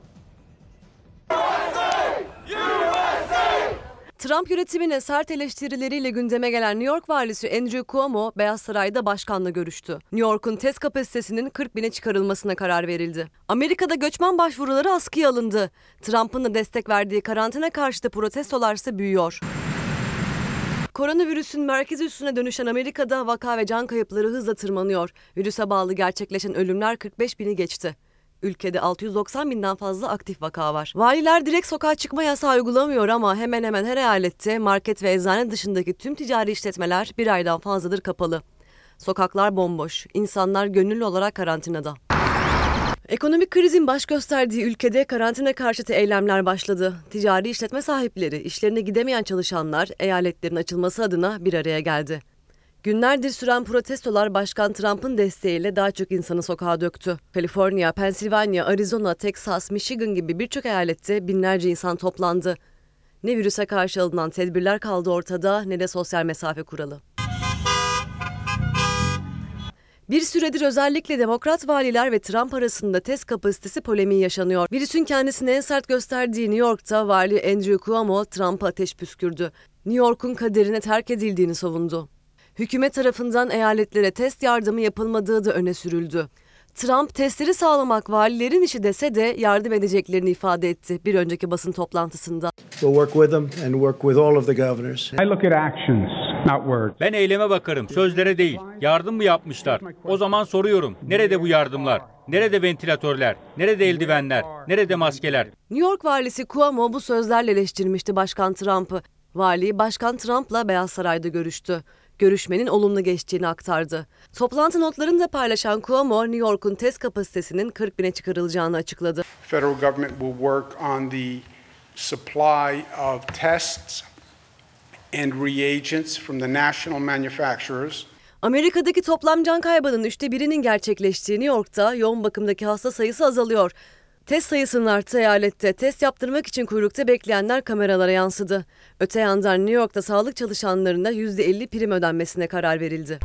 Trump yönetimine sert eleştirileriyle gündeme gelen New York valisi Andrew Cuomo, Beyaz Saray'da başkanla görüştü. New York'un test kapasitesinin 40 bine çıkarılmasına karar verildi. Amerika'da göçmen başvuruları askıya alındı. Trump'ın da destek verdiği karantina karşıtı protestolar ise büyüyor. Koronavirüsün merkez üssüne dönüşen Amerika'da vaka ve can kayıpları hızla tırmanıyor. Virüse bağlı gerçekleşen ölümler 45 bini geçti. Ülkede 690 binden fazla aktif vaka var. Valiler direkt sokağa çıkma yasağı uygulamıyor ama hemen hemen her eyalette market ve eczane dışındaki tüm ticari işletmeler bir aydan fazladır kapalı. Sokaklar bomboş, insanlar gönüllü olarak karantinada. Ekonomik krizin baş gösterdiği ülkede karantina karşıtı eylemler başladı. Ticari işletme sahipleri, işlerine gidemeyen çalışanlar eyaletlerin açılması adına bir araya geldi. Günlerdir süren protestolar Başkan Trump'ın desteğiyle daha çok insanı sokağa döktü. Kaliforniya, Pensilvanya, Arizona, Texas, Michigan gibi birçok eyalette binlerce insan toplandı. Ne virüse karşı alınan tedbirler kaldı ortada ne de sosyal mesafe kuralı. Bir süredir özellikle Demokrat valiler ve Trump arasında test kapasitesi polemiği yaşanıyor. Virüsün kendisini en sert gösterdiği New York'ta vali Andrew Cuomo Trump'a ateş püskürdü. New York'un kaderine terk edildiğini savundu. Hükümet tarafından eyaletlere test yardımı yapılmadığı da öne sürüldü. Trump testleri sağlamak valilerin işi dese de yardım edeceklerini ifade etti bir önceki basın toplantısında. Ben eyleme bakarım, sözlere değil. Yardım mı yapmışlar? O zaman soruyorum, nerede bu yardımlar? Nerede ventilatörler? Nerede eldivenler? Nerede maskeler? New York valisi Cuomo bu sözlerle eleştirmişti Başkan Trump'ı. Vali, Başkan Trump'la Beyaz Saray'da görüştü. Görüşmenin olumlu geçtiğini aktardı. Toplantı notlarını da paylaşan Cuomo, New York'un test kapasitesinin 40 bine çıkarılacağını açıkladı. Federal government will work on the supply of tests and reagents from the national manufacturers. Amerika'daki toplam can kaybının 1/3'inin gerçekleştiği New York'ta yoğun bakımdaki hasta sayısı azalıyor. Test sayısının arttığı eyalette test yaptırmak için kuyrukta bekleyenler kameralara yansıdı. Öte yandan New York'ta sağlık çalışanlarına %50 prim ödenmesine karar verildi.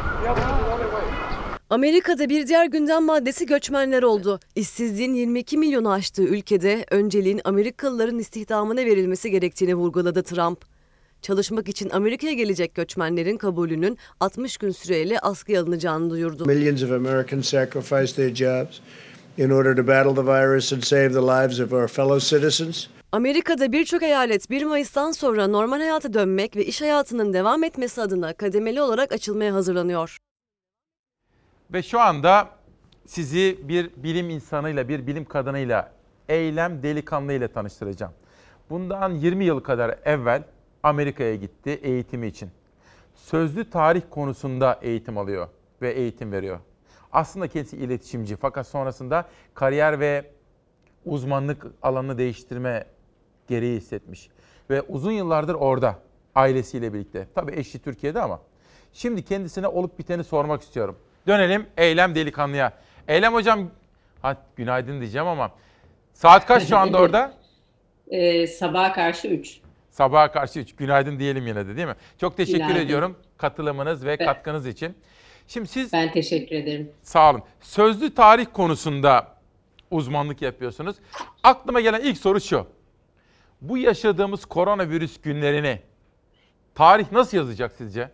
Amerika'da bir diğer gündem maddesi göçmenler oldu. İşsizliğin 22 milyonu aştığı ülkede önceliğin Amerikalıların istihdamına verilmesi gerektiğini vurguladı Trump. Çalışmak için Amerika'ya gelecek göçmenlerin kabulünün 60 gün süreyle askıya alınacağını duyurdu. Millions of Americans sacrificed their jobs in order to battle the virus and save the lives of our fellow citizens. Amerika'da birçok eyalet 1 Mayıs'tan sonra normal hayata dönmek ve iş hayatının devam etmesi adına kademeli olarak açılmaya hazırlanıyor. Ve şu anda sizi bir bilim insanıyla, bir bilim kadınıyla, Eylem Delikanlı ile tanıştıracağım. Bundan 20 yıl kadar evvel Amerika'ya gitti eğitimi için. Sözlü tarih konusunda eğitim alıyor ve eğitim veriyor. Aslında kendisi iletişimci fakat sonrasında kariyer ve uzmanlık alanını değiştirme gereği hissetmiş. Ve uzun yıllardır orada ailesiyle birlikte. Tabii eşi Türkiye'de ama. Şimdi kendisine olup biteni sormak istiyorum. Dönelim Eylem Delikanlı'ya. Eylem hocam, günaydın diyeceğim ama saat kaç şu anda orada? Sabaha karşı 3. Sabaha karşı 3. Günaydın diyelim yine de değil mi? Çok teşekkür Günaydın. ediyorum katılımınız ve katkınız için. Şimdi siz... Ben teşekkür ederim. Sağ olun. Sözlü tarih konusunda uzmanlık yapıyorsunuz. Aklıma gelen ilk soru şu. Bu yaşadığımız koronavirüs günlerini tarih nasıl yazacak sizce?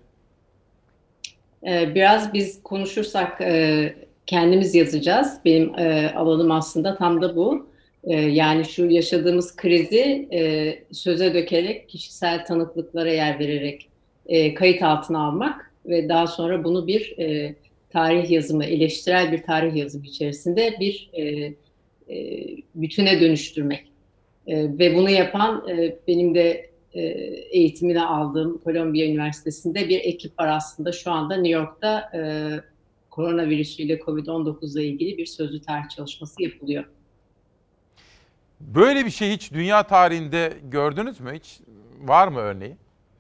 Biraz biz konuşursak kendimiz yazacağız. Benim alanım aslında tam da bu. Yani şu yaşadığımız krizi söze dökerek, kişisel tanıklıklara yer vererek kayıt altına almak ve daha sonra bunu bir tarih yazımı, eleştirel bir tarih yazımı içerisinde bir bütüne dönüştürmek. Ve bunu yapan benim de eğitimini aldığım Columbia Üniversitesi'nde bir ekip var aslında. Şu anda New York'ta koronavirüsüyle COVID-19 ile ilgili bir sözlü tarih çalışması yapılıyor. Böyle bir şey hiç dünya tarihinde gördünüz mü? Hiç var mı örneği?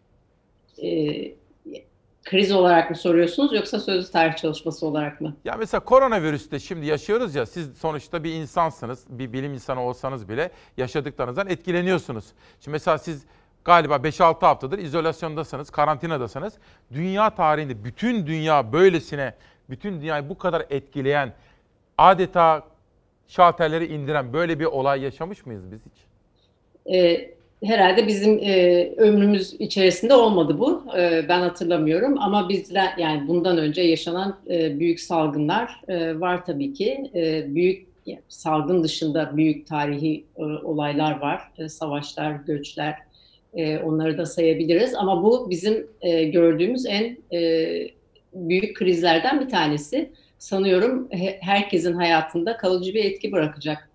Kriz olarak mı soruyorsunuz yoksa sözlü tarih çalışması olarak mı? Ya mesela koronavirüste şimdi yaşıyoruz ya, siz sonuçta bir insansınız, bir bilim insanı olsanız bile yaşadıklarınızdan etkileniyorsunuz. Şimdi mesela siz galiba 5-6 haftadır izolasyondasınız, karantinadasınız. Dünya tarihinde bütün dünya böylesine, bütün dünyayı bu kadar etkileyen, adeta şalterleri indiren böyle bir olay yaşamış mıyız biz hiç? Herhalde bizim ömrümüz içerisinde olmadı bu. Ben hatırlamıyorum ama bizler, yani bundan önce yaşanan büyük salgınlar var tabii ki. Büyük salgın dışında büyük tarihi olaylar var. Savaşlar, göçler, onları da sayabiliriz. Ama bu bizim gördüğümüz en büyük krizlerden bir tanesi. Sanıyorum herkesin hayatında kalıcı bir etki bırakacak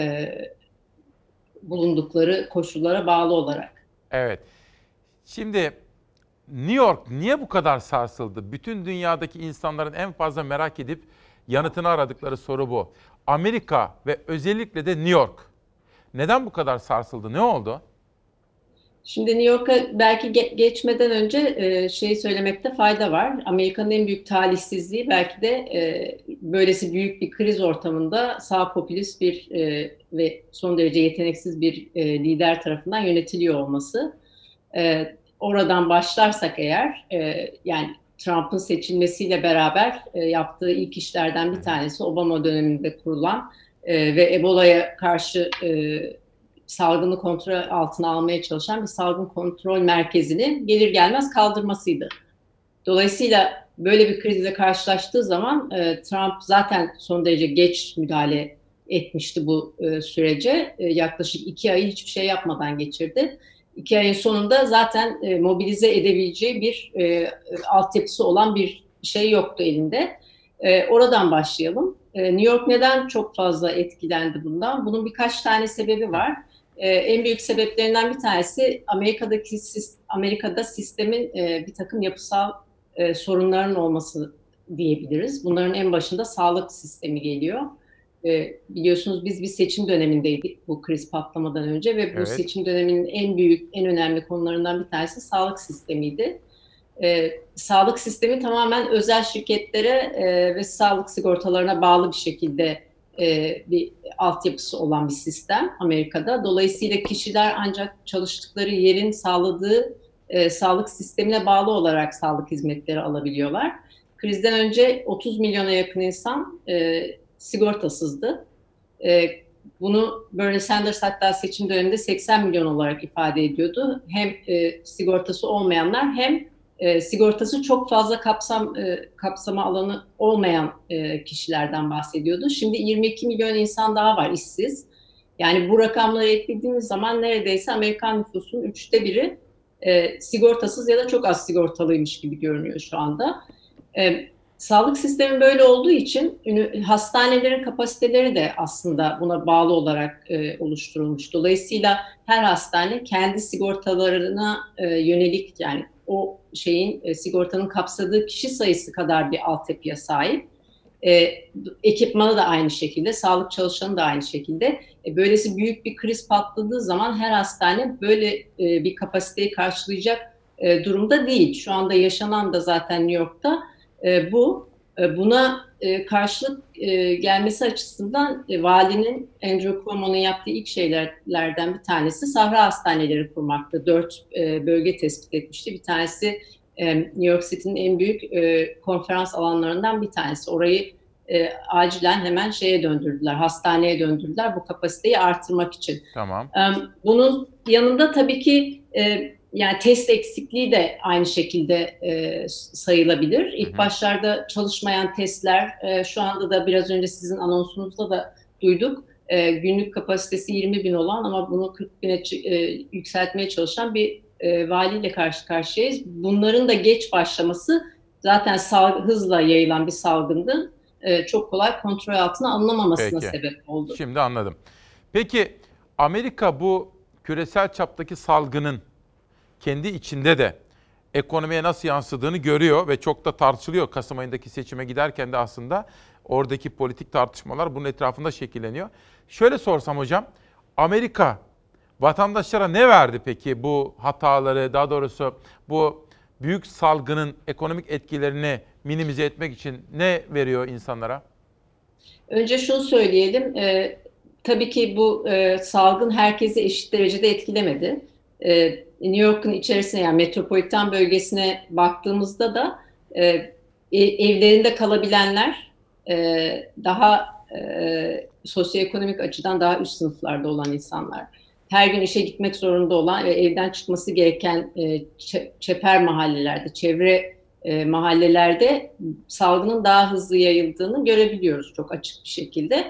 bulundukları koşullara bağlı olarak. Evet. Şimdi New York niye bu kadar sarsıldı? Bütün dünyadaki insanların en fazla merak edip yanıtını aradıkları soru bu. Amerika ve özellikle de New York neden bu kadar sarsıldı? Ne oldu? Şimdi New York'a belki geçmeden önce şeyi söylemekte fayda var. Amerika'nın en büyük talihsizliği belki de böylesi büyük bir kriz ortamında sağ popülist bir ve son derece yeteneksiz bir lider tarafından yönetiliyor olması. Oradan başlarsak eğer, yani Trump'ın seçilmesiyle beraber yaptığı ilk işlerden bir tanesi Obama döneminde kurulan ve Ebola'ya karşı salgını kontrol altına almaya çalışan bir salgın kontrol merkezini gelir gelmez kaldırmasıydı. Dolayısıyla böyle bir krizle karşılaştığı zaman Trump zaten son derece geç müdahale etmişti bu sürece. Yaklaşık 2 ayı hiçbir şey yapmadan geçirdi. 2 ayın sonunda zaten mobilize edebileceği bir altyapısı olan bir şey yoktu elinde. Oradan başlayalım. New York neden çok fazla etkilendi bundan? Bunun birkaç tane sebebi var. En büyük sebeplerinden bir tanesi Amerika'da sistemin bir takım yapısal sorunların olması diyebiliriz. Bunların en başında sağlık sistemi geliyor. Biliyorsunuz biz bir seçim dönemindeydik bu kriz patlamadan önce ve bu seçim döneminin en büyük, en önemli konularından bir tanesi sağlık sistemiydi. Sağlık sistemi tamamen özel şirketlere ve sağlık sigortalarına bağlı bir şekilde bir altyapısı olan bir sistem Amerika'da. Dolayısıyla kişiler ancak çalıştıkları yerin sağladığı sağlık sistemine bağlı olarak sağlık hizmetleri alabiliyorlar. Krizden önce 30 milyona yakın insan sigortasızdı. Bunu Bernie Sanders hatta seçim döneminde 80 milyon olarak ifade ediyordu. Hem sigortası olmayanlar hem sigortası çok fazla kapsama alanı olmayan kişilerden bahsediyordu. Şimdi 22 milyon insan daha var işsiz. Yani bu rakamları eklediğimiz zaman neredeyse Amerikan nüfusunun 1/3'ü sigortasız ya da çok az sigortalıymış gibi görünüyor şu anda. Sağlık sistemi böyle olduğu için hastanelerin kapasiteleri de aslında buna bağlı olarak oluşturulmuş. Dolayısıyla her hastane kendi sigortalarına yönelik, yani o sigortanın kapsadığı kişi sayısı kadar bir altyapıya sahip. Ekipmanı da aynı şekilde, sağlık çalışanı da aynı şekilde. Böylesi büyük bir kriz patladığı zaman her hastane böyle bir kapasiteyi karşılayacak durumda değil. Şu anda yaşanan da zaten New York'ta buna karşılık gelmesi açısından valinin Andrew Cuomo'nun yaptığı ilk şeylerden bir tanesi sahra hastaneleri kurmaktı. 4 bölge tespit etmişti. Bir tanesi New York City'nin en büyük konferans alanlarından bir tanesi. Orayı acilen hemen hastaneye döndürdüler bu kapasiteyi artırmak için. Tamam. Bunun yanında tabii ki yani test eksikliği de aynı şekilde sayılabilir. İlk başlarda çalışmayan testler, şu anda da biraz önce sizin anonsunuzda da duyduk. Günlük kapasitesi 20 bin olan ama bunu 40 bine yükseltmeye çalışan bir valiyle karşı karşıyayız. Bunların da geç başlaması zaten hızla yayılan bir salgındı. Çok kolay kontrol altına alınamamasına sebep oldu. Şimdi anladım. Peki Amerika bu küresel çaptaki salgının kendi içinde de ekonomiye nasıl yansıdığını görüyor ve çok da tartışılıyor. Kasım ayındaki seçime giderken de aslında oradaki politik tartışmalar bunun etrafında şekilleniyor. Şöyle sorsam hocam, Amerika vatandaşlara ne verdi peki bu hataları, daha doğrusu bu büyük salgının ekonomik etkilerini minimize etmek için ne veriyor insanlara? Önce şunu söyleyelim, tabii ki bu salgın herkesi eşit derecede etkilemedi. New York'un içerisine, yani metropolitan bölgesine baktığımızda da evlerinde kalabilenler daha sosyoekonomik açıdan daha üst sınıflarda olan insanlar. Her gün işe gitmek zorunda olan ve evden çıkması gereken çeper mahallelerde, çevre mahallelerde salgının daha hızlı yayıldığını görebiliyoruz çok açık bir şekilde.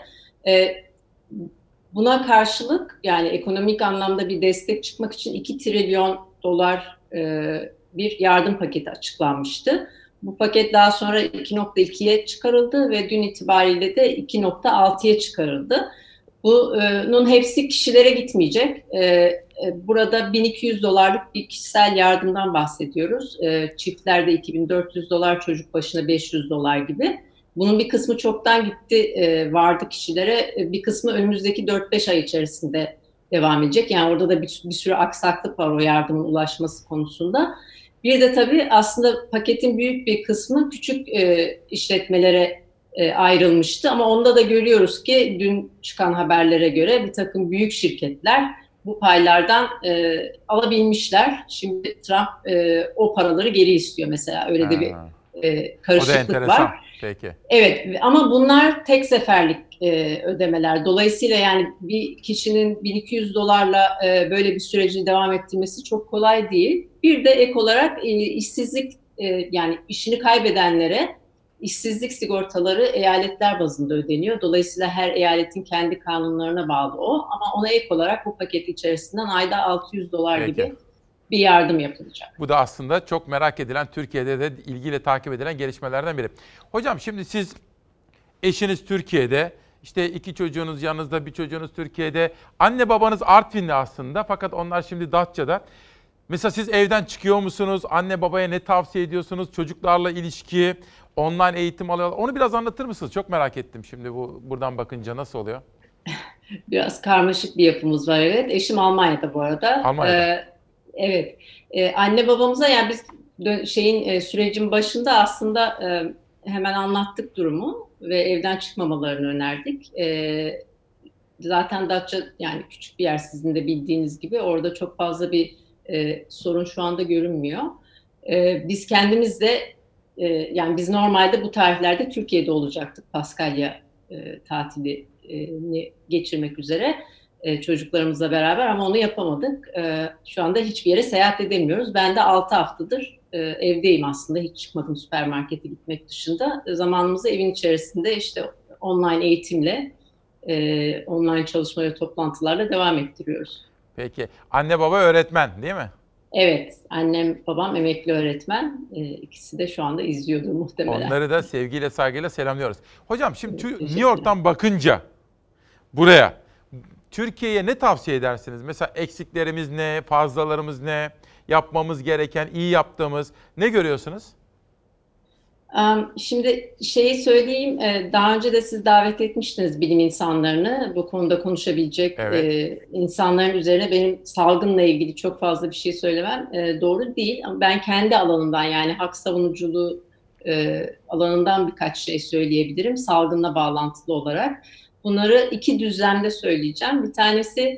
Buna karşılık, yani ekonomik anlamda bir destek çıkmak için 2 trilyon dolar bir yardım paketi açıklanmıştı. Bu paket daha sonra 2.2'ye çıkarıldı ve dün itibariyle de 2.6'ya çıkarıldı. Bunun hepsi kişilere gitmeyecek. Burada 1200 dolarlık bir kişisel yardımdan bahsediyoruz. Çiftlerde 2400 dolar, çocuk başına 500 dolar gibi. Bunun bir kısmı çoktan gitti, vardı kişilere. Bir kısmı önümüzdeki 4-5 ay içerisinde devam edecek. Yani orada da bir sürü aksaklık var o yardımın ulaşması konusunda. Bir de tabii aslında paketin büyük bir kısmı küçük işletmelere ayrılmıştı. Ama onda da görüyoruz ki dün çıkan haberlere göre bir takım büyük şirketler bu paylardan alabilmişler. Şimdi Trump o paraları geri istiyor mesela. Öyle de bir karışıklık var. Peki. Evet ama bunlar tek seferlik ödemeler. Dolayısıyla yani bir kişinin $1200 böyle bir süreci devam ettirmesi çok kolay değil. Bir de ek olarak işsizlik yani işini kaybedenlere işsizlik sigortaları eyaletler bazında ödeniyor. Dolayısıyla her eyaletin kendi kanunlarına bağlı o. Ama ona ek olarak bu paket içerisinden ayda $600 gibi bir yardım yapılacak. Bu da aslında çok merak edilen, Türkiye'de de ilgiyle takip edilen gelişmelerden biri. Hocam şimdi siz, eşiniz Türkiye'de, işte 2 çocuğunuz yanınızda, bir çocuğunuz Türkiye'de. Anne babanız Artvinli aslında fakat onlar şimdi Datça'da. Mesela siz evden çıkıyor musunuz? Anne babaya ne tavsiye ediyorsunuz? Çocuklarla ilişki, online eğitim alıyorlar. Onu biraz anlatır mısınız? Çok merak ettim şimdi buradan bakınca nasıl oluyor? Biraz karmaşık bir yapımız var, evet. Eşim Almanya'da bu arada. Almanya'da. Evet. Anne babamıza yani biz sürecin başında aslında hemen anlattık durumu ve evden çıkmamalarını önerdik. Zaten Datça yani küçük bir yer, sizin de bildiğiniz gibi. Orada çok fazla bir sorun şu anda görünmüyor. Biz kendimiz de yani biz normalde bu tarihlerde Türkiye'de olacaktık Paskalya tatilini geçirmek üzere çocuklarımızla beraber ama onu yapamadık. Şu anda hiçbir yere seyahat edemiyoruz. Ben de 6 haftadır evdeyim aslında. Hiç çıkmadım süpermarkete gitmek dışında. Zamanımızı evin içerisinde işte online eğitimle, online çalışma ve toplantılarla devam ettiriyoruz. Peki. Anne baba öğretmen değil mi? Evet. Annem babam emekli öğretmen. İkisi de şu anda izliyordur muhtemelen. Onları da sevgiyle saygıyla selamlıyoruz. Hocam şimdi New York'tan bakınca buraya Türkiye'ye ne tavsiye edersiniz? Mesela eksiklerimiz ne, fazlalarımız ne, yapmamız gereken, iyi yaptığımız ne görüyorsunuz? Şimdi söyleyeyim, daha önce de siz davet etmiştiniz bilim insanlarını bu konuda konuşabilecek insanların üzerine benim salgınla ilgili çok fazla bir şey söylemem doğru değil. Ama ben kendi alanımdan yani hak savunuculuğu alanından birkaç şey söyleyebilirim salgınla bağlantılı olarak. Bunları 2 düzlemde söyleyeceğim. Bir tanesi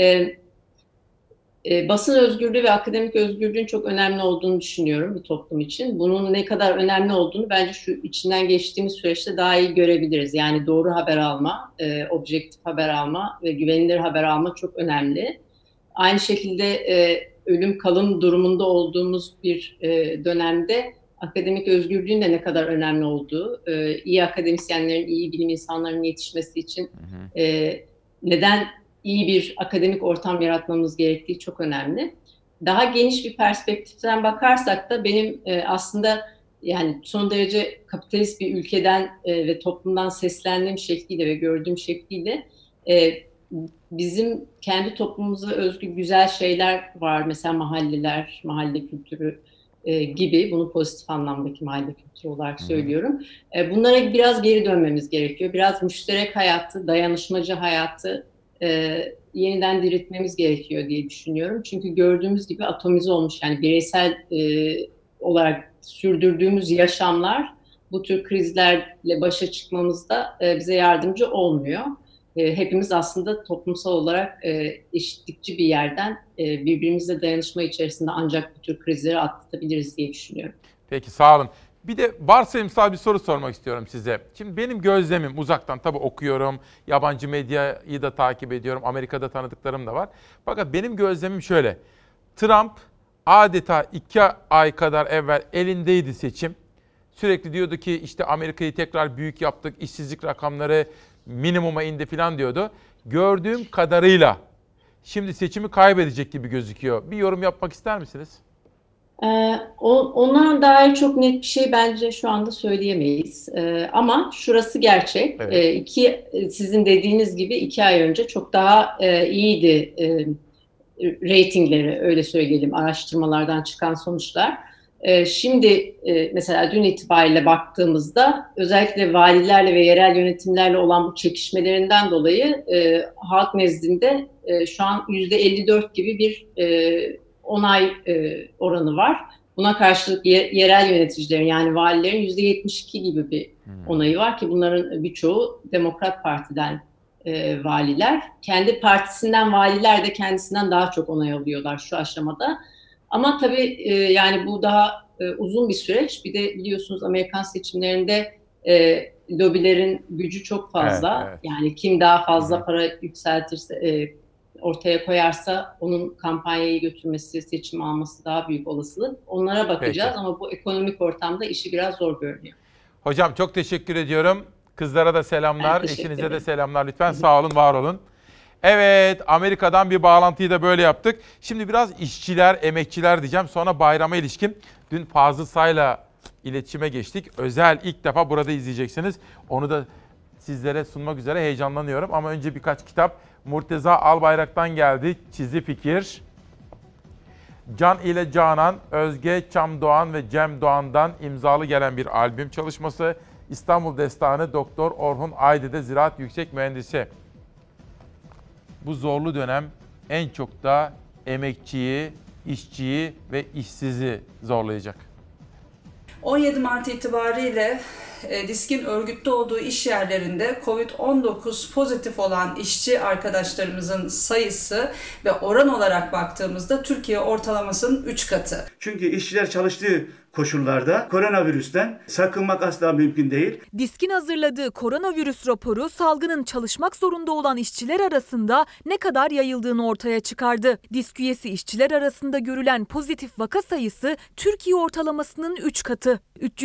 basın özgürlüğü ve akademik özgürlüğün çok önemli olduğunu düşünüyorum bir toplum için. Bunun ne kadar önemli olduğunu bence şu içinden geçtiğimiz süreçte daha iyi görebiliriz. Yani doğru haber alma, objektif haber alma ve güvenilir haber alma çok önemli. Aynı şekilde ölüm kalım durumunda olduğumuz bir dönemde akademik özgürlüğün de ne kadar önemli olduğu, iyi akademisyenlerin, iyi bilim insanlarının yetişmesi için neden iyi bir akademik ortam yaratmamız gerektiği çok önemli. Daha geniş bir perspektiften bakarsak da benim aslında yani son derece kapitalist bir ülkeden ve toplumdan seslendiğim şekliyle ve gördüğüm şekliyle bizim kendi toplumumuza özgü güzel şeyler var. Mesela mahalleler, mahalle kültürü gibi, bunu pozitif anlamdaki mahalle kültürü olarak söylüyorum. Bunlara biraz geri dönmemiz gerekiyor. Biraz müşterek hayatı, dayanışmacı hayatı yeniden diriltmemiz gerekiyor diye düşünüyorum. Çünkü gördüğümüz gibi atomize olmuş yani bireysel olarak sürdürdüğümüz yaşamlar bu tür krizlerle başa çıkmamızda bize yardımcı olmuyor. Hepimiz aslında toplumsal olarak eşitlikçi bir yerden birbirimizle dayanışma içerisinde ancak bu tür krizleri atlatabiliriz diye düşünüyorum. Peki sağ olun. Bir de varsayımsal bir soru sormak istiyorum size. Şimdi benim gözlemim uzaktan tabii okuyorum, yabancı medyayı da takip ediyorum, Amerika'da tanıdıklarım da var. Fakat benim gözlemim şöyle. Trump adeta 2 ay kadar evvel elindeydi seçim. Sürekli diyordu ki işte Amerika'yı tekrar büyük yaptık, işsizlik rakamları minimuma indi falan diyordu. Gördüğüm kadarıyla şimdi seçimi kaybedecek gibi gözüküyor. Bir yorum yapmak ister misiniz? Ona dair çok net bir şey bence şu anda söyleyemeyiz. Ama şurası gerçek. Evet. Sizin dediğiniz gibi 2 ay önce çok daha iyiydi reytingleri, öyle söyleyelim, araştırmalardan çıkan sonuçlar. Şimdi mesela dün itibariyle baktığımızda özellikle valilerle ve yerel yönetimlerle olan bu çekişmelerinden dolayı halk nezdinde şu an %54 gibi bir onay oranı var. Buna karşılık yerel yöneticilerin yani valilerin %72 gibi bir onayı var ki bunların birçoğu Demokrat Parti'den valiler. Kendi partisinden valiler de kendisinden daha çok onay alıyorlar şu aşamada. Ama tabii yani bu daha uzun bir süreç. Bir de biliyorsunuz Amerikan seçimlerinde lobilerin gücü çok fazla. Evet. Yani kim daha fazla para yükseltirse, ortaya koyarsa onun kampanyayı götürmesi, seçim alması daha büyük olasılık. Onlara bakacağız. Peki. Ama bu ekonomik ortamda işi biraz zor görünüyor. Hocam çok teşekkür ediyorum. Kızlara da selamlar, eşinize de selamlar lütfen. Sağ olun, var olun. Evet, Amerika'dan bir bağlantıyı da böyle yaptık. Şimdi biraz işçiler, emekçiler diyeceğim. Sonra bayrama ilişkin. Dün Fazıl Say'la iletişime geçtik. Özel ilk defa burada izleyeceksiniz. Onu da sizlere sunmak üzere heyecanlanıyorum. Ama önce birkaç kitap. Murteza Albayrak'tan geldi. Çizi Fikir. Can ile Canan, Özge Çamdoğan ve Cem Doğan'dan imzalı gelen bir albüm çalışması. İstanbul Destanı Doktor Orhun Aydede Ziraat Yüksek Mühendisi. Bu zorlu dönem en çok da emekçiyi, işçiyi ve işsizi zorlayacak. 17 Mart itibariyle DİSK'in örgütlü olduğu iş yerlerinde COVID-19 pozitif olan işçi arkadaşlarımızın sayısı ve oran olarak baktığımızda Türkiye ortalamasının 3 katı. Çünkü işçiler çalıştığı koşullarda koronavirüsten sakınmak asla mümkün değil. DİSK'in hazırladığı koronavirüs raporu salgının çalışmak zorunda olan işçiler arasında ne kadar yayıldığını ortaya çıkardı. DİSK üyesi işçiler arasında görülen pozitif vaka sayısı Türkiye ortalamasının 3 katı.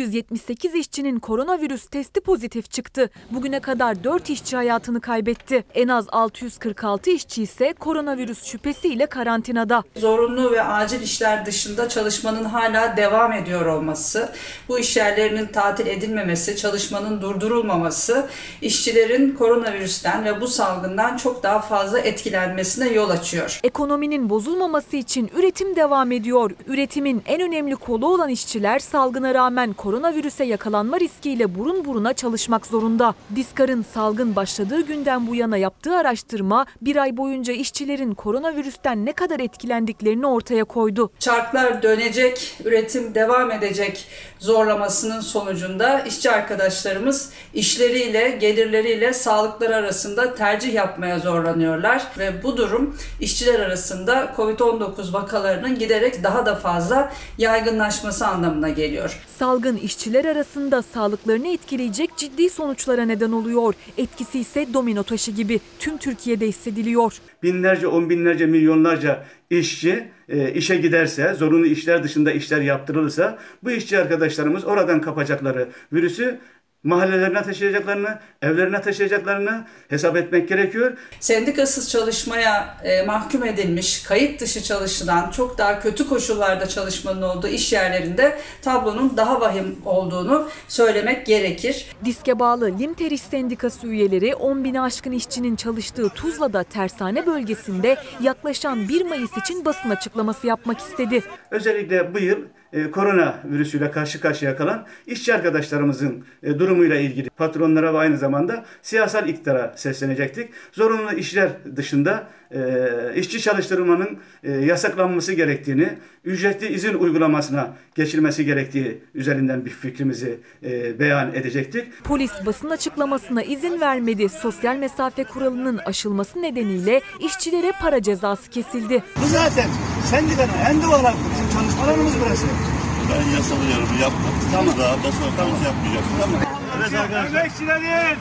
378 işçinin koronavirüs testi pozitif çıktı. Bugüne kadar 4 işçi hayatını kaybetti. En az 646 işçi ise koronavirüs şüphesiyle karantinada. Zorunlu ve acil işler dışında çalışmanın hala devam ediyor olması, bu iş yerlerinin tatil edilmemesi, çalışmanın durdurulmaması, işçilerin koronavirüsten ve bu salgından çok daha fazla etkilenmesine yol açıyor. Ekonominin bozulmaması için üretim devam ediyor. Üretimin en önemli kolu olan işçiler salgına rağmen koronavirüse yakalanma riskiyle burun buruna çalışmak zorunda. DİSK'ın salgın başladığı günden bu yana yaptığı araştırma bir ay boyunca işçilerin koronavirüsten ne kadar etkilendiklerini ortaya koydu. Çarklar dönecek, üretim devam edecek zorlamasının sonucunda işçi arkadaşlarımız işleriyle, gelirleriyle sağlıkları arasında tercih yapmaya zorlanıyorlar ve bu durum işçiler arasında COVID-19 vakalarının giderek daha da fazla yaygınlaşması anlamına geliyor. Salgın işçiler arasında sağlıklarını etkileyecek ciddi sonuçlara neden oluyor. Etkisi ise domino taşı gibi tüm Türkiye'de hissediliyor. Binlerce, on binlerce, milyonlarca işçi işe giderse, zorunlu işler dışında işler yaptırılırsa bu işçi arkadaşlarımız oradan kapacakları virüsü mahallelerine taşıyacaklarını, evlerine taşıyacaklarını hesap etmek gerekiyor. Sendikasız çalışmaya mahkum edilmiş, kayıt dışı çalışılan, çok daha kötü koşullarda çalışmanın olduğu iş yerlerinde tablonun daha vahim olduğunu söylemek gerekir. DİSK'e bağlı Limter İş Sendikası üyeleri 10 bini aşkın işçinin çalıştığı Tuzla'da tersane bölgesinde yaklaşan 1 Mayıs için basın açıklaması yapmak istedi. Özellikle bu yıl korona virüsüyle karşı karşıya kalan işçi arkadaşlarımızın durumuyla ilgili patronlara ve aynı zamanda siyasal iktidara seslenecektik. Zorunlu işler dışında işçi çalıştırmanın yasaklanması gerektiğini, ücretli izin uygulamasına geçilmesi gerektiği üzerinden bir fikrimizi beyan edecektik. Polis basın açıklamasına izin vermedi. Sosyal mesafe kuralının aşılması nedeniyle işçilere para cezası kesildi. Bu zaten sendikanın en doğal hakkı, bizim çalışmalarımız burası. Ben yasal uyarımı yaptım. Tamam. Daha basın ortamımızı yapmayacaksınız. Tamam. Evet arkadaşlar. Emekçilerin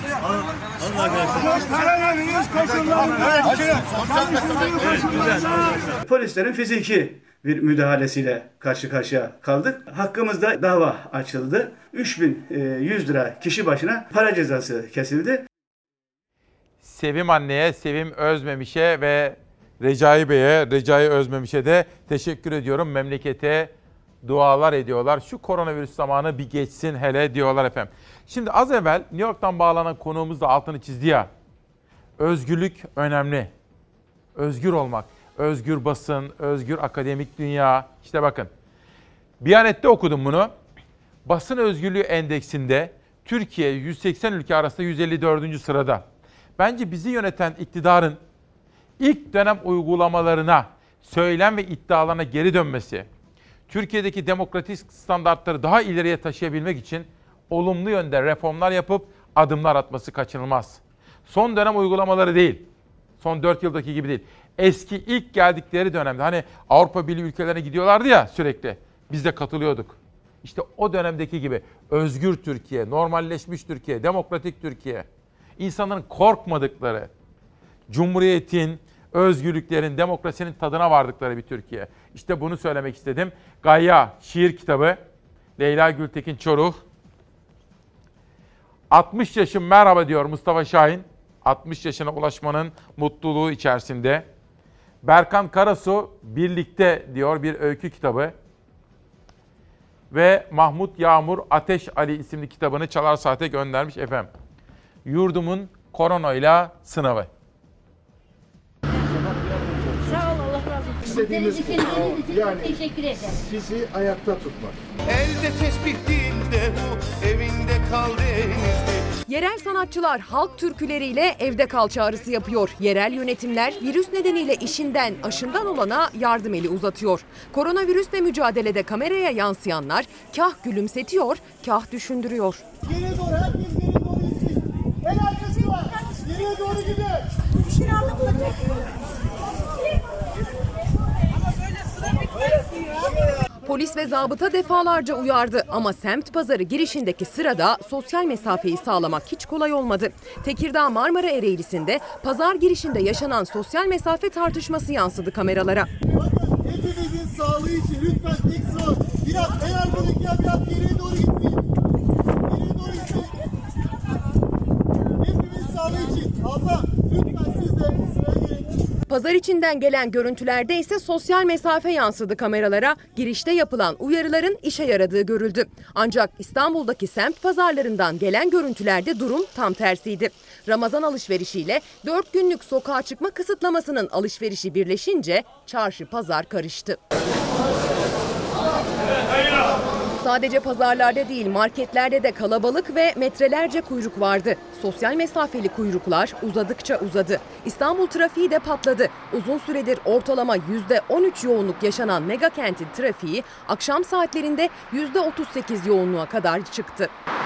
polislerin fiziki bir müdahalesiyle karşı karşıya kaldık. Hakkımızda dava açıldı. 3.100 lira kişi başına para cezası kesildi. Sevim anneye, Sevim Özmemiş'e ve Recai Bey'e, Recai Özmemiş'e de teşekkür ediyorum. Memlekete dualar ediyorlar. Şu koronavirüs zamanı bir geçsin hele diyorlar efendim. Şimdi az evvel New York'tan bağlanan konuğumuz da altını çizdi ya. Özgürlük önemli. Özgür olmak. Özgür basın, özgür akademik dünya. İşte bakın. Biyanet'te okudum bunu. Basın özgürlüğü endeksinde Türkiye 180 ülke arasında 154. sırada. Bence bizi yöneten iktidarın ilk dönem uygulamalarına, söylem ve iddialarına geri dönmesi, Türkiye'deki demokratik standartları daha ileriye taşıyabilmek için olumlu yönde reformlar yapıp adımlar atması kaçınılmaz. Son dönem uygulamaları değil, son 4 yıldaki gibi değil. Eski ilk geldikleri dönemde hani Avrupa Birliği ülkelerine gidiyorlardı ya sürekli, biz de katılıyorduk. İşte o dönemdeki gibi özgür Türkiye, normalleşmiş Türkiye, demokratik Türkiye, insanların korkmadıkları, cumhuriyetin, özgürlüklerin, demokrasinin tadına vardıkları bir Türkiye. İşte bunu söylemek istedim. Gayya şiir kitabı, Leyla Gültekin Çoruh. 60 yaşım merhaba diyor Mustafa Şahin. 60 yaşına ulaşmanın mutluluğu içerisinde. Berkan Karasu birlikte diyor bir öykü kitabı. Ve Mahmut Yağmur Ateş Ali isimli kitabını Çalar Saat'e göndermiş efendim. Yurdumun koronayla sınavı. Sağ ol, Allah razı olsun. İstediğimiz yani teşekkür ederim. sizi ayakta tutmak. Elde tesbih dilde bu, evinde kal denizde. Yerel sanatçılar halk türküleriyle evde kal çağrısı yapıyor. Yerel yönetimler virüs nedeniyle işinden, aşından olana yardım eli uzatıyor. Koronavirüsle mücadelede kameraya yansıyanlar kah gülümsetiyor, kah düşündürüyor. Geriye doğru, herkes geriye doğru gitsin. El arkası var. Geriye doğru gider. İşini aldık mı? Polis ve zabıta defalarca uyardı ama semt pazarı girişindeki sırada sosyal mesafeyi sağlamak hiç kolay olmadı. Tekirdağ Marmara Ereğlisi'nde pazar girişinde yaşanan sosyal mesafe tartışması yansıdı kameralara. Bakın hepimizin sağlığı için lütfen tek sıra biraz en arkadaki biraz geriye doğru gitsin. Geriye doğru gitsin. Hepimizin sağlığı için. Allah lütfen siz de sıraya girin. Pazar içinden gelen görüntülerde ise sosyal mesafe yansıdı kameralara. Girişte yapılan uyarıların işe yaradığı görüldü. Ancak İstanbul'daki semt pazarlarından gelen görüntülerde durum tam tersiydi. Ramazan alışverişiyle 4 günlük sokağa çıkma kısıtlamasının alışverişi birleşince çarşı pazar karıştı. Sadece pazarlarda değil marketlerde de kalabalık ve metrelerce kuyruk vardı. Sosyal mesafeli kuyruklar uzadıkça uzadı. İstanbul trafiği de patladı. Uzun süredir ortalama %13 yoğunluk yaşanan mega kentin trafiği akşam saatlerinde %38 yoğunluğa kadar çıktı.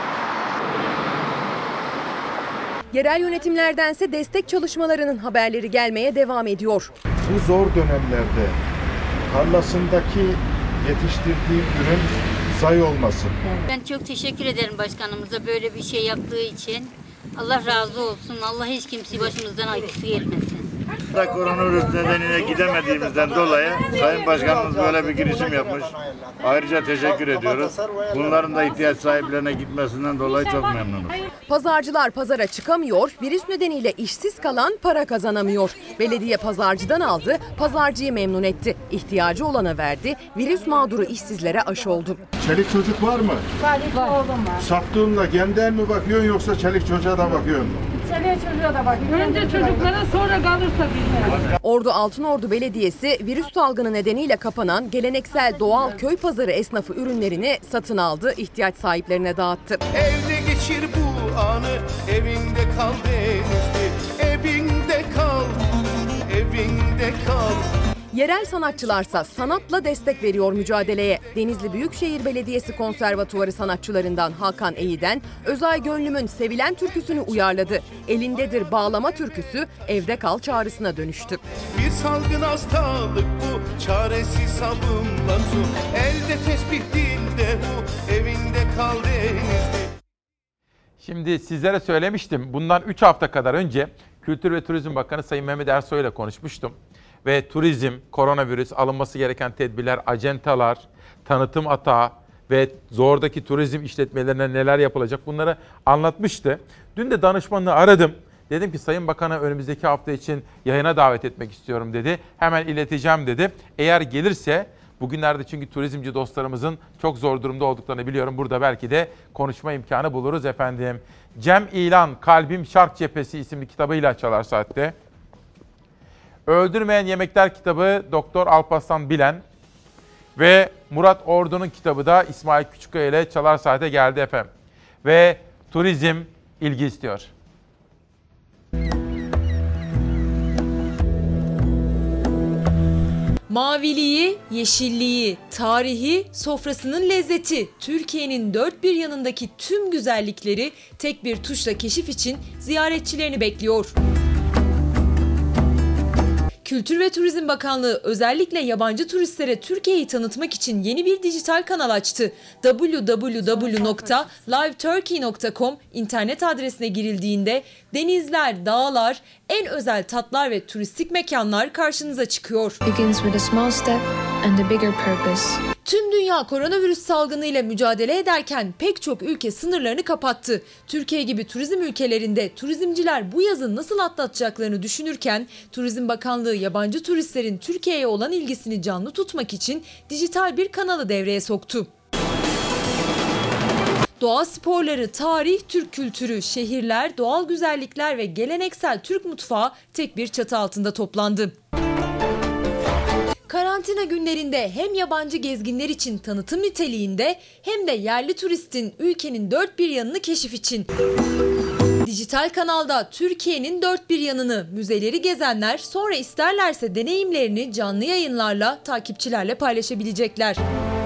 Yerel yönetimlerdense destek çalışmalarının haberleri gelmeye devam ediyor. Bu zor dönemlerde tarlasındaki yetiştirdiği ürün zayi olmasın. Ben çok teşekkür ederim başkanımıza böyle bir şey yaptığı için. Allah razı olsun. Allah hiç kimseyi başımızdan eksik etmesin. Koronavirüs nedeniyle gidemediğimizden dolayı Sayın Başkanımız böyle bir girişim yapmış. Ayrıca teşekkür ediyoruz. Bunların da ihtiyaç sahiplerine gitmesinden dolayı çok memnunuz. Pazarcılar pazara çıkamıyor, virüs nedeniyle işsiz kalan para kazanamıyor. Belediye pazarcıdan aldı, pazarcıyı memnun etti. İhtiyacı olana verdi, virüs mağduru işsizlere aşı oldu. Çelik çocuk var mı? Var, oğlum var. Sattığında kendi mi bakıyorsun yoksa çelik çocuğa da bakıyorsun? Çelik çocuğa da bakıyorum. Önce çocuklara sonra kalırsa bilmiyorum. Ordu Altınordu Belediyesi virüs salgını nedeniyle kapanan geleneksel doğal köy pazarı esnafı ürünlerini satın aldı, ihtiyaç sahiplerine dağıttı. Evde geçir bu anı, evinde kal denizde, evinde kal, evinde kal. Yerel sanatçılarsa sanatla destek veriyor mücadeleye. Denizli Büyükşehir Belediyesi Konservatuvarı sanatçılarından Hakan Eyi'den Özay Gönlüm'ün sevilen türküsünü uyarladı. Elindedir bağlama türküsü evde kal çağrısına dönüştü. Bir salgın hastalık bu, çaresiz sabunla su, elde tesbih dilde bu, evinde kal denizde. Şimdi sizlere söylemiştim. Bundan 3 hafta kadar önce Kültür ve Turizm Bakanı Sayın Mehmet Ersoy ile konuşmuştum. Ve turizm, koronavirüs, alınması gereken tedbirler, acentalar, tanıtım atağı ve zordaki turizm işletmelerine neler yapılacak bunları anlatmıştı. Dün de danışmanını aradım. Dedim ki Sayın Bakan'a önümüzdeki hafta için yayına davet etmek istiyorum dedi. Hemen ileteceğim dedi. Eğer gelirse bugünlerde çünkü turizmci dostlarımızın çok zor durumda olduklarını biliyorum. Burada belki de konuşma imkanı buluruz efendim. Cem İlan, Kalbim Şark Cephesi isimli kitabıyla Çalar Saat'te. Öldürmeyen Yemekler kitabı Doktor Alparslan Bilen ve Murat Ordu'nun kitabı da İsmail Küçükkaya ile Çalar Saat'e geldi efendim. Ve turizm ilgi istiyor. Maviliği, yeşilliği, tarihi, sofrasının lezzeti, Türkiye'nin dört bir yanındaki tüm güzellikleri tek bir tuşla keşif için ziyaretçilerini bekliyor. Kültür ve Turizm Bakanlığı özellikle yabancı turistlere Türkiye'yi tanıtmak için yeni bir dijital kanal açtı. www.liveturkey.com internet adresine girildiğinde denizler, dağlar, en özel tatlar ve turistik mekanlar karşınıza çıkıyor. Begins with a small step and a bigger purpose. Tüm dünya koronavirüs salgınıyla mücadele ederken pek çok ülke sınırlarını kapattı. Türkiye gibi turizm ülkelerinde turizmciler bu yazın nasıl atlatacaklarını düşünürken Turizm Bakanlığı yabancı turistlerin Türkiye'ye olan ilgisini canlı tutmak için dijital bir kanalı devreye soktu. Doğa sporları, tarih, Türk kültürü, şehirler, doğal güzellikler ve geleneksel Türk mutfağı tek bir çatı altında toplandı. Karantina günlerinde hem yabancı gezginler için tanıtım niteliğinde hem de yerli turistin ülkenin dört bir yanını keşif için. Dijital kanalda Türkiye'nin dört bir yanını, müzeleri gezenler sonra isterlerse deneyimlerini canlı yayınlarla takipçilerle paylaşabilecekler.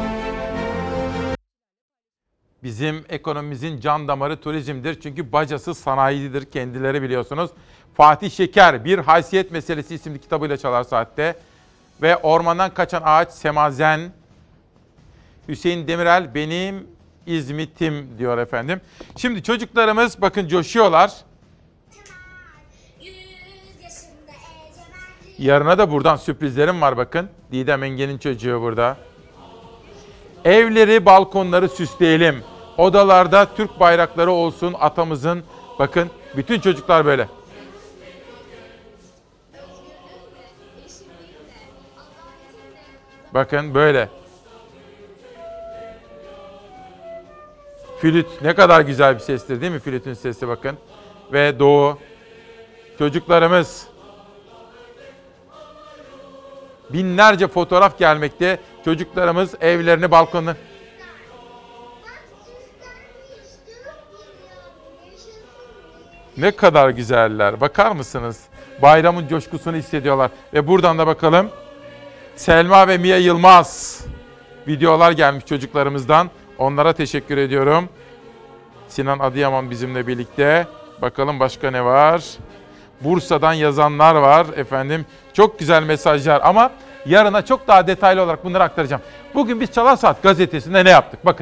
Bizim ekonomimizin can damarı turizmdir. Çünkü bacası sanayidir, kendileri biliyorsunuz. Fatih Şeker, Bir Haysiyet Meselesi isimli kitabıyla Çalar Saat'te. Ve Ormandan Kaçan Ağaç Semazen. Hüseyin Demirel, Benim İzmit'im diyor efendim. Şimdi çocuklarımız bakın coşuyorlar. Yarına da buradan sürprizlerim var bakın. Didem Engen'in çocuğu burada. Evleri, balkonları süsleyelim. Odalarda Türk bayrakları olsun atamızın. Bakın bütün çocuklar böyle. Bakın böyle. Flüt ne kadar güzel bir sestir değil mi? Flütün sesi bakın. Ve Doğu. Çocuklarımız. Binlerce fotoğraf gelmekte. Çocuklarımız evlerini, balkonunu. Ne kadar güzeller. Bakar mısınız? Bayramın coşkusunu hissediyorlar. Ve buradan da bakalım. Selma ve Mia Yılmaz. Videolar gelmiş çocuklarımızdan. Onlara teşekkür ediyorum. Sinan Adıyaman bizimle birlikte. Bakalım başka ne var? Bursa'dan yazanlar var efendim. Çok güzel mesajlar ama yarına çok daha detaylı olarak bunları aktaracağım. Bugün biz Çalar Saat gazetesinde ne yaptık? Bakın.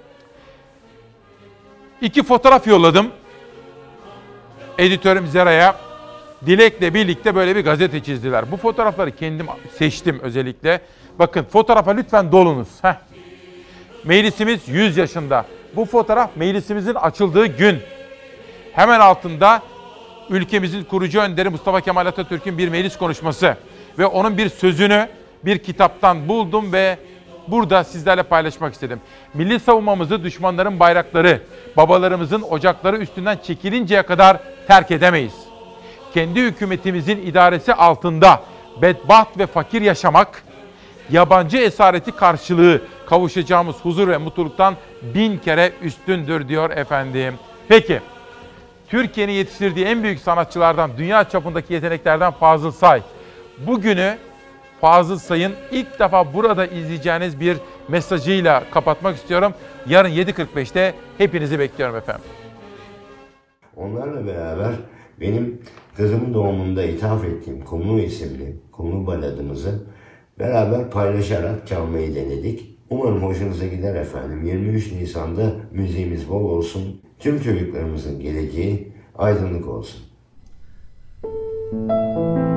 2 fotoğraf yolladım. Editörüm Zera'ya. Dilek'le birlikte böyle bir gazete çizdiler. Bu fotoğrafları kendim seçtim özellikle. Bakın fotoğrafa lütfen dolunuz. Meclisimiz 100 yaşında. Bu fotoğraf meclisimizin açıldığı gün. Hemen altında ülkemizin kurucu önderi Mustafa Kemal Atatürk'ün bir meclis konuşması. Ve onun bir sözünü bir kitaptan buldum ve burada sizlerle paylaşmak istedim. Milli savunmamızı düşmanların bayrakları, babalarımızın ocakları üstünden çekilinceye kadar terk edemeyiz. Kendi hükümetimizin idaresi altında bedbaht ve fakir yaşamak, yabancı esareti karşılığı kavuşacağımız huzur ve mutluluktan 1000 kere üstündür diyor efendim. Peki, Türkiye'nin yetiştirdiği en büyük sanatçılardan, dünya çapındaki yeteneklerden Fazıl Say. Bugünü Fazıl Say'ın ilk defa burada izleyeceğiniz bir mesajıyla kapatmak istiyorum. Yarın 7.45'te hepinizi bekliyorum efendim. Onlarla beraber benim kızımın doğumunda ithaf ettiğim Kumru isimli Kumru baladımızı beraber paylaşarak çalmayı denedik. Umarım hoşunuza gider efendim. 23 Nisan'da müziğimiz bol olsun. Tüm çocuklarımızın geleceği aydınlık olsun.